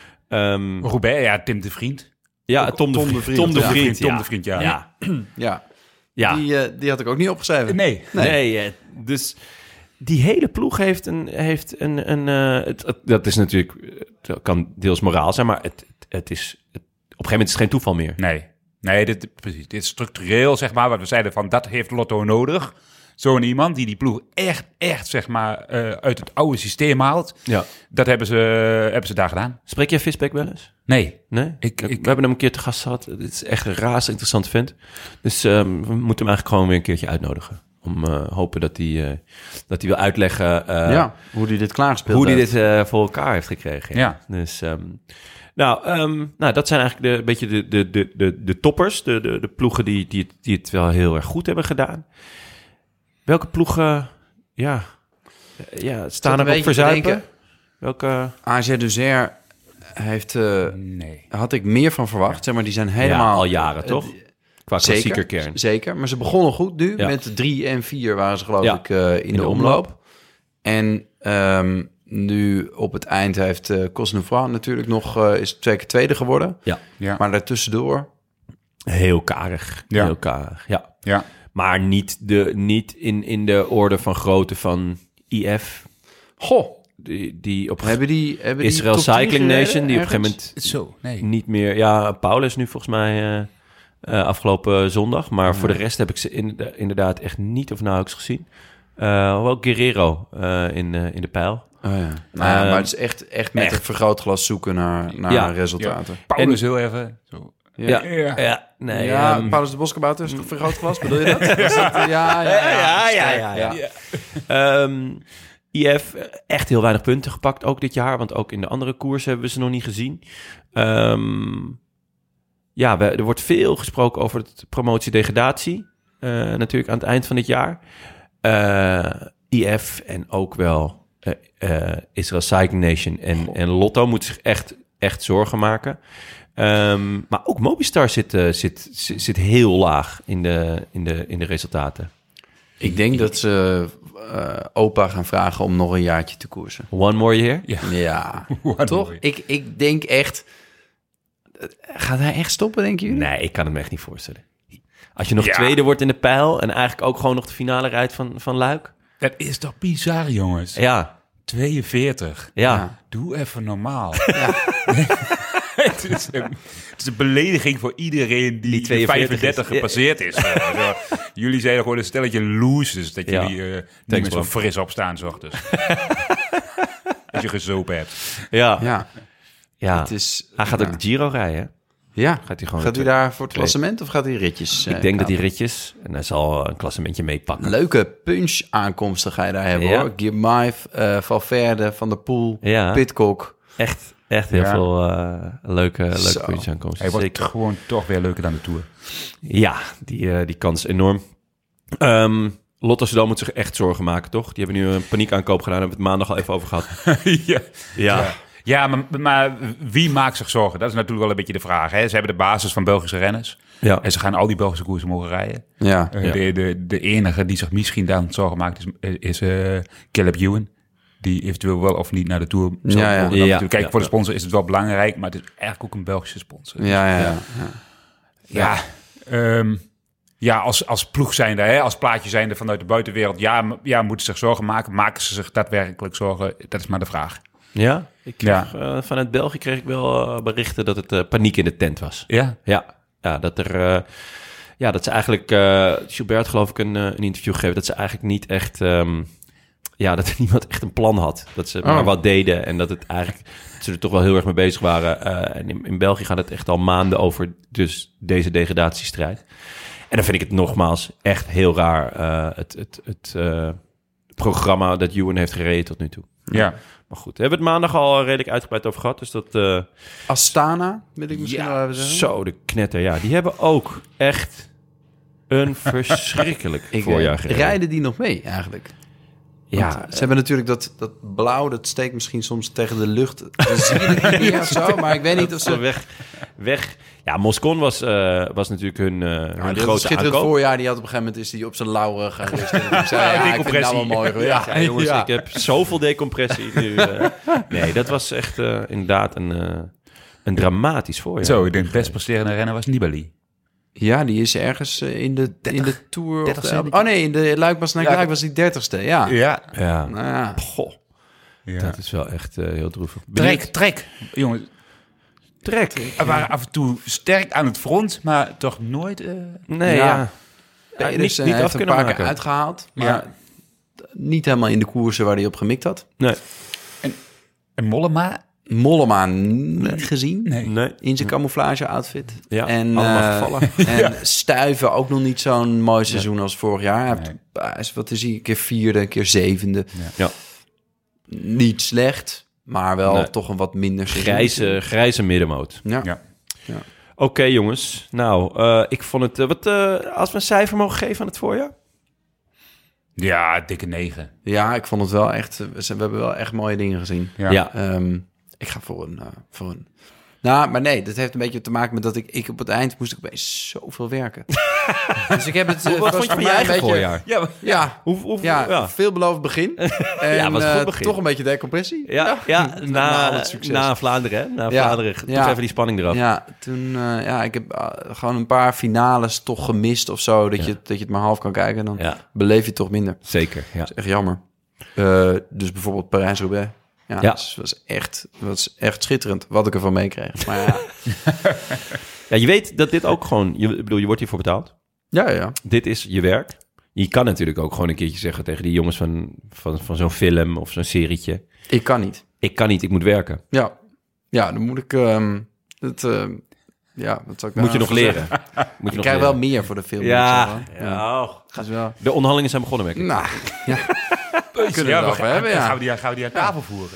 Um, Roubaix, ja, Tim de Vriend. ja, Ook Tom de Tom de Vriend. Vriend. Tom de Ja. Vriend, Tom ja. de Vriend, ja. Ja, Ja, ja. Die, uh, die had ik ook niet opgeschreven. Nee. Nee. Nee, eh, dus die hele ploeg heeft een... Heeft een, een uh, het, het, dat is natuurlijk... Het kan deels moraal zijn, maar het, het, het is... Het, op een gegeven moment is het geen toeval meer. Nee, nee dit, precies. Dit is structureel, zeg maar, wat we zeiden van, dat heeft Lotto nodig. Zo'n iemand die die ploeg echt, echt, zeg maar, uh, uit het oude systeem haalt. Ja. Dat hebben ze, hebben ze daar gedaan. Spreek jij Visbeck wel eens? Nee. Nee? Ik- we, ik- we hebben hem een keer te gast gehad. Het is echt een raas interessant vent. Dus um, we moeten hem eigenlijk gewoon weer een keertje uitnodigen. Om uh, hopen dat hij, uh, dat hij wil uitleggen... Uh, Ja, hoe die dit klaargespeeld hoe hij heeft. dit uh, voor elkaar heeft gekregen. Ja. Dus, um, nou, um, nou, dat zijn eigenlijk de, een beetje de, de, de, de, de toppers. De, de, de ploegen die, die, het, die het wel heel erg goed hebben gedaan. Welke ploegen, ja, ja staan een er op beetje te verzuipen? denken. Welke? A G Duzer heeft... Uh, Nee. had ik meer van verwacht. Zeg maar, die zijn helemaal... Ja, al jaren, uh, toch? Qua Zeker, klassieker kern. zeker. Maar ze begonnen goed nu. Ja. Met drie en vier waren ze geloof Ja. ik uh, in, In de, de omloop. omloop. En um, nu op het eind heeft uh, Cosnefroid natuurlijk nog... Uh, is twee keer tweede geworden. Ja, Ja. Maar daartussendoor... heel karig. Ja. Heel karig, ja. Ja. Maar niet, de, niet in, in de orde van grootte van I F. Goh, Die, die op hebben die... Hebben die Israel top drie Cycling gereden Nation, die op een gegeven ergens? moment Zo, nee. niet meer... Ja, Paulus nu volgens mij uh, uh, afgelopen zondag. Maar voor de rest heb ik ze in, inderdaad echt niet of nauwelijks gezien. Uh, wel Guerrero uh, in, uh, in de pijl. Oh, ja. Nou, ja, Um, maar het is echt, echt met echt. een vergrootglas zoeken naar, naar Ja. resultaten. Paulus heel even. Zo. Ja, Ja. ja, nee. Ja, um, Paulus de Boskabouter is een vergrootglas, bedoel je dat? Was dat uh, ja, ja, ja, ja, ja, ja, ja. Um, I F, echt heel weinig punten gepakt ook dit jaar. Want ook in de andere koers hebben we ze nog niet gezien. Um, ja, we, er wordt veel gesproken over het promotie-degradatie. Uh, natuurlijk aan het eind van dit jaar. Uh, I F en ook wel uh, uh, Israel Cycling Nation en, en Lotto moeten zich echt, echt zorgen maken. Um, maar ook Mobistar zit, uh, zit, zit, zit heel laag in de, in de, in de resultaten. Ik denk dat ze uh, opa gaan vragen om nog een jaartje te koersen. One more year? Ja. Ja, One toch? more. Ik, ik denk echt... Gaat hij echt stoppen, denken jullie? Nee, ik kan het me echt niet voorstellen. Als je nog Ja. tweede wordt in de pijl en eigenlijk ook gewoon nog de finale rijdt van, van Luik. Dat is toch bizar, jongens? Ja, tweeënveertig. ja. Ja. Doe even normaal. het, is een, het is een belediging voor iedereen die, Die de tweeënveertig vijfendertig is. gepasseerd is. Ja, zo. Jullie zijn gewoon een stelletje losers dat Ja. jullie uh, niet Thanks, meer zo man. fris opstaan 's ochtends. Als je gezopen hebt. Ja, ja. Ja, het is... Hij gaat ja. ook de Giro rijden. Ja, Gaat hij gewoon gaat hij twee- daar voor het klassement of gaat hij ritjes? Ik uh, denk dat hij kapen? ritjes en hij zal een klassementje meepakken. Leuke punch-aankomsten ga je daar hebben, Ja. hoor. Girmay, uh, Valverde, Van der Poel, Ja. Pidcock. Echt, echt heel Ja. veel uh, leuke, leuke Zo. puntjes aankomsten. Hij wordt Zeker. gewoon toch weer leuker dan de Tour. Ja, die, uh, die kans is enorm. Um, Lotto Soudal moet zich echt zorgen maken, toch? Die hebben nu een paniekaankoop gedaan. Daar hebben we het maandag al even over gehad. ja. Ja. Ja, maar, maar wie maakt zich zorgen? Dat is natuurlijk wel een beetje de vraag. Hè? Ze hebben de basis van Belgische renners. Ja. En ze gaan al die Belgische koersen mogen rijden. Ja. Uh, Ja. de, de, de enige die zich misschien daar zorgen maakt is, is uh, Caleb Ewan. Die eventueel wel of niet naar de Tour zou Ja, ja. mogen. Ja, Natuurlijk. Kijk, ja, voor de ja. sponsor is het wel belangrijk, maar het is eigenlijk ook een Belgische sponsor. Ja, ja, ja. Ja, um, ja als, als ploeg zijnde, hè, als plaatje zijnde vanuit de buitenwereld, ja, m- ja, moeten ze zich zorgen maken. Maken ze zich daadwerkelijk zorgen? Dat is maar de vraag. Ja? Ik kreeg, Ja. uh, vanuit België kreeg ik wel uh, berichten dat het uh, paniek in de tent was. Ja, Ja, ja dat er... Uh, ja, dat ze eigenlijk... Uh, Gilbert geloof ik een, uh, een interview gegeven... dat ze eigenlijk niet echt... Um, ja, dat er niemand echt een plan had. Dat ze Oh. maar wat deden en dat het eigenlijk dat ze er toch wel heel erg mee bezig waren. Uh, en in, in België gaat het echt al maanden over dus deze degradatiestrijd. En dan vind ik het nogmaals echt heel raar. Uh, het het, het uh, programma dat Ewan heeft gereden tot nu toe. Ja. Maar goed, we hebben het maandag al redelijk uitgebreid over gehad. Dus dat... Uh, Astana, wil ik misschien ja, wel even zeggen. Zo, de knetter. Ja, die hebben ook echt een verschrikkelijk Ik, voorjaar uh, gereden. rijden die nog mee eigenlijk? Ja, Want ze hebben natuurlijk dat, dat blauw, dat steekt misschien soms tegen de lucht. Dan zie je het niet meer of zo, maar ik weet niet of ze... weg, weg. Ja, Moscon was, uh, was natuurlijk hun, uh, Ja, hun die had een grote schitterend aankoop. voorjaar. Die had op een gegeven moment is die op zijn lauren gaan rusten. En ik zei, ja, ik vind het nou wel mooi. hoor. Ja, ja, jongens, ja. ik heb zoveel decompressie nu. Uh, nee, dat was echt uh, inderdaad een, uh, een dramatisch voorjaar. Zo, ik denk de best presterende renner was Nibali. Ja, die is ergens uh, in de, in de Tour... Of dertigste, de, oh nee, in de Luik-Bastenaak Ja, Luik was die dertigste. Ja. Ja. Ja, Nou ja. goh, ja. dat is wel echt uh, heel droevig. Trek, trek. Jongens, Trek. we waren af en toe sterk aan het front, maar toch nooit... Uh... Nee, Ja. ja. ja. Pedersen niet, niet heeft af een kunnen paar maken. keer uitgehaald. Maar Ja. niet helemaal in de koersen waar hij op gemikt had. Nee, En Mollema? Mollema niet gezien. Nee. nee. In zijn camouflage-outfit. Ja, en, allemaal eh, gevallen. En Stuiven ook nog niet zo'n mooi seizoen als vorig jaar. Hij heeft, Nee. hij is, wat is hij? Een keer vierde, een keer zevende. Ja. Niet slecht, maar wel Nee. toch een wat minder seizoen. Grijze, grijze middenmoot. Ja. Ja. Oké, okay, jongens. Nou, uh, ik vond het... Uh, wat, uh, als we een cijfer mogen geven aan het voorjaar? Ja, dikke negen. ja, ik vond het wel echt... We, we hebben wel echt mooie dingen gezien. Ja. Ja. Um, ik ga voor een, uh, voor een... Nou, maar nee, dat heeft een beetje te maken met dat ik... ik op het eind moest ik opeens zoveel werken. Dus ik heb het... uh, Wat was vond je voor van je mij eigen een beetje- voorjaar? Ja, maar- Ja, Hoe, hoe, ja, ja. veelbelovend begin. En Ja, was een goed uh, begin. toch een beetje decompressie. Ja, ja, na al na, het succes. na Vlaanderen, hè? Na Ja, Vlaanderen. Toch ja. even die spanning eraf. Ja, toen, uh, ja, ik heb uh, gewoon een paar finales toch gemist of zo. Dat, Ja. je, dat je het maar half kan kijken. Dan Ja, beleef je het toch minder. zeker. Ja. Dat is echt jammer. Uh, dus bijvoorbeeld Parijs-Roubaix. Ja, Ja. Dat was echt, was echt schitterend wat ik ervan meekreeg. Maar ja, Ja, je weet dat dit ook gewoon... Je, ik bedoel, je wordt hiervoor betaald. ja, ja. Dit is je werk. Je kan natuurlijk ook gewoon een keertje zeggen tegen die jongens van, van, van zo'n film of zo'n serietje. Ik kan niet. Ik kan niet, ik moet werken. Ja, ja dan moet ik... Um, het, uh, ja, wat zou ik Moet je daar nog nou leren. voor zeggen? Moet je Ik nog krijg wel leren. meer voor de film. Ja, moet ik zeggen. ja. oh. Dat is wel... De onderhandelingen zijn begonnen, merk ik. Nou, ja. We kunnen het we over hebben, ja. Gaan we die, gaan we die aan tafel voeren?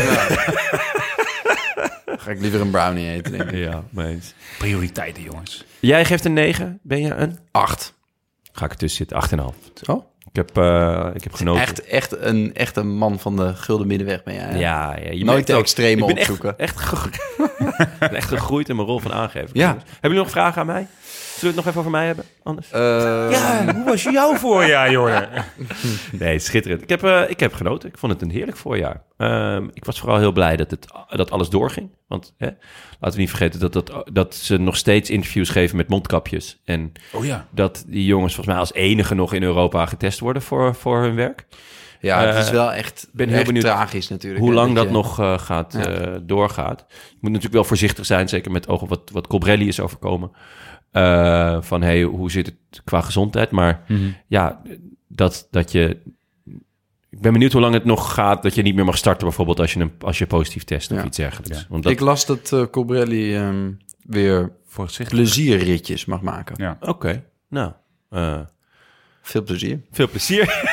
Ga ik liever een brownie eten, denk ik. Ja, mee eens. Prioriteiten, jongens. Jij geeft een negen. Ben je een? Acht. Ga ik ertussen zitten. acht komma vijf. Oh? Ik heb, uh, ik heb genoten. Echt, echt, een, echt een man van de gulden middenweg ben jij. hè? Ja, ja, je Nooit merkt de ook- extreme ik ben opzoeken. Echt, echt, ge- ik ben echt gegroeid in mijn rol van aangever. Ja. Hebben jullie nog vragen aan mij? Zullen we het nog even over mij hebben, anders? Uh, Ja, hoe was jouw voorjaar, jongen? Nee, schitterend. Ik heb, uh, ik heb genoten. Ik vond het een heerlijk voorjaar. Um, ik was vooral heel blij dat, het, dat alles doorging. Want hè, laten we niet vergeten dat, dat, dat ze nog steeds interviews geven met mondkapjes. En Oh ja. dat die jongens volgens mij als enige nog in Europa getest worden voor, voor hun werk. ja, het is Uh, wel echt, ben heel echt benieuwd tragisch natuurlijk. Hoe hè, lang dat je- nog uh, gaat, Ja. uh, doorgaat. Je moet natuurlijk wel voorzichtig zijn, zeker met ogen wat, wat Colbrelli is overkomen. Uh, van, hey, hoe zit het qua gezondheid? Maar Mm-hmm. ja, dat, dat je... Ik ben benieuwd hoe lang het nog gaat dat je niet meer mag starten, bijvoorbeeld als je, een, als je positief test of Ja. iets dergelijks. Ja. Want dat... Ik las dat uh, Colbrelli um, weer Voorzichtig. plezierritjes mag maken. Ja. Oké, okay. nou, uh, Veel plezier. veel plezier.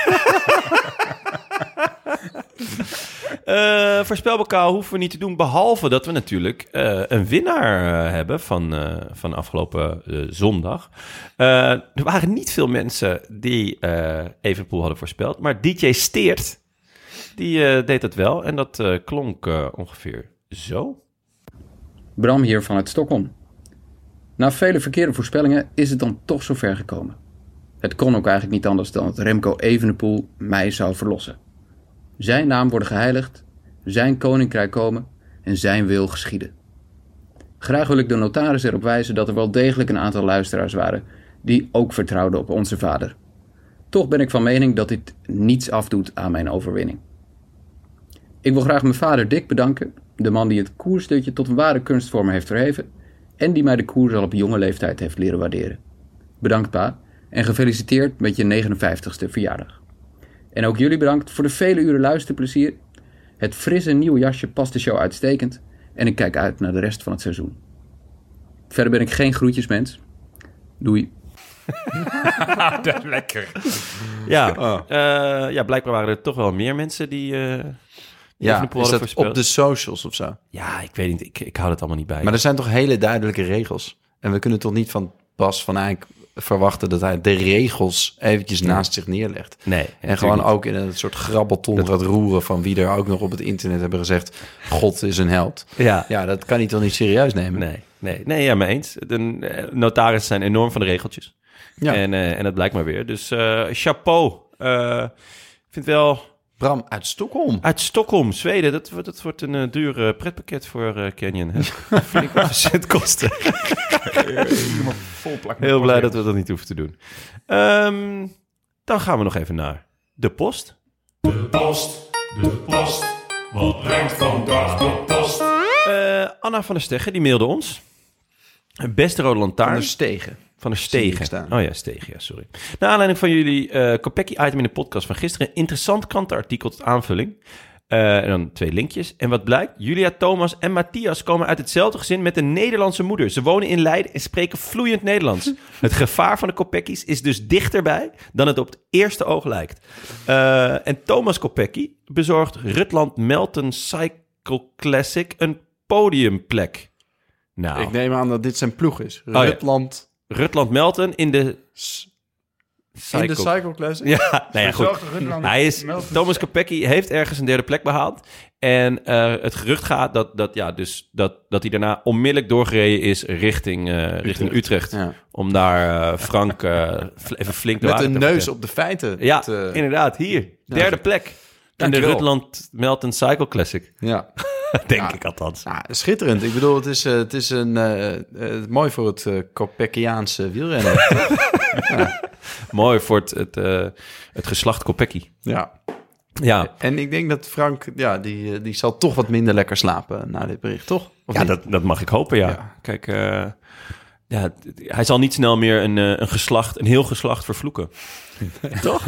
Uh, voorspelbokaal hoeven we niet te doen, behalve dat we natuurlijk uh, een winnaar uh, hebben van, uh, van afgelopen uh, zondag. Uh, er waren niet veel mensen die uh, Evenepoel hadden voorspeld, maar D J Steert, die uh, deed dat wel en dat uh, klonk uh, ongeveer zo. Bram hier vanuit Stockholm. Na vele verkeerde voorspellingen is het dan toch zover gekomen. Het kon ook eigenlijk niet anders dan dat Remco Evenepoel mij zou verlossen. Zijn naam worden geheiligd, zijn koninkrijk komen en zijn wil geschieden. Graag wil ik de notaris erop wijzen dat er wel degelijk een aantal luisteraars waren die ook vertrouwden op onze vader. Toch ben ik van mening dat dit niets afdoet aan mijn overwinning. Ik wil graag mijn vader Dick bedanken, de man die het koersdutje tot een ware kunstvorm heeft verheven en die mij de koers al op jonge leeftijd heeft leren waarderen. Bedankt pa en gefeliciteerd met je negenenvijftigste verjaardag. En ook jullie bedankt voor de vele uren luisterplezier. Het frisse nieuwe jasje past de show uitstekend. En ik kijk uit naar de rest van het seizoen. Verder ben ik geen groetjesmens. Doei. Dat is lekker. Ja, oh. uh, ja, blijkbaar waren er toch wel meer mensen die... Uh, die ja, is dat voorspeld. Op de socials of zo? Ja, ik weet niet. Ik, ik hou het allemaal niet bij. Maar er zijn toch hele duidelijke regels. En we kunnen toch niet van Bas van Eyck verwachten dat hij de regels eventjes nee. naast zich neerlegt. Nee. En gewoon niet. Ook in een soort grabbelton dat... gaat roeren van wie er ook nog op het internet hebben gezegd, God is een held. Ja, ja dat kan hij toch niet serieus nemen? Nee, nee, nee ja, me eens. De notarissen zijn enorm van de regeltjes. Ja. En, uh, en dat blijkt maar weer. Dus uh, chapeau. Uh, ik vind wel... Bram, uit Stockholm. Uit Stockholm, Zweden. Dat, dat wordt een uh, duur uh, pretpakket voor uh, Canyon. Vind ik wat verzend kosten. Helemaal vol plak. Heel blij dat we dat niet hoeven te doen. Um, dan gaan we nog even naar de post. De post, de post. Wat brengt vandaag de post? Uh, Anna van der Steggen, die mailde ons. Beste Rode Lantaarn. Van der Stegen. Van der Stegen. Oh ja, Stegen, ja, sorry. Naar aanleiding van jullie uh, Kopecky-item in de podcast van gisteren... een interessant krantenartikel tot aanvulling. Uh, en dan twee linkjes. En wat blijkt? Julia, Thomas en Matthias komen uit hetzelfde gezin met een Nederlandse moeder. Ze wonen in Leiden en spreken vloeiend Nederlands. Het gevaar van de Kopecky's is dus dichterbij dan het op het eerste oog lijkt. Uh, en Thomas Kopecky bezorgt Rutland Melton Cycle Classic een podiumplek. Nou, ik neem aan dat dit zijn ploeg is. Oh, ja. Rutland... Rutland Melton in de... Cycle. In de Cycle Classic? Ja, nou ja, goed. Hij is, Thomas Kopecky heeft ergens een derde plek behaald. En uh, het gerucht gaat dat, dat, ja, dus dat, dat hij daarna onmiddellijk doorgereden is richting, uh, Utrecht. richting Utrecht. Ja. Om daar uh, Frank uh, even flink te Met een neus op de feiten. Ja, te... inderdaad. Hier, derde ja. plek. In de Rutland Melton Cycle Classic. Ja. Denk ja, ik althans. Ja, schitterend. Ik bedoel, het is, uh, het is een, uh, uh, mooi voor het uh, Kopeckiaanse wielrennen. Ja. Mooi voor het, het, uh, het geslacht Kopecky. Ja. Ja. En ik denk dat Frank, ja, die, die zal toch wat minder lekker slapen na dit bericht, toch? Of ja, dat, dat mag ik hopen, ja. ja. Kijk, uh, ja, hij zal niet snel meer een, een geslacht, een heel geslacht vervloeken. Toch?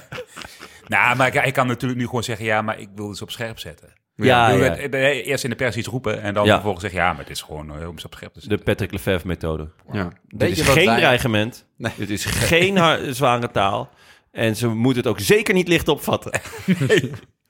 Nou, maar hij kan natuurlijk nu gewoon zeggen, ja, maar ik wil het op scherp zetten. Ja, ja, ja. ja. Eerst in de pers iets roepen en dan ja. vervolgens zeggen, ja, maar het is gewoon uh, om op scherp te zetten. De Patrick Lefevre-methode. Ja. Dit is geen wij... dreigement. Nee. Dit is geen ha- zware taal. En ze moeten het ook zeker niet licht opvatten. Nee.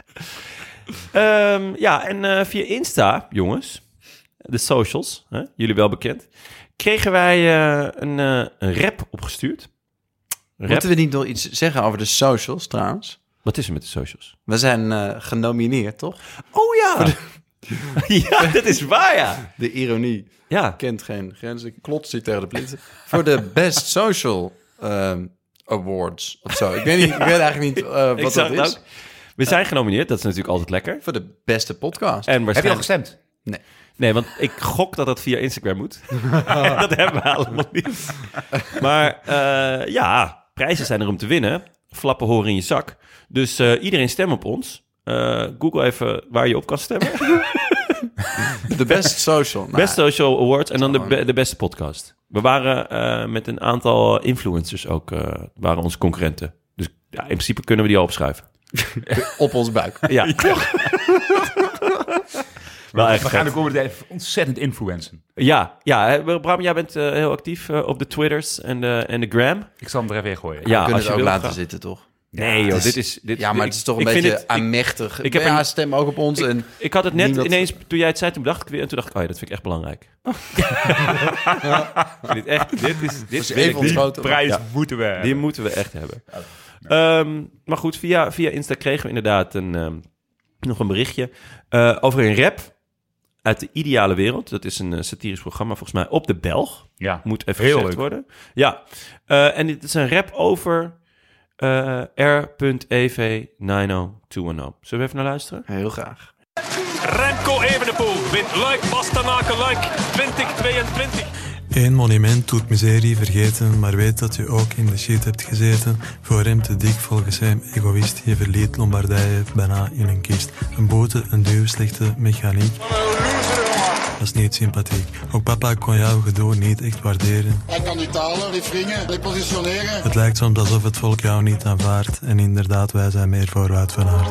um, ja, en uh, via Insta, jongens, de socials, hè, jullie wel bekend, kregen wij uh, een, uh, een rap opgestuurd. Rap. Moeten we niet nog iets zeggen over de socials trouwens? Wat is er met de socials? We zijn uh, genomineerd, toch? Oh ja! De... ja, dat is waar, ja. De ironie ja. kent geen grenzen. Klotst hij tegen de plinten. Voor de Best Social um, Awards of zo. Ik weet, niet, ik weet eigenlijk niet uh, wat dat is. Ook. We zijn genomineerd, dat is natuurlijk altijd lekker. Voor de beste podcast. En heb je al gestemd? Nee. Nee, want ik gok dat dat via Instagram moet. Dat hebben we allemaal niet. Maar uh, ja, prijzen zijn er om te winnen. Flappen horen in je zak. Dus uh, iedereen stem op ons. Uh, Google even waar je op kan stemmen. De Best Social. Best Social Awards en dan de, be- de beste podcast. We waren uh, met een aantal influencers ook, uh, waren onze concurrenten. Dus ja, in principe kunnen we die al opschuiven. Op ons buik. Ja. Wel we gaan de komende tijd ontzettend influencen. Ja, ja, Bram, jij bent uh, heel actief uh, op de Twitters en de, en de Gram. Ik zal hem er even in gooien. Ja, we kunnen het ook laten gaan. zitten, toch? Nee, joh, dit is... Dit, ja, maar het is toch een beetje het, aanmächtig. Ik heb ja, een, stem ook op ons. Ik, en ik had het net niemand... ineens, toen jij het zei, toen dacht ik weer... En toen dacht ik, oh ja, dat vind ik echt belangrijk. Oh. ja. dit, echt, dit is... Dit is even die prijs ja. moeten we hebben. Die moeten we echt hebben. Ja. Um, maar goed, via, via Insta kregen we inderdaad een, um, nog een berichtje... Uh, over een rap uit de Ideale Wereld. Dat is een uh, satirisch programma, volgens mij, op de Belg. Ja, moet even gezegd worden. Ja, uh, en dit is een rap over... Uh, R E V negen nul twee een nul. Zullen we even naar luisteren? Heel graag. Remco Evenepoel wint Luik Bastenaken Luik twintig tweeëntwintig. Eén monument doet miserie vergeten, maar weet dat je ook in de shit hebt gezeten. Voor hem te dik volgens hem, egoïst. Je verliet Lombardije bijna in een kist. Een boete, een duw, slechte mechaniek. dat is niet sympathiek. Ook papa kon jouw gedoe niet echt waarderen. Hij kan niet talen, niet wringen, niet positioneren. Het lijkt soms alsof het volk jou niet aanvaardt. En inderdaad, wij zijn meer voor Wout van Aert.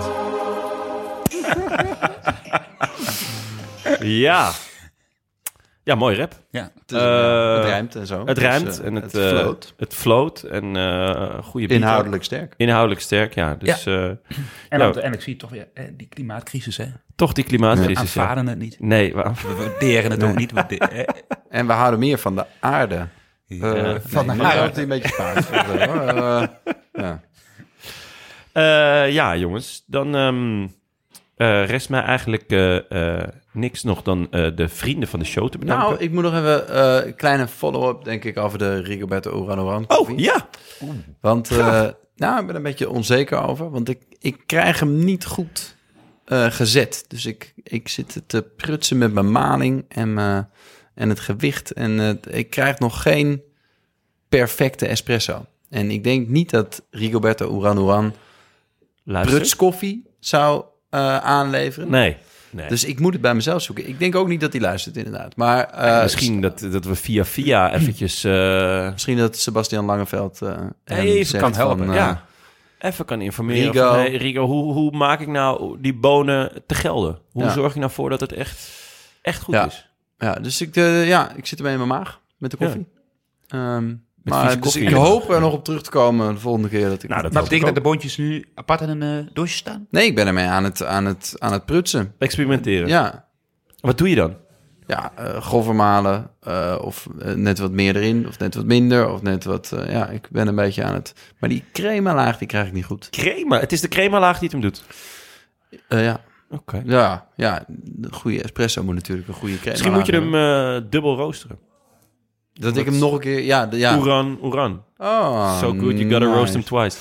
Ja. Ja, mooi rap. Ja. Het, is, Uh, het rijmt en zo. Het rijmt Dus, uh, en het, het uh, float. Het float en uh, goede beat. Inhoudelijk sterk. Inhoudelijk sterk, ja. Dus, Ja. uh, En ja, uiteindelijk zie je toch weer eh, die klimaatcrisis, hè? toch die We klimaatcrisis. Ja. aanvaarden het niet. Nee, waar- We waarderen het ook niet. We de- eh, En we houden meer van de aarde. Ja, Uh, van nee, de maar aarde. dat is een beetje spaars. uh, ja. Uh, ja, jongens. Dan um, uh, rest mij eigenlijk uh, uh, niks nog dan uh, de vrienden van de show te bedanken. Nou, ik moet nog even uh, een kleine follow-up, denk ik, over de Rigoberto Urán. Oh, ja! Want uh, nou, ik ben er een beetje onzeker over. Want ik, ik krijg hem niet goed uh, gezet. Dus ik, ik zit te prutsen met mijn maling en, mijn, en het gewicht. En uh, ik krijg nog geen perfecte espresso. En ik denk niet dat Rigoberto Urán Luister. prutskoffie zou uh, aanleveren. Nee. nee. Dus ik moet het bij mezelf zoeken. Ik denk ook niet dat hij luistert, inderdaad. Maar uh, Misschien dat, dat we via via eventjes... Uh, misschien dat Sebastian Langeveld uh, hem even zegt kan helpen. van, uh, ja. Even kan informeren. Rigo. Van, hey, Rigo, hoe, hoe maak ik nou die bonen te gelden? Hoe Ja. zorg ik nou voor dat het echt, echt goed Ja. is? Ja, dus ik, uh, ja, ik zit ermee in mijn maag met de koffie. Ja. Um, maar vieze dus koffie ik in je hoop er nog op terug te komen de volgende keer dat ik. Nou, dat Maar hoop betekent ik dat de boontjes nu apart in een uh, doosje staan? Nee, ik ben ermee aan het, aan het, aan het prutsen. Experimenteren. Ja, Wat doe je dan? ja uh, grover malen uh, of uh, net wat meer erin of net wat minder of net wat. Uh, ja, ik ben een beetje aan het. Maar die crema laag die krijg ik niet goed. Crema. Het is de crema laag die het hem doet. Uh, ja. Oké. Okay. Ja, ja, een goede espresso moet natuurlijk een goede crema. Misschien moet je hem uh, dubbel roosteren. Dat Wat? Ik hem nog een keer... Ja, de, ja. Oeran, Oeran. Oh, So good, you gotta nice. roast him twice.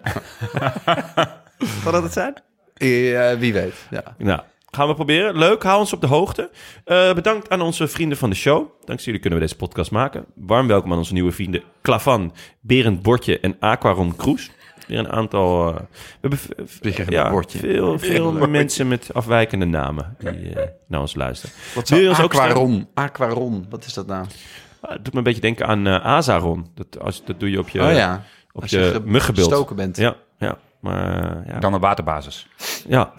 Zal dat het zijn? Uh, wie weet, ja. Nou, gaan we proberen. Leuk, hou ons op de hoogte. Uh, bedankt aan onze vrienden van de show. Dankzij jullie kunnen we deze podcast maken. Warm welkom aan onze nieuwe vrienden Klavan, Berend Bortje en Aquaron Kroes. Weer een aantal... Uh, we hebben v- ja, bordje. veel, veel mensen met afwijkende namen die uh, naar ons luisteren. Wat Wil je ons is ook Aquaron? Aquaron, wat is dat nou? Uh, het doet me een beetje denken aan uh, Azaron. Dat, als, dat doe je op je, oh ja. op als je, je muggenbeeld. gestoken bent. Ja, ja. Maar, uh, ja. Dan een waterbasis. Ja.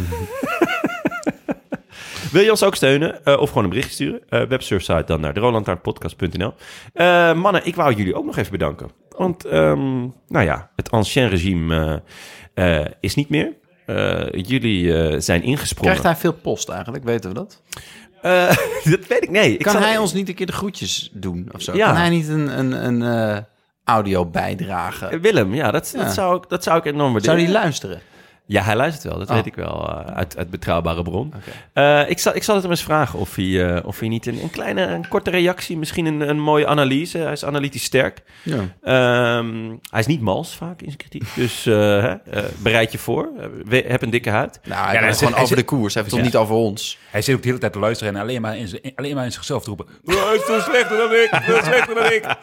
Wil je ons ook steunen uh, of gewoon een bericht sturen? Uh, websurfsite dan naar de roland taarn podcast punt n l. Uh, mannen, ik wou jullie ook nog even bedanken. Want, um, nou ja, het ancien regime uh, uh, is niet meer. Uh, jullie uh, zijn ingesprongen. Krijgt hij veel post eigenlijk? Weten we dat? Uh, dat weet ik, nee. Kan ik hij het... ons niet een keer de groetjes doen of zo? Ja. Kan hij niet een, een, een uh, audio bijdragen? Willem, ja, dat, Ja. Dat, zou ik, dat zou ik enorm waarderen. Zou hij luisteren? Ja, hij luistert wel. Dat Oh. weet ik wel uh, uit, uit betrouwbare bron. Okay. Uh, ik, zal, ik zal het hem eens vragen of hij, uh, of hij niet een, een kleine, een korte reactie, misschien een, een mooie analyse. Hij is analytisch sterk. Ja. Um, hij is niet mals vaak in zijn kritiek. Dus uh, uh, bereid je voor. Uh, we, heb een dikke huid. Nou, hij Ja, ja, hij gewoon zit- hij over zit- de koers. Hij heeft het Ja. toch niet over ons? Hij zit ook de hele tijd te luisteren en alleen maar in, zijn, alleen maar in zichzelf te roepen. Oh, hij is veel slechter dan ik, veel slechter dan ik.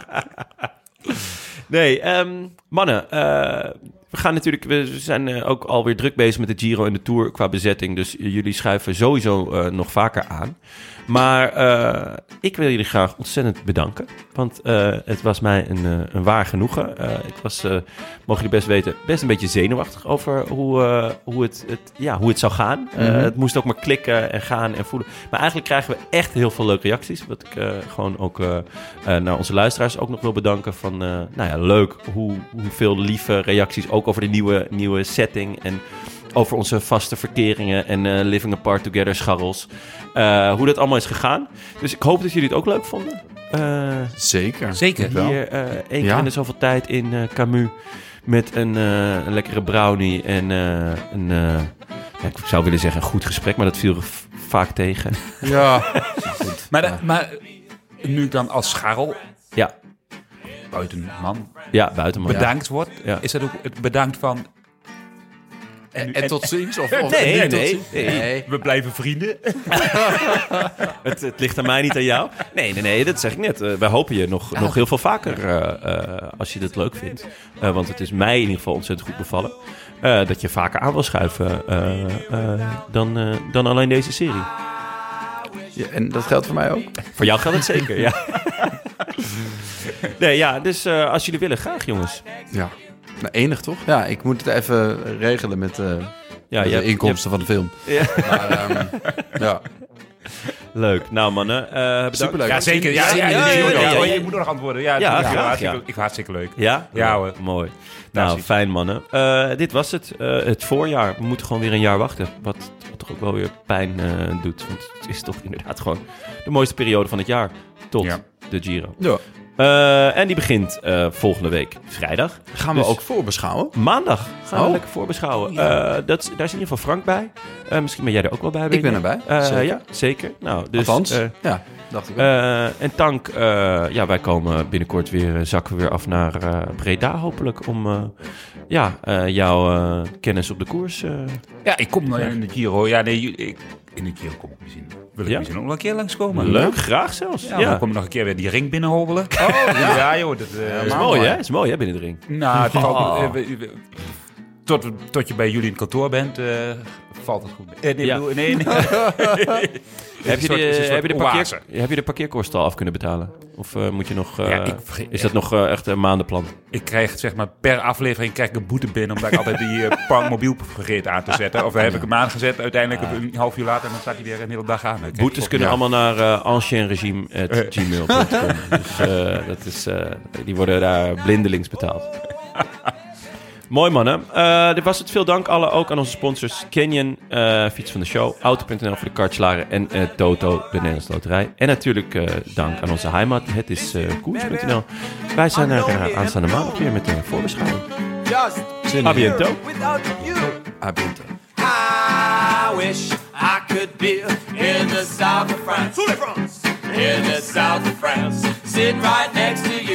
Nee, um, mannen. Uh, we gaan natuurlijk, we zijn uh, ook alweer druk bezig met de Giro en de Tour qua bezetting. Dus uh, jullie schuiven sowieso uh, nog vaker aan. Maar uh, ik wil jullie graag ontzettend bedanken. Want uh, het was mij een, uh, een waar genoegen. Uh, ik was, uh, mogen jullie best weten, best een beetje zenuwachtig over hoe, uh, hoe, het, het, ja, hoe het zou gaan. Uh, Mm-hmm. Het moest ook maar klikken en gaan en voelen. Maar eigenlijk krijgen we echt heel veel leuke reacties. Wat ik uh, gewoon ook uh, uh, naar onze luisteraars ook nog wil bedanken. Van, uh, nou ja, leuk hoe, hoeveel lieve reacties ook over de nieuwe, nieuwe setting. En over onze vaste verkeringen en uh, living apart together scharrels. Uh, hoe dat allemaal is gegaan. Dus ik hoop dat jullie het ook leuk vonden. Uh, Zeker. Zeker. hier uh, één keer Ja. in de zoveel tijd in uh, Camus. Met een, uh, een lekkere brownie en uh, een... Uh, ja, ik zou willen zeggen een goed gesprek, maar dat viel er v- vaak tegen. Ja. Maar, de, maar nu ik dan als scharrel, Ja, buitenman, ja buitenman. bedankt wordt, Ja. is dat ook het bedankt van... En, en tot ziens? Of, of Nee, niet tot nee, ziens? nee. nee. We blijven vrienden. Het, het ligt aan mij, niet aan jou. Nee, nee, nee, dat zeg ik net. Uh, wij hopen je nog, nog heel veel vaker uh, uh, als je dit leuk vindt. Uh, want het is mij in ieder geval ontzettend goed bevallen. Uh, dat je vaker aan wil schuiven uh, uh, dan, uh, dan alleen deze serie. Ja, en dat geldt voor mij ook? Voor jou geldt het zeker, ja. Nee, ja, dus uh, als jullie willen, graag jongens. Ja, nou, enig toch? Ja, ik moet het even regelen met, uh, ja, met de hebt, inkomsten van de film. Ja. Maar, um, ja. Leuk. Nou mannen, uh, bedankt. Superleuk. Ja, zeker. Ja, ja, ja, ja, ja, ja, ja. Oh, je moet nog antwoorden. Ja, ja, ja, graag, ja. ja. Ik vind het hartstikke leuk. Ja? Ja hoor. Mooi. Nou, nou fijn mannen. Uh, dit was het. Uh, het voorjaar. We moeten gewoon weer een jaar wachten. Wat, wat toch ook wel weer pijn uh, doet. Want het is toch inderdaad gewoon de mooiste periode van het jaar. Tot ja. de Giro. Ja. Uh, en die begint uh, volgende week vrijdag. Gaan we dus ook voorbeschouwen? Maandag gaan oh. we lekker voorbeschouwen. Ja. Uh, dat, daar is in ieder geval Frank bij. Uh, misschien ben jij er ook wel bij. Ik ben erbij. Uh, zeker. Ja, zeker. Nou, dus, Althans, uh, ja, dacht ik ook. Uh, en Tank, uh, ja, wij komen binnenkort weer, uh, zakken we weer af naar uh, Breda hopelijk. Om uh, ja, uh, jouw uh, kennis op de koers. Uh, ja, ik kom uh, in de Giro. Ja, nee, ik, in de Giro kom ik misschien. Wil ik ja? misschien ook nog een keer langskomen. Leuk, graag zelfs. Ja, ja. Dan kom ik nog een keer weer die ring binnenhobbelen. Oh, ja. ja joh. Dat, uh, ja, is mooi hè? Is mooi hè, binnen de ring. Nou, het valt, oh. uh, uh, tot, tot je bij jullie in het kantoor bent, uh, valt het goed. Uh, nee, ja. bedoel, nee, nee. heb, je de, heb, je de parkeer, heb je de parkeerkosten al af kunnen betalen? Of uh, moet je nog, uh, ja, ik, is dat nog uh, echt een maandenplan? Ik krijg zeg maar per aflevering krijg ik een boete binnen omdat ik altijd die uh, parkmobiel vergeet aan te zetten. Of dan heb ik hem aangezet, uiteindelijk ja. een half uur later en dan staat hij weer een hele dag aan. Boetes kunnen ja. allemaal naar uh, ancienregime at gmail punt com. Dus uh, dat is, uh, die worden daar blindelings betaald. Mooi mannen. Uh, dit was het. Veel dank alle ook aan onze sponsors. Canyon, uh, fiets van de show. Auto punt n l voor de kartslager. En uh, Toto, de Nederlandse Loterij. En natuurlijk uh, dank aan onze heimat. Het is uh, koers punt n l. Wij zijn er uh, aanstaande maandag weer met een voorbeschouwing. A biento. A biento. I wish I could be in the south of France. In the south of France. Sitting right next to you.